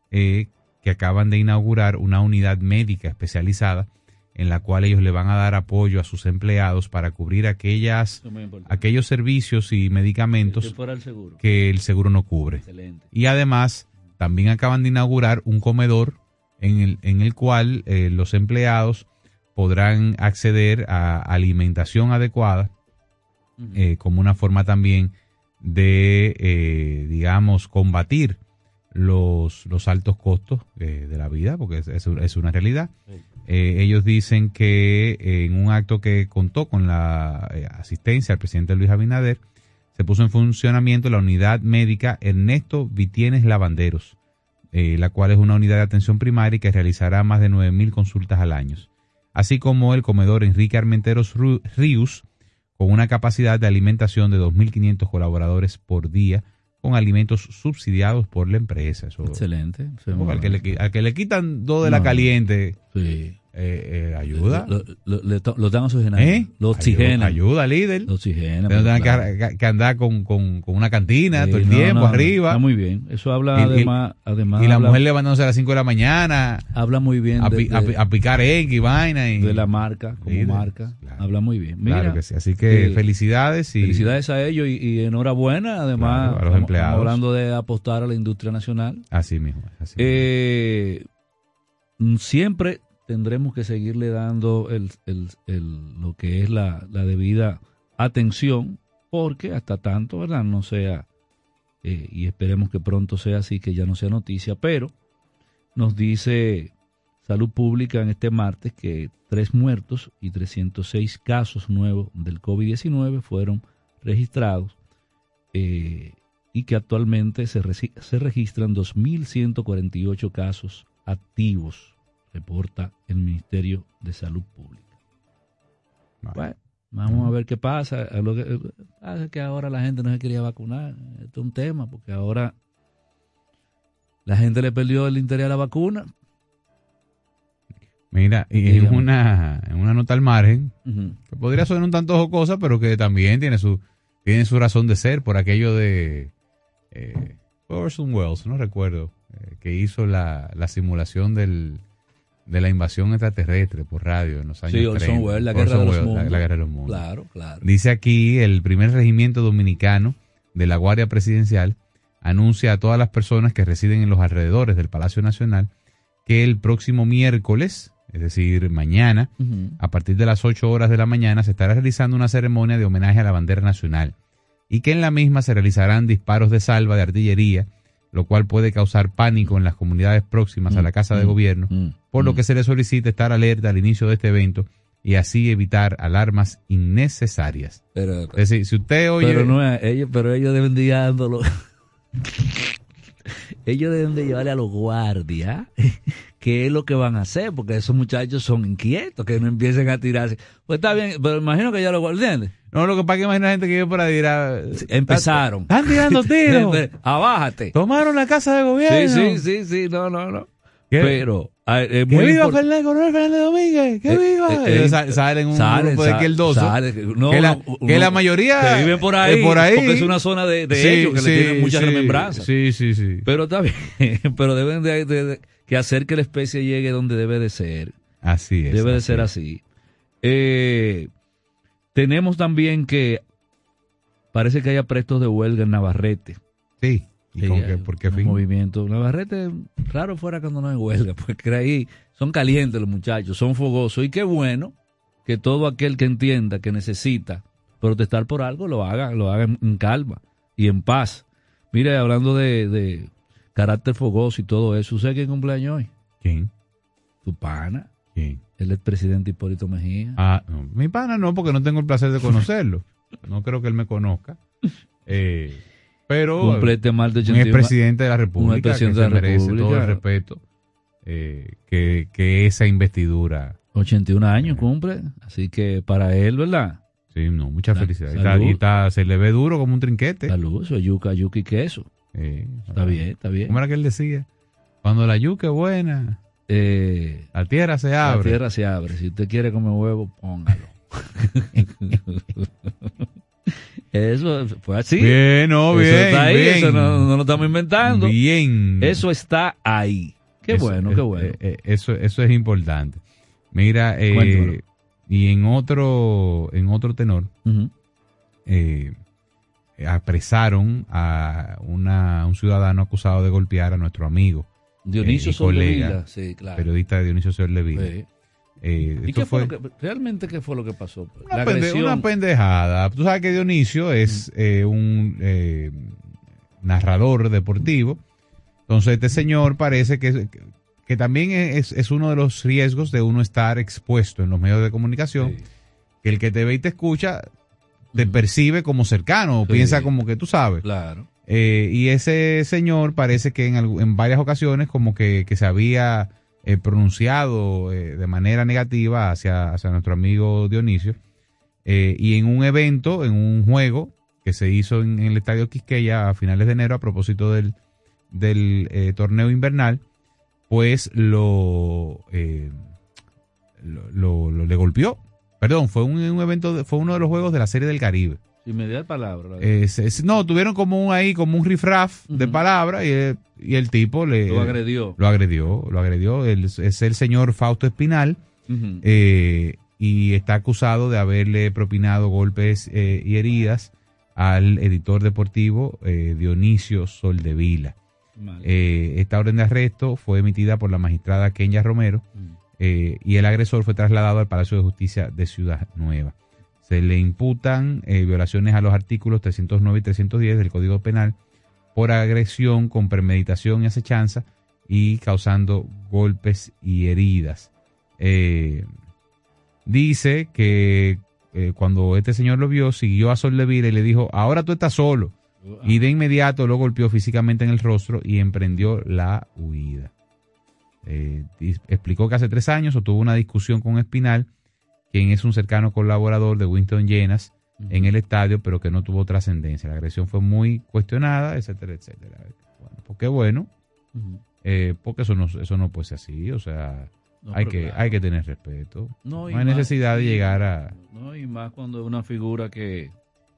eh, que acaban de inaugurar una unidad médica especializada en la cual ellos le van a dar apoyo a sus empleados para cubrir aquellas aquellos servicios y medicamentos el seguro. que el seguro no cubre. Excelente. Y además también acaban de inaugurar un comedor en el, en el cual eh, los empleados podrán acceder a alimentación adecuada, uh-huh. eh, como una forma también de, eh, digamos, combatir los, los altos costos eh, de la vida, porque es, es, es una realidad. Sí. Eh, ellos dicen que eh, en un acto que contó con la eh, asistencia del presidente Luis Abinader, se puso en funcionamiento la unidad médica Ernesto Vitienes Lavanderos, eh, la cual es una unidad de atención primaria que realizará más de nueve mil consultas al año, así como el comedor Enrique Armenteros Ríos, con una capacidad de alimentación de dos mil quinientos colaboradores por día, con alimentos subsidiados por la empresa. Eso, excelente. Al que, le, al que le quitan dos de no, la caliente, sí. eh, eh, ayuda. Lo, lo, lo, lo están oxigenando. ¿Eh? Lo oxigenan. Ayuda, ayuda, líder. Lo oxigenan. No tienen claro. que, que andar con, con, con una cantina sí, todo el no, tiempo no, arriba. Está muy bien. Eso habla y, además, y, además. Y la habla, mujer levantándose a las cinco de la mañana. Habla muy bien. A, de, de, a, a picar egg y vaina. Y, de la marca, como líder, marca. Claro. Habla muy bien. Mira, claro que sí. Así que eh, felicidades. Y, felicidades a ellos y, y enhorabuena. Además, claro, a los empleados. Estamos hablando de apostar a la industria nacional. Así mismo. Así eh, mismo. Siempre tendremos que seguirle dando el, el, el, lo que es la, la debida atención, porque hasta tanto, ¿verdad?, no sea, eh, y esperemos que pronto sea así, que ya no sea noticia, pero nos dice Salud Pública en este martes que tres muertos y trescientos seis casos nuevos del COVID diecinueve fueron registrados, eh, y que actualmente se, re- se registran dos mil ciento cuarenta y ocho casos activos, reporta el Ministerio de Salud Pública. Vale. Bueno, vamos a ver qué pasa. Lo que pasa es que ahora la gente no se quería vacunar. Esto es un tema, porque ahora la gente le perdió el interés a la vacuna. Mira, y en una, en una nota al margen, uh-huh. que podría sonar un tanto jocosa, pero que también tiene su, tiene su razón de ser, por aquello de eh, Orson Welles, no recuerdo, eh, que hizo la, la simulación del de la invasión extraterrestre por radio en los años sí, Orson Welles, la guerra de los mundos. La, la guerra de los mundos. Claro, claro. Dice aquí, el primer regimiento dominicano de la Guardia Presidencial anuncia a todas las personas que residen en los alrededores del Palacio Nacional que el próximo miércoles, es decir, mañana, uh-huh. a partir de las ocho horas de la mañana, se estará realizando una ceremonia de homenaje a la bandera nacional y que en la misma se realizarán disparos de salva de artillería, lo cual puede causar pánico en las comunidades próximas mm, a la Casa mm, de Gobierno, mm, por lo mm. que se le solicita estar alerta al inicio de este evento y así evitar alarmas innecesarias. Pero, es decir, si usted oye... Pero, no es, ellos, pero ellos deben de llevándolo... ellos deben de llevarle a los guardias qué es lo que van a hacer, porque esos muchachos son inquietos, que no empiecen a tirarse. Pues está bien, pero imagino que ya lo guardian. No, lo que pasa es que imagina gente que vive por ahí dirá, empezaron. Están tirando tiros. Abájate. Tomaron la Casa de Gobierno. Sí, sí, sí, sí, no, no, no. ¿Qué? Pero eh, ¡que viva import- Fernández, Coronel Fernández Domínguez! ¡Que eh, viva! Eh, eh, salen sale un sale, grupo de Kieldoso. Sale, no, que la, no, que no, la mayoría que viven por ahí, por ahí, porque es una zona de, de sí, ellos que sí, le tienen mucha sí, remembranza. Sí, sí, sí. Pero está bien, pero deben de, de, de que hacer que la especie llegue donde debe de ser. Así es. Debe así de ser es. así. Eh, tenemos también que parece que hay aprestos de huelga en Navarrete. Sí. ¿Y con qué, por qué fin? Movimiento. Navarrete, raro fuera cuando no hay huelga, porque ahí son calientes los muchachos, son fogosos. Y qué bueno que todo aquel que entienda que necesita protestar por algo lo haga, lo haga en, en calma y en paz. Mire, hablando de, de carácter fogoso y todo eso, ¿usted quién cumpleaños hoy? ¿Quién? ¿Tu pana? ¿Quién? El expresidente Hipólito Mejía. Ah, no, mi pana no, porque no tengo el placer de conocerlo. No creo que él me conozca. Eh... Pero cumple este mal de ochenta y uno, un expresidente de la República que se de la merece República. todo el respeto eh, que, que esa investidura. ochenta y un años eh. cumple, así que para él, ¿verdad? Sí, no, mucha la, felicidad. Y, está, y está, se le ve duro como un trinquete. Salud, eso es yuca, yuca y queso. Eh, está bien, está bien. ¿Cómo era que él decía? Cuando la yuca es buena, eh, la tierra se abre. La tierra se abre. Si usted quiere comer huevo, póngalo. Eso fue así. Bien, no, bien. Eso está ahí, bien. eso no, no lo estamos inventando. Bien. Eso está ahí. Qué eso, bueno, es, qué bueno. Eh, eh, eso, eso es importante. Mira, eh, y en otro, en otro tenor, uh-huh. eh, apresaron a una, un ciudadano acusado de golpear a nuestro amigo Dionisio eh, Soldevila, sí, claro. Periodista de Dionisio Soldevila. Sí. Eh, ¿Y qué fue, fue lo que, realmente qué fue lo que pasó? Una, la pende, una pendejada. Tú sabes que Dionisio es eh, un eh, narrador deportivo. Entonces este señor parece que, que, que también es, es uno de los riesgos de uno estar expuesto en los medios de comunicación. Sí. Que el que te ve y te escucha te uh-huh. percibe como cercano, sí. piensa como que tú sabes. Claro. Eh, y ese señor parece que en, en varias ocasiones como que, que se había... Eh, pronunciado eh, de manera negativa hacia, hacia nuestro amigo Dionisio eh, y en un evento, en un juego que se hizo en, en el Estadio Quisqueya a finales de enero a propósito del, del eh, torneo invernal, pues lo, eh, lo, lo, lo le golpeó. Perdón, fue un, un evento, de, fue uno de los juegos de la Serie del Caribe. Y me dio palabra. Eh, se, se, no, tuvieron como un ahí, como un rifraf uh-huh. de palabras y, el, y el tipo le... Lo agredió. Lo agredió, lo agredió. El, es el señor Fausto Espinal uh-huh. eh, y está acusado de haberle propinado golpes eh, y heridas al editor deportivo eh, Dionisio Soldevila. Eh, esta orden de arresto fue emitida por la magistrada Kenya Romero uh-huh. eh, y el agresor fue trasladado al Palacio de Justicia de Ciudad Nueva. Se le imputan eh, violaciones a los artículos trescientos nueve y trescientos diez del Código Penal por agresión con premeditación y acechanza y causando golpes y heridas. Eh, dice que eh, cuando este señor lo vio, siguió a Soldevila y le dijo, ahora tú estás solo. Y de inmediato lo golpeó físicamente en el rostro y emprendió la huida. Eh, explicó que hace tres años tuvo una discusión con Espinal, quien es un cercano colaborador de Winston Llenas uh-huh. en el estadio, pero que no tuvo trascendencia. La agresión fue muy cuestionada, etcétera, etcétera. Bueno, pues qué bueno, uh-huh. eh, porque eso no, eso no puede ser así, o sea, no, hay que claro. hay que tener respeto. No, no hay más, necesidad de llegar a... No, y más cuando es una figura que...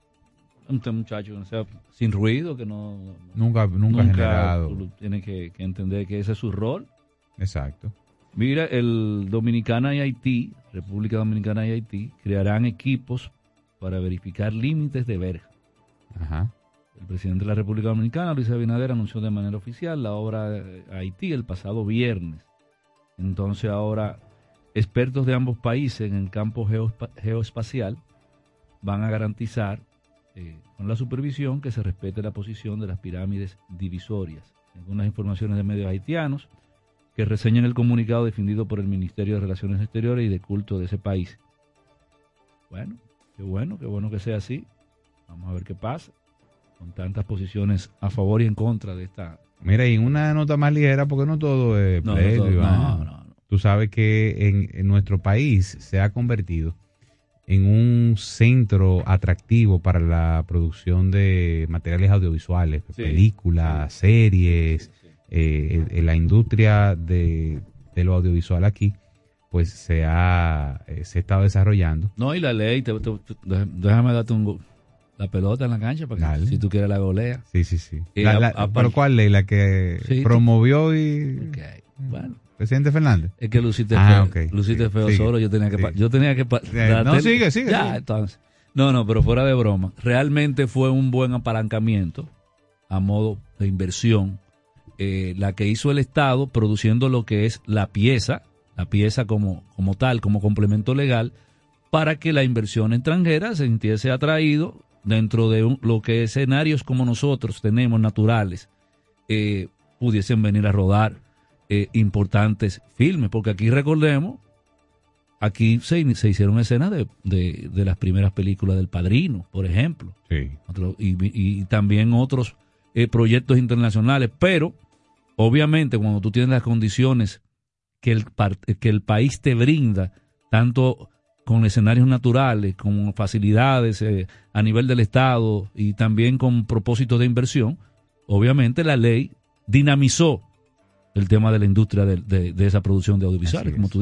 Un muchacho que no sea sin ruido, que no... Nunca, nunca, nunca generado. Tiene que, que entender que ese es su rol. Exacto. Mira, el Dominicana y Haití, República Dominicana y Haití, crearán equipos para verificar límites de verja. Ajá. El presidente de la República Dominicana, Luis Abinader, anunció de manera oficial la obra Haití el pasado viernes. Entonces ahora expertos de ambos países en el campo geospa- geoespacial van a garantizar eh, con la supervisión que se respete la posición de las pirámides divisorias. Algunas informaciones de medios haitianos que reseñan el comunicado defendido por el Ministerio de Relaciones Exteriores y de Culto de ese país. Bueno, qué bueno, qué bueno que sea así. Vamos a ver qué pasa con tantas posiciones a favor y en contra de esta... Mira, y en una nota más ligera, porque no todo es no, pleito, no, Iván. no, no, no. Tú sabes que en, en nuestro país se ha convertido en un centro atractivo para la producción de materiales audiovisuales, sí, películas, sí, series... Sí, sí. Eh, en la industria de, de lo audiovisual aquí, pues se ha, eh, se ha estado desarrollando. No, y la ley, te, te, te, déjame darte un, la pelota en la cancha para que si tú quieres la golea. Sí, sí, sí. Eh, la, la, a, a, ¿Pero cuál ley? La que sí, promovió y... Okay. Bueno. Presidente Fernández. Es que luciste ah, feo, okay. luciste sí, feo sigue, solo, yo tenía que... sigue. yo tenía que eh, no, sigue, sigue. Ya, sigue. entonces. No, no, pero fuera de broma. Realmente fue un buen apalancamiento a modo de inversión. Eh, la que hizo el Estado produciendo lo que es la pieza, la pieza como, como tal, como complemento legal, para que la inversión extranjera se sintiese atraído dentro de un, lo que escenarios como nosotros tenemos naturales, eh, pudiesen venir a rodar eh, importantes filmes, porque aquí recordemos, aquí se, se hicieron escenas de, de, de las primeras películas del Padrino, por ejemplo, sí. Otro, y, y también otros eh, proyectos internacionales, pero obviamente, cuando tú tienes las condiciones que el, que el país te brinda, tanto con escenarios naturales, con facilidades eh, a nivel del Estado y también con propósito de inversión, obviamente la ley dinamizó el tema de la industria de, de, de esa producción de audiovisuales, como tú dices.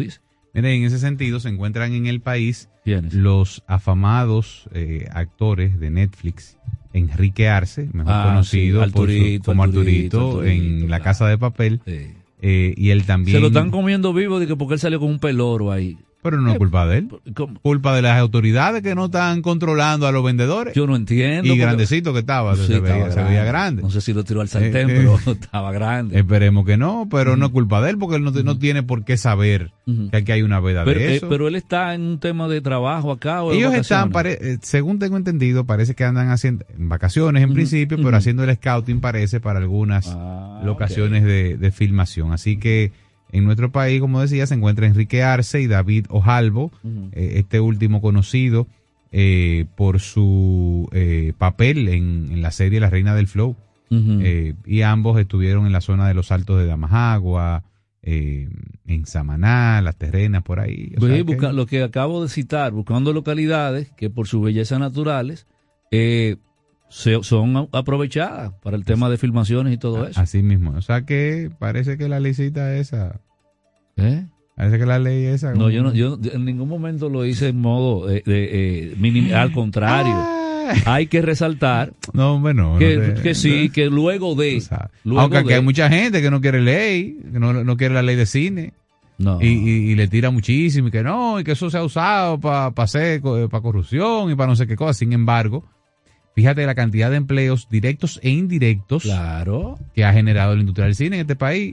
Miren, en ese sentido se encuentran en el país ¿Quiénes? los afamados eh, actores de Netflix. Enrique Arce, mejor Ah, conocido sí, Arturito, por su, como Arturito, Arturito, Arturito, en claro. La Casa de Papel. Sí. Eh, y él también... Se lo están comiendo vivo de que porque él salió con un peloro ahí. Pero no es culpa de él. ¿Cómo? Culpa de las autoridades que no están controlando a los vendedores. Yo no entiendo. Y porque- grandecito que estaba, Sí, se, veía, estaba se veía grande. No sé si lo tiró al sartén, Eh, pero eh. estaba grande. Esperemos que no, pero no es culpa de él porque él no, no tiene por qué saber Ujú. que aquí hay una veda Pero, de eh, eso. pero él está en un tema de trabajo acá o de Ellos están, vacaciones? pare- eh, según tengo entendido, parece que andan haciendo en vacaciones en Ujú, principio, ujú. pero haciendo el scouting parece para algunas Ah, locaciones de, de filmación. Así que en nuestro país, como decía, se encuentra Enrique Arce y David Ojalvo, Ujú. eh, este último conocido eh, por su eh, papel en, en la serie La Reina del Flow. Ujú. Eh, y ambos estuvieron en la zona de los Altos de Damajagua, eh, en Samaná, Las Terrenas, por ahí. O Pues, sea que- busca- lo que acabo de citar, buscando localidades que por sus bellezas naturales eh, se- son a- aprovechadas para el tema de filmaciones y todo eso. Así mismo. O sea que parece que la leycita esa. ¿Eh? Parece que la ley esa. No, yo no, yo en ningún momento lo hice en modo eh, de, eh, minim- al contrario. Hay que resaltar No, hombre, no. que, no te- que sí, que luego de, luego Aunque aquí de- hay mucha gente que no quiere ley, que no, no quiere la ley de cine. No. Y, y- y le tira muchísimo y que no, y que eso se ha usado para hacer para corrupción y para no sé qué cosa. Sin embargo, fíjate la cantidad de empleos directos e indirectos claro. que ha generado la industria del cine en este país.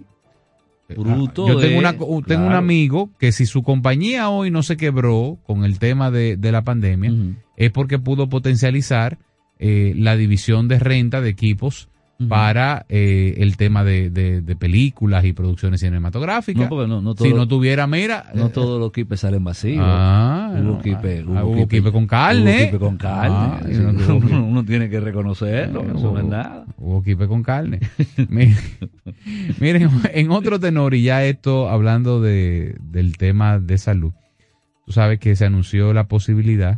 Bruto Yo tengo, de- una, tengo claro. un amigo que si su compañía hoy no se quebró con el tema de, de la pandemia, es porque pudo potencializar eh, la división de renta de equipos Ujú. para eh, el tema de, de- de películas y producciones cinematográficas. No, porque no- no si todo- no tuviera, mira... No eh, todos los kipes salen vacíos. Ah, hubo no, kipe, ah, hubo kipe con carne. Hubo kipe con carne. Ah, Sí, y no tuvo kipe. uno, uno tiene que reconocerlo. Eh, eso no hubo- es nada. Hubo kipe con carne. Miren, miren, en otro tenor, y ya esto hablando de, del tema de salud, tú sabes que se anunció la posibilidad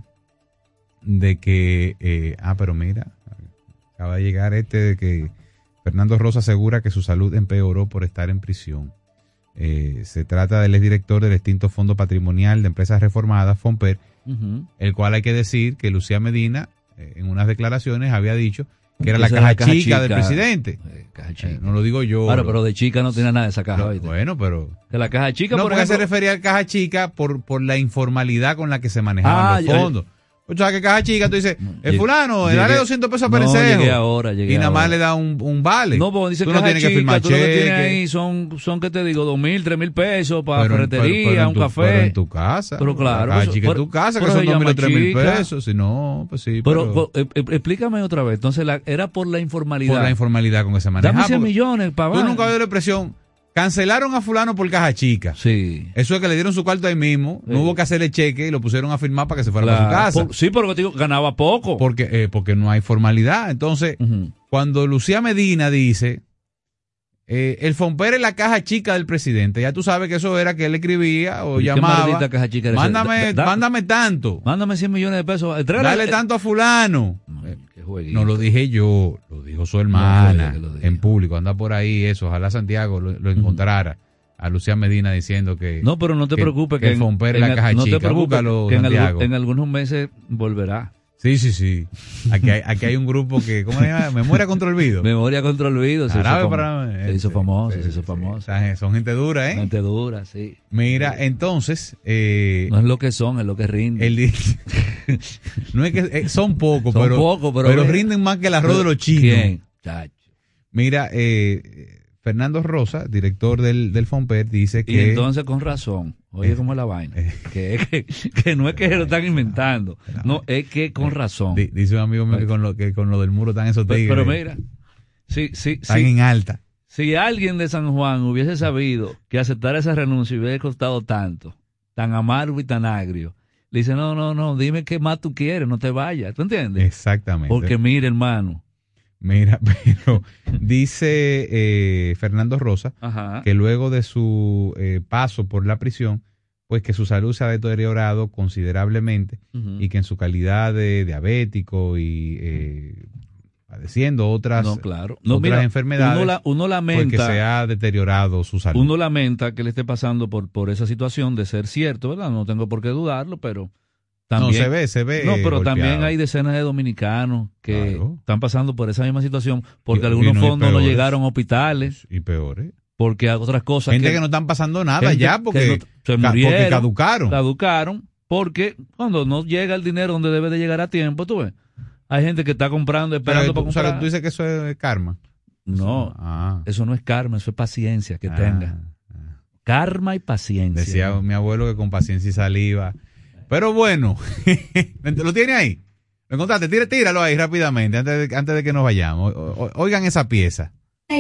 de que, eh, ah, pero mira, acaba de llegar este de que Fernando Rosa asegura que su salud empeoró por estar en prisión. Eh, se trata del exdirector del extinto Fondo Patrimonial de Empresas Reformadas, FONPER, Ujú. el cual hay que decir que Lucía Medina, eh, en unas declaraciones, había dicho que era Esa la es caja, la caja chica, chica. del presidente. Eh, caja chica. Eh, no lo digo yo. Claro, lo- pero de chica no tiene nada de esa caja. no, ¿oíste? bueno, pero... Que la caja chica, no, por porque ejemplo, se refería a caja chica por, por la informalidad con la que se manejaban Ah, los yo- fondos. O sea, que caja chica, tú dices, el llegué- fulano, llegué- dale doscientos pesos a no, Perencejo. llegué ahora, llegué y nada más ahora. le da un, un vale. No, porque dice tú caja no tienes chica, que firmar tú lo que tienes cheque. ahí son, son ¿qué te digo? Dos mil, tres mil pesos para Pero en- ferretería, pero- pero en un tu- café. pero en tu casa. Pero claro. La caja eso- chica en pero- tu casa, que pero son se dos mil o llama tres mil chica. pesos. Si no, pues sí. Pero, Pero, co- eh, eh, explícame otra vez. Entonces, la, era por la informalidad. por la informalidad con que se manejaba. Dame cien porque millones para Tú nunca has oído la expresión, cancelaron a fulano por caja chica. Sí. Eso es que le dieron su cuarto ahí mismo, Sí. no hubo que hacerle cheque y lo pusieron a firmar para que se fuera para su Claro. casa. Por- sí, porque te digo, ganaba poco. Porque, eh, porque no hay formalidad. Entonces, Ujú. cuando Lucía Medina dice, eh, el FONPER es la caja chica del presidente, ya tú sabes que eso era que él escribía o ¿Y qué llamaba. maldita caja chica era esa? Mándame, Da- da- mándame tanto. Mándame cien millones de pesos. Entrégale- Dale tanto a fulano. Qué jueguito. No lo dije yo, lo dijo su hermana No, que lo diga. en público. Anda por ahí eso. Ojalá Santiago lo, lo encontrara. A Lucía Medina diciendo que. No, pero no te que- preocupes que que, el en- FONPER es en la el- caja no te chica. preocupes Búscalo, que en, Santiago. algún- en algunos meses volverá. Sí, sí, sí. Aquí hay, aquí hay un grupo que, ¿cómo se llama? Memoria contra olvido. Memoria contra olvido. Se hizo, Árabe famo- para- se hizo sí, famoso, sí, se hizo sí, famoso. esa- Son gente dura, ¿eh? Gente dura, sí. Mira, entonces, eh, No es lo que son, es lo que rinde. el di- no es que eh, son pocos, Son pero, pocos, pero pero ve- rinden más que el arroz de los chinos. ¿Quién? Chacho. Mira, eh, Fernando Rosa, director del, del FONPER, dice Y que entonces con razón, oye cómo es la vaina, que, que, que no es que lo están inventando, no, es que con razón. di- dice un amigo mío que con lo que con lo del muro están esos Pero, tigres. pero mira, si, si, están si, en alta. si alguien de San Juan hubiese sabido que aceptar esa renuncia hubiera costado tanto, tan amargo y tan agrio, le dice, no, no, no, dime qué más tú quieres, no te vayas, ¿tú entiendes? Exactamente. Porque mire, hermano. Mira, pero dice eh, Fernando Rosa Ajá. que luego de su eh, paso por la prisión, pues que su salud se ha deteriorado considerablemente Ujú. y que en su calidad de diabético y eh, padeciendo otras, no, claro. no, otras mira, enfermedades uno, la, uno lamenta, porque se ha deteriorado su salud. Uno lamenta que le esté pasando por, por esa situación de ser cierto, ¿verdad? No tengo por qué dudarlo, pero también... No, se ve, se ve No, pero golpeado. También hay decenas de dominicanos que Claro. están pasando por esa misma situación porque Y- algunos y no hay fondos no peores. llegaron a hospitales. Y peores. Porque a otras cosas... Gente que, no están pasando nada gente ya que porque, no- se ca- murieron, porque caducaron. Caducaron porque cuando no llega el dinero donde debe de llegar a tiempo, tú ves. Hay gente que está comprando, esperando Pero para tú, o sea, comprar. que tú dices que eso es karma. No, Ah. eso no es karma, eso es paciencia que Ah. tenga. Karma y paciencia. Decía mi abuelo que con paciencia y saliva. Pero bueno, ¿lo tiene ahí? ¿Lo encontraste? Tira, tíralo ahí rápidamente antes de, antes de que nos vayamos. O- o- oigan esa pieza.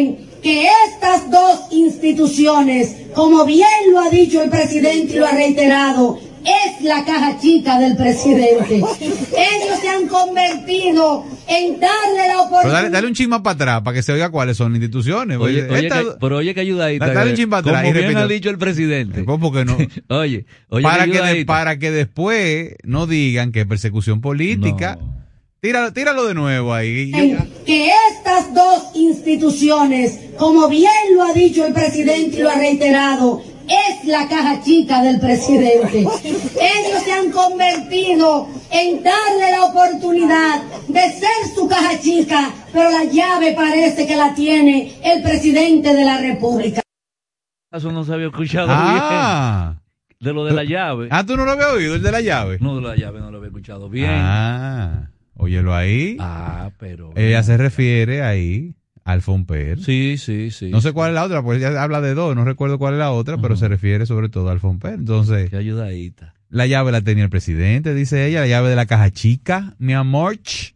Que estas dos instituciones, como bien lo ha dicho el presidente y lo ha reiterado, es la caja chica del presidente. Ellos se han convertido en darle la Pero oportunidad. dale, dale un chisma para atrás para que se oiga cuáles son las instituciones. Oye, Esta- oye, que- pero oye que ayudadita. Dale un que- chin para atrás como y bien repite. ha dicho el presidente. Pues porque no, Oye, oye para, que que de- ayudadita. para que después no digan que es persecución política. Tíralo, tíralo de nuevo ahí. Yo- Que estas dos instituciones, como bien lo ha dicho el presidente y lo ha reiterado, es la caja chica del presidente. Ellos se han convertido en darle la oportunidad de ser su caja chica, pero la llave parece que la tiene el presidente de la República. Eso no se había escuchado Ah. bien. De lo de la llave. Ah, ¿tú no lo habías oído, el de la llave? No, de la llave no lo había escuchado bien. Ah, óyelo ahí. Ah, pero... Ella se refiere ahí al Fomper. Sí, sí, sí. No sé cuál es la otra, porque ella habla de dos, no recuerdo cuál es la otra, pero se refiere sobre todo al Fomper. Entonces, Qué ayudadita. la llave la tenía el presidente, dice ella, la llave de la caja chica, mi amor.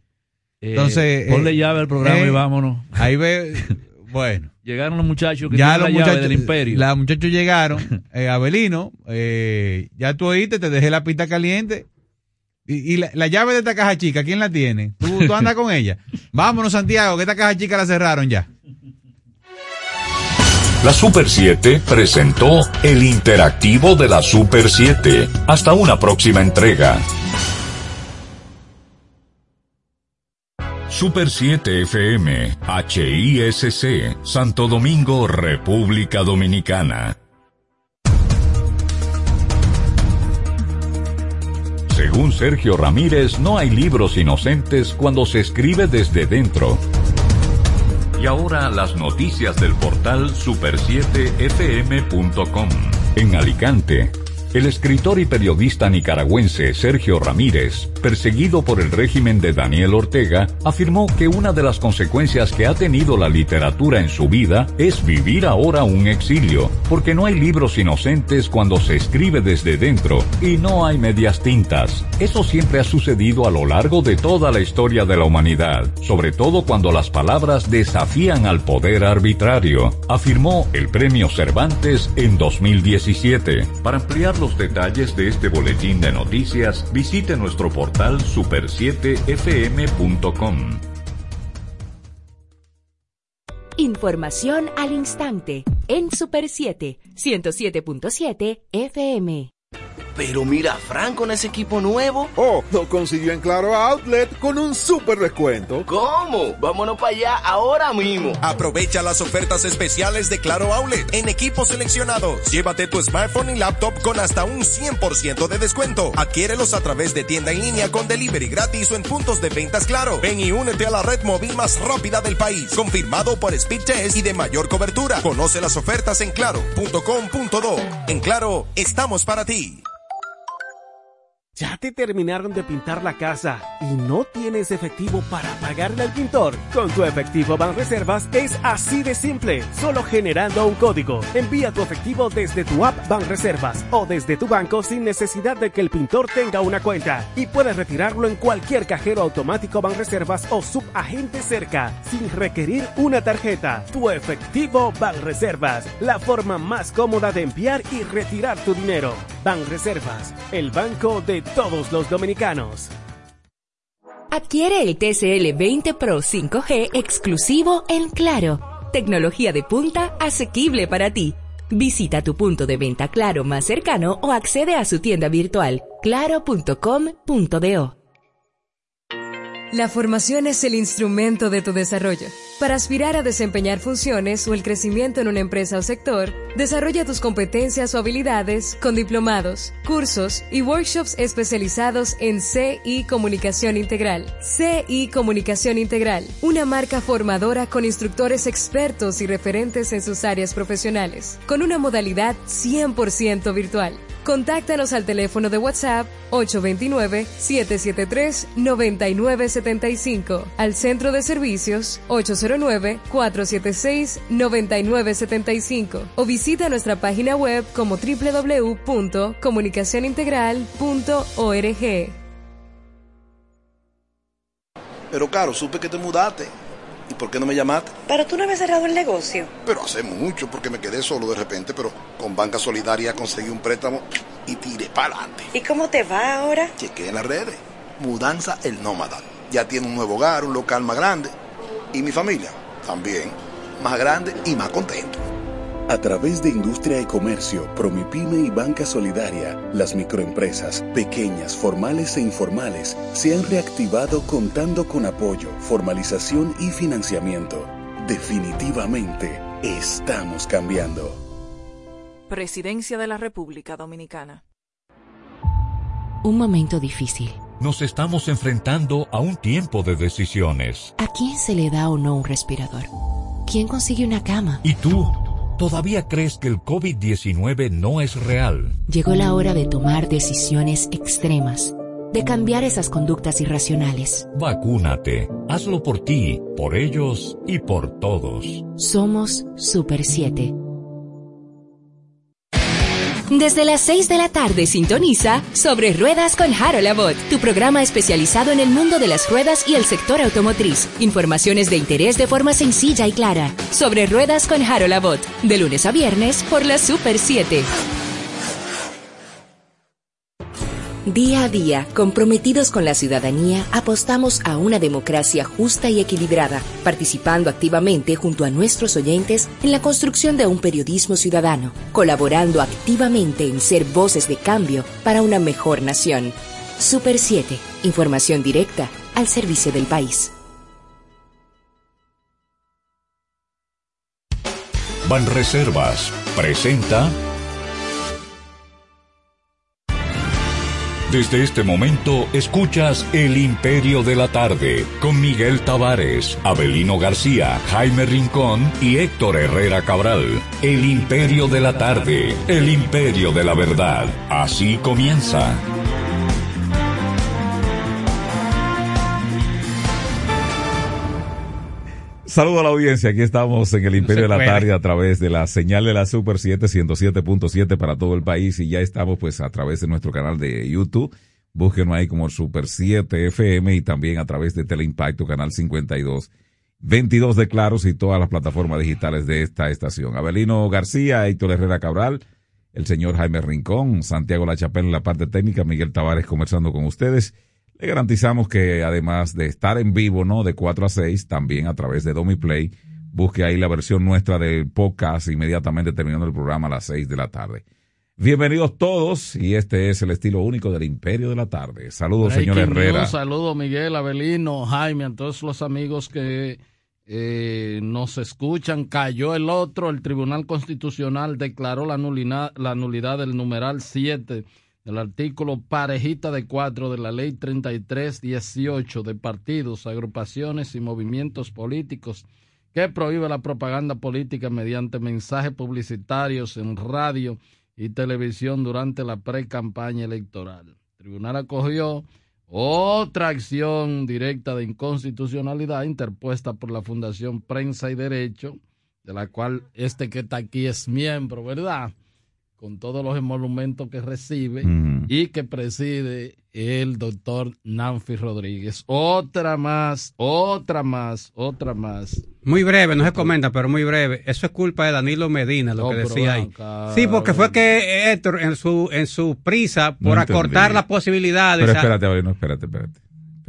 Eh, Entonces, ponle eh, llave al programa eh, y vámonos. Ahí ve, bueno. Llegaron los muchachos que Ya tienen los la llave muchachos, del imperio. los muchachos llegaron, eh, Abelino, eh, ya tú oíste, te dejé la pista caliente. Y, y la, la llave de esta caja chica, ¿quién la tiene? ¿Tú, tú andas con ella? Vámonos, Santiago, que esta caja chica la cerraron ya. La Super siete presentó el interactivo de la Super siete. Hasta una próxima entrega. Super siete F M, H I S C, Santo Domingo, República Dominicana. Según Sergio Ramírez, no hay libros inocentes cuando se escribe desde dentro. Y ahora las noticias del portal super siete f m punto com. En Alicante, el escritor y periodista nicaragüense Sergio Ramírez, perseguido por el régimen de Daniel Ortega, afirmó que una de las consecuencias que ha tenido la literatura en su vida es vivir ahora un exilio, porque no hay libros inocentes cuando se escribe desde dentro y no hay medias tintas. Eso siempre ha sucedido a lo largo de toda la historia de la humanidad, sobre todo cuando las palabras desafían al poder arbitrario, afirmó el Premio Cervantes en dos mil diecisiete. Para ampliar los detalles de este boletín de noticias, visite nuestro portal super siete f m punto com. Información al instante en Super siete, ciento siete punto siete F M. Pero mira, Frank, con ese equipo nuevo. Oh, lo consiguió en Claro Outlet con un super descuento. ¿Cómo? Vámonos para allá ahora mismo. Aprovecha las ofertas especiales de Claro Outlet en equipos seleccionados. Llévate tu smartphone y laptop con hasta un cien por ciento de descuento. Adquiérelos a través de tienda en línea con delivery gratis o en puntos de ventas Claro. Ven y únete a la red móvil más rápida del país. Confirmado por Speed Test y de mayor cobertura. Conoce las ofertas en claro punto com punto do. En Claro, estamos para ti. ¿Ya te terminaron de pintar la casa y no tienes efectivo para pagarle al pintor? Con tu efectivo Banreservas es así de simple, solo generando un código. Envía tu efectivo desde tu app Banreservas o desde tu banco sin necesidad de que el pintor tenga una cuenta y puedes retirarlo en cualquier cajero automático Banreservas o subagente cerca sin requerir una tarjeta. Tu efectivo Banreservas, la forma más cómoda de enviar y retirar tu dinero. Banreservas, el banco de todos los dominicanos. Adquiere el T C L veinte Pro cinco G exclusivo en Claro. Tecnología de punta asequible para ti. Visita tu punto de venta Claro más cercano o accede a su tienda virtual claro punto com punto do. La formación es el instrumento de tu desarrollo. Para aspirar a desempeñar funciones o el crecimiento en una empresa o sector, desarrolla tus competencias o habilidades con diplomados, cursos y workshops especializados en C I Comunicación Integral. C I Comunicación Integral, una marca formadora con instructores expertos y referentes en sus áreas profesionales, con una modalidad cien por ciento virtual. Contáctanos al teléfono de WhatsApp ocho dos nueve, siete siete tres, nueve nueve siete cinco, al centro de servicios ocho cero nueve, cuatro siete seis, nueve nueve siete cinco o visita nuestra página web como doble u doble u doble u punto comunicación integral punto org. Pero Caro, supe que te mudaste. ¿Y por qué no me llamaste? Pero tú no habías cerrado el negocio. Pero hace mucho, porque me quedé solo de repente, pero con Banca Solidaria conseguí un préstamo y tiré para adelante. ¿Y cómo te va ahora? Chequé en las redes. Mudanza El Nómada. Ya tiene un nuevo hogar, un local más grande. Y mi familia, también, más grande y más contento. A través de Industria y Comercio, Promipyme y Banca Solidaria, las microempresas, pequeñas, formales e informales, se han reactivado contando con apoyo, formalización y financiamiento. Definitivamente, estamos cambiando. Presidencia de la República Dominicana. Un momento difícil. Nos estamos enfrentando a un tiempo de decisiones. ¿A quién se le da o no un respirador? ¿Quién consigue una cama? ¿Y tú? ¿Todavía crees que el COVID diecinueve no es real? Llegó la hora de tomar decisiones extremas, de cambiar esas conductas irracionales. Vacúnate. Hazlo por ti, por ellos y por todos. Somos Super siete. Desde las seis de la tarde sintoniza Sobre Ruedas con Harold Abbott, tu programa especializado en el mundo de las ruedas y el sector automotriz. Informaciones de interés de forma sencilla y clara. Sobre Ruedas con Harold Abbott, de lunes a viernes por la Super siete. Día a día, comprometidos con la ciudadanía, apostamos a una democracia justa y equilibrada, participando activamente junto a nuestros oyentes en la construcción de un periodismo ciudadano, colaborando activamente en ser voces de cambio para una mejor nación. Super siete, información directa al servicio del país. Banreservas presenta. Desde este momento escuchas El Imperio de la Tarde con Miguel Tavares, Avelino García, Jaime Rincón y Héctor Herrera Cabral. El Imperio de la Tarde, el Imperio de la Verdad. Así comienza. Saludo a la audiencia, aquí estamos en el Imperio no de la Tarde a través de la señal de la Super siete, ciento siete punto siete para todo el país y ya estamos pues a través de nuestro canal de YouTube, búsquenos ahí como Super siete F M y también a través de Teleimpacto, canal cincuenta y dos, veintidós de Claros y todas las plataformas digitales de esta estación. Avelino García, Héctor Herrera Cabral, el señor Jaime Rincón, Santiago Lachapelle en la parte técnica, Miguel Tavares conversando con ustedes. Le garantizamos que además de estar en vivo, ¿no? De cuatro a seis, también a través de Domiplay, busque ahí la versión nuestra del podcast inmediatamente terminando el programa a las seis de la tarde. Bienvenidos todos y este es el estilo único del Imperio de la Tarde. Saludos, señor Herrera. Un saludo, Miguel, Avelino, Jaime, a todos los amigos que eh, nos escuchan. Cayó el otro, el Tribunal Constitucional declaró la nulidad, la nulidad del numeral siete del artículo parejita de cuatro de la ley treinta y tres dieciocho de partidos, agrupaciones y movimientos políticos que prohíbe la propaganda política mediante mensajes publicitarios en radio y televisión durante la pre-campaña electoral. El tribunal acogió otra acción directa de inconstitucionalidad interpuesta por la Fundación Prensa y Derecho, de la cual este que está aquí es miembro, ¿verdad?, con todos los emolumentos que recibe mm. y que preside el doctor Nanfi Rodríguez. Otra más, otra más, otra más. Muy breve, no se comenta, pero muy breve. Eso es culpa de Danilo Medina, lo no, que decía ahí. Acá, sí, porque fue que Héctor, en su en su prisa por no acortar las posibilidades. Pero espérate, a... no, espérate, espérate.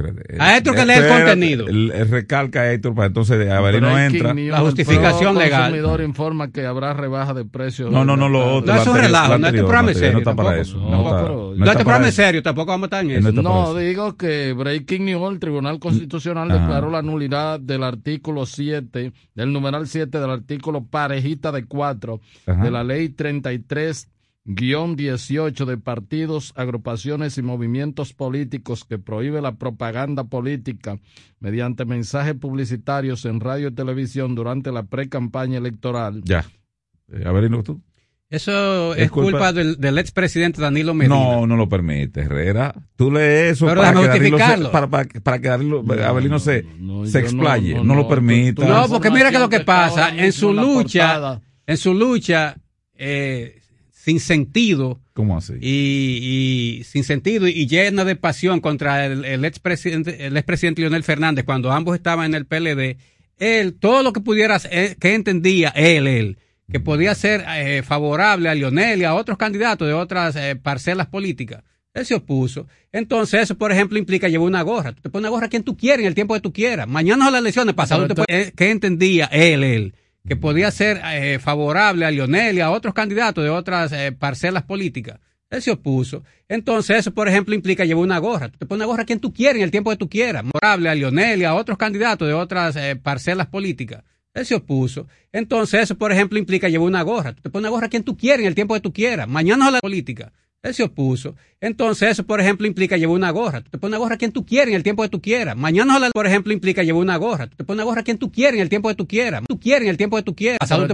espérate. A Héctor que lee el contenido. El, el recalca a Héctor para entonces Avelino entra. La justificación legal. El consumidor informa que habrá rebaja de precios. No, no, no, lo otro. No, eso es relajo, no este programa es serio. No está para eso. No, este programa es serio, tampoco vamos a estar en eso. No, digo que Breaking News, el Tribunal Constitucional declaró la nulidad del artículo siete, del numeral siete del artículo parejita de cuatro de la ley treinta y tres guión dieciocho de partidos, agrupaciones y movimientos políticos que prohíbe la propaganda política mediante mensajes publicitarios en radio y televisión durante la pre-campaña electoral. Ya. Eh, Avelino, ¿tú? Eso es, es culpa, culpa del, del expresidente Danilo Medina. No, no lo permite, Herrera. Tú lees eso pero para que, justificarlo. Se, para, para, para que Danilo, no, Avelino se, no, se explaye. No, no, no, no lo permita. No, porque mira que lo que pasa, en su lucha, en su lucha, eh, sin sentido. ¿Cómo así? Y, y sin sentido y llena de pasión contra el, el expresidente, el expresidente Leonel Fernández, cuando ambos estaban en el P L D, él, todo lo que pudiera, eh, que entendía él, él, que podía ser eh, favorable a Leonel y a otros candidatos de otras eh, parcelas políticas, él se opuso. Entonces, eso, por ejemplo, implica llevar una gorra. Tú te pones una gorra a quien tú quieras, en el tiempo que tú quieras. Mañana son las elecciones, pasado tú te puedes, eh, que entendía él, él. que podía ser eh, favorable a Leonel y a otros candidatos de otras eh, parcelas políticas. Él se opuso. Entonces, eso, por ejemplo, implica llevar una gorra. Tú te pones una gorra a quien tú quieras, en el tiempo que tú quieras. Favorable a Leonel y a otros candidatos de otras eh, parcelas políticas. Él se opuso. Entonces, eso, por ejemplo, implica llevar una gorra. Tú te pones una gorra a quien tú quieras, en el tiempo que tú quieras. Mañana son las políticas. Él se opuso. Entonces, eso, por ejemplo, implica llevar una gorra. Tú te pones una gorra a quien tú quieras, en el tiempo que tú quieras. Mañana, por ejemplo, implica llevar una gorra. Tú te pones una gorra a quien tú quieras, en el tiempo que tú quieras. Tú quieras, en el tiempo que tú quieras. Pasado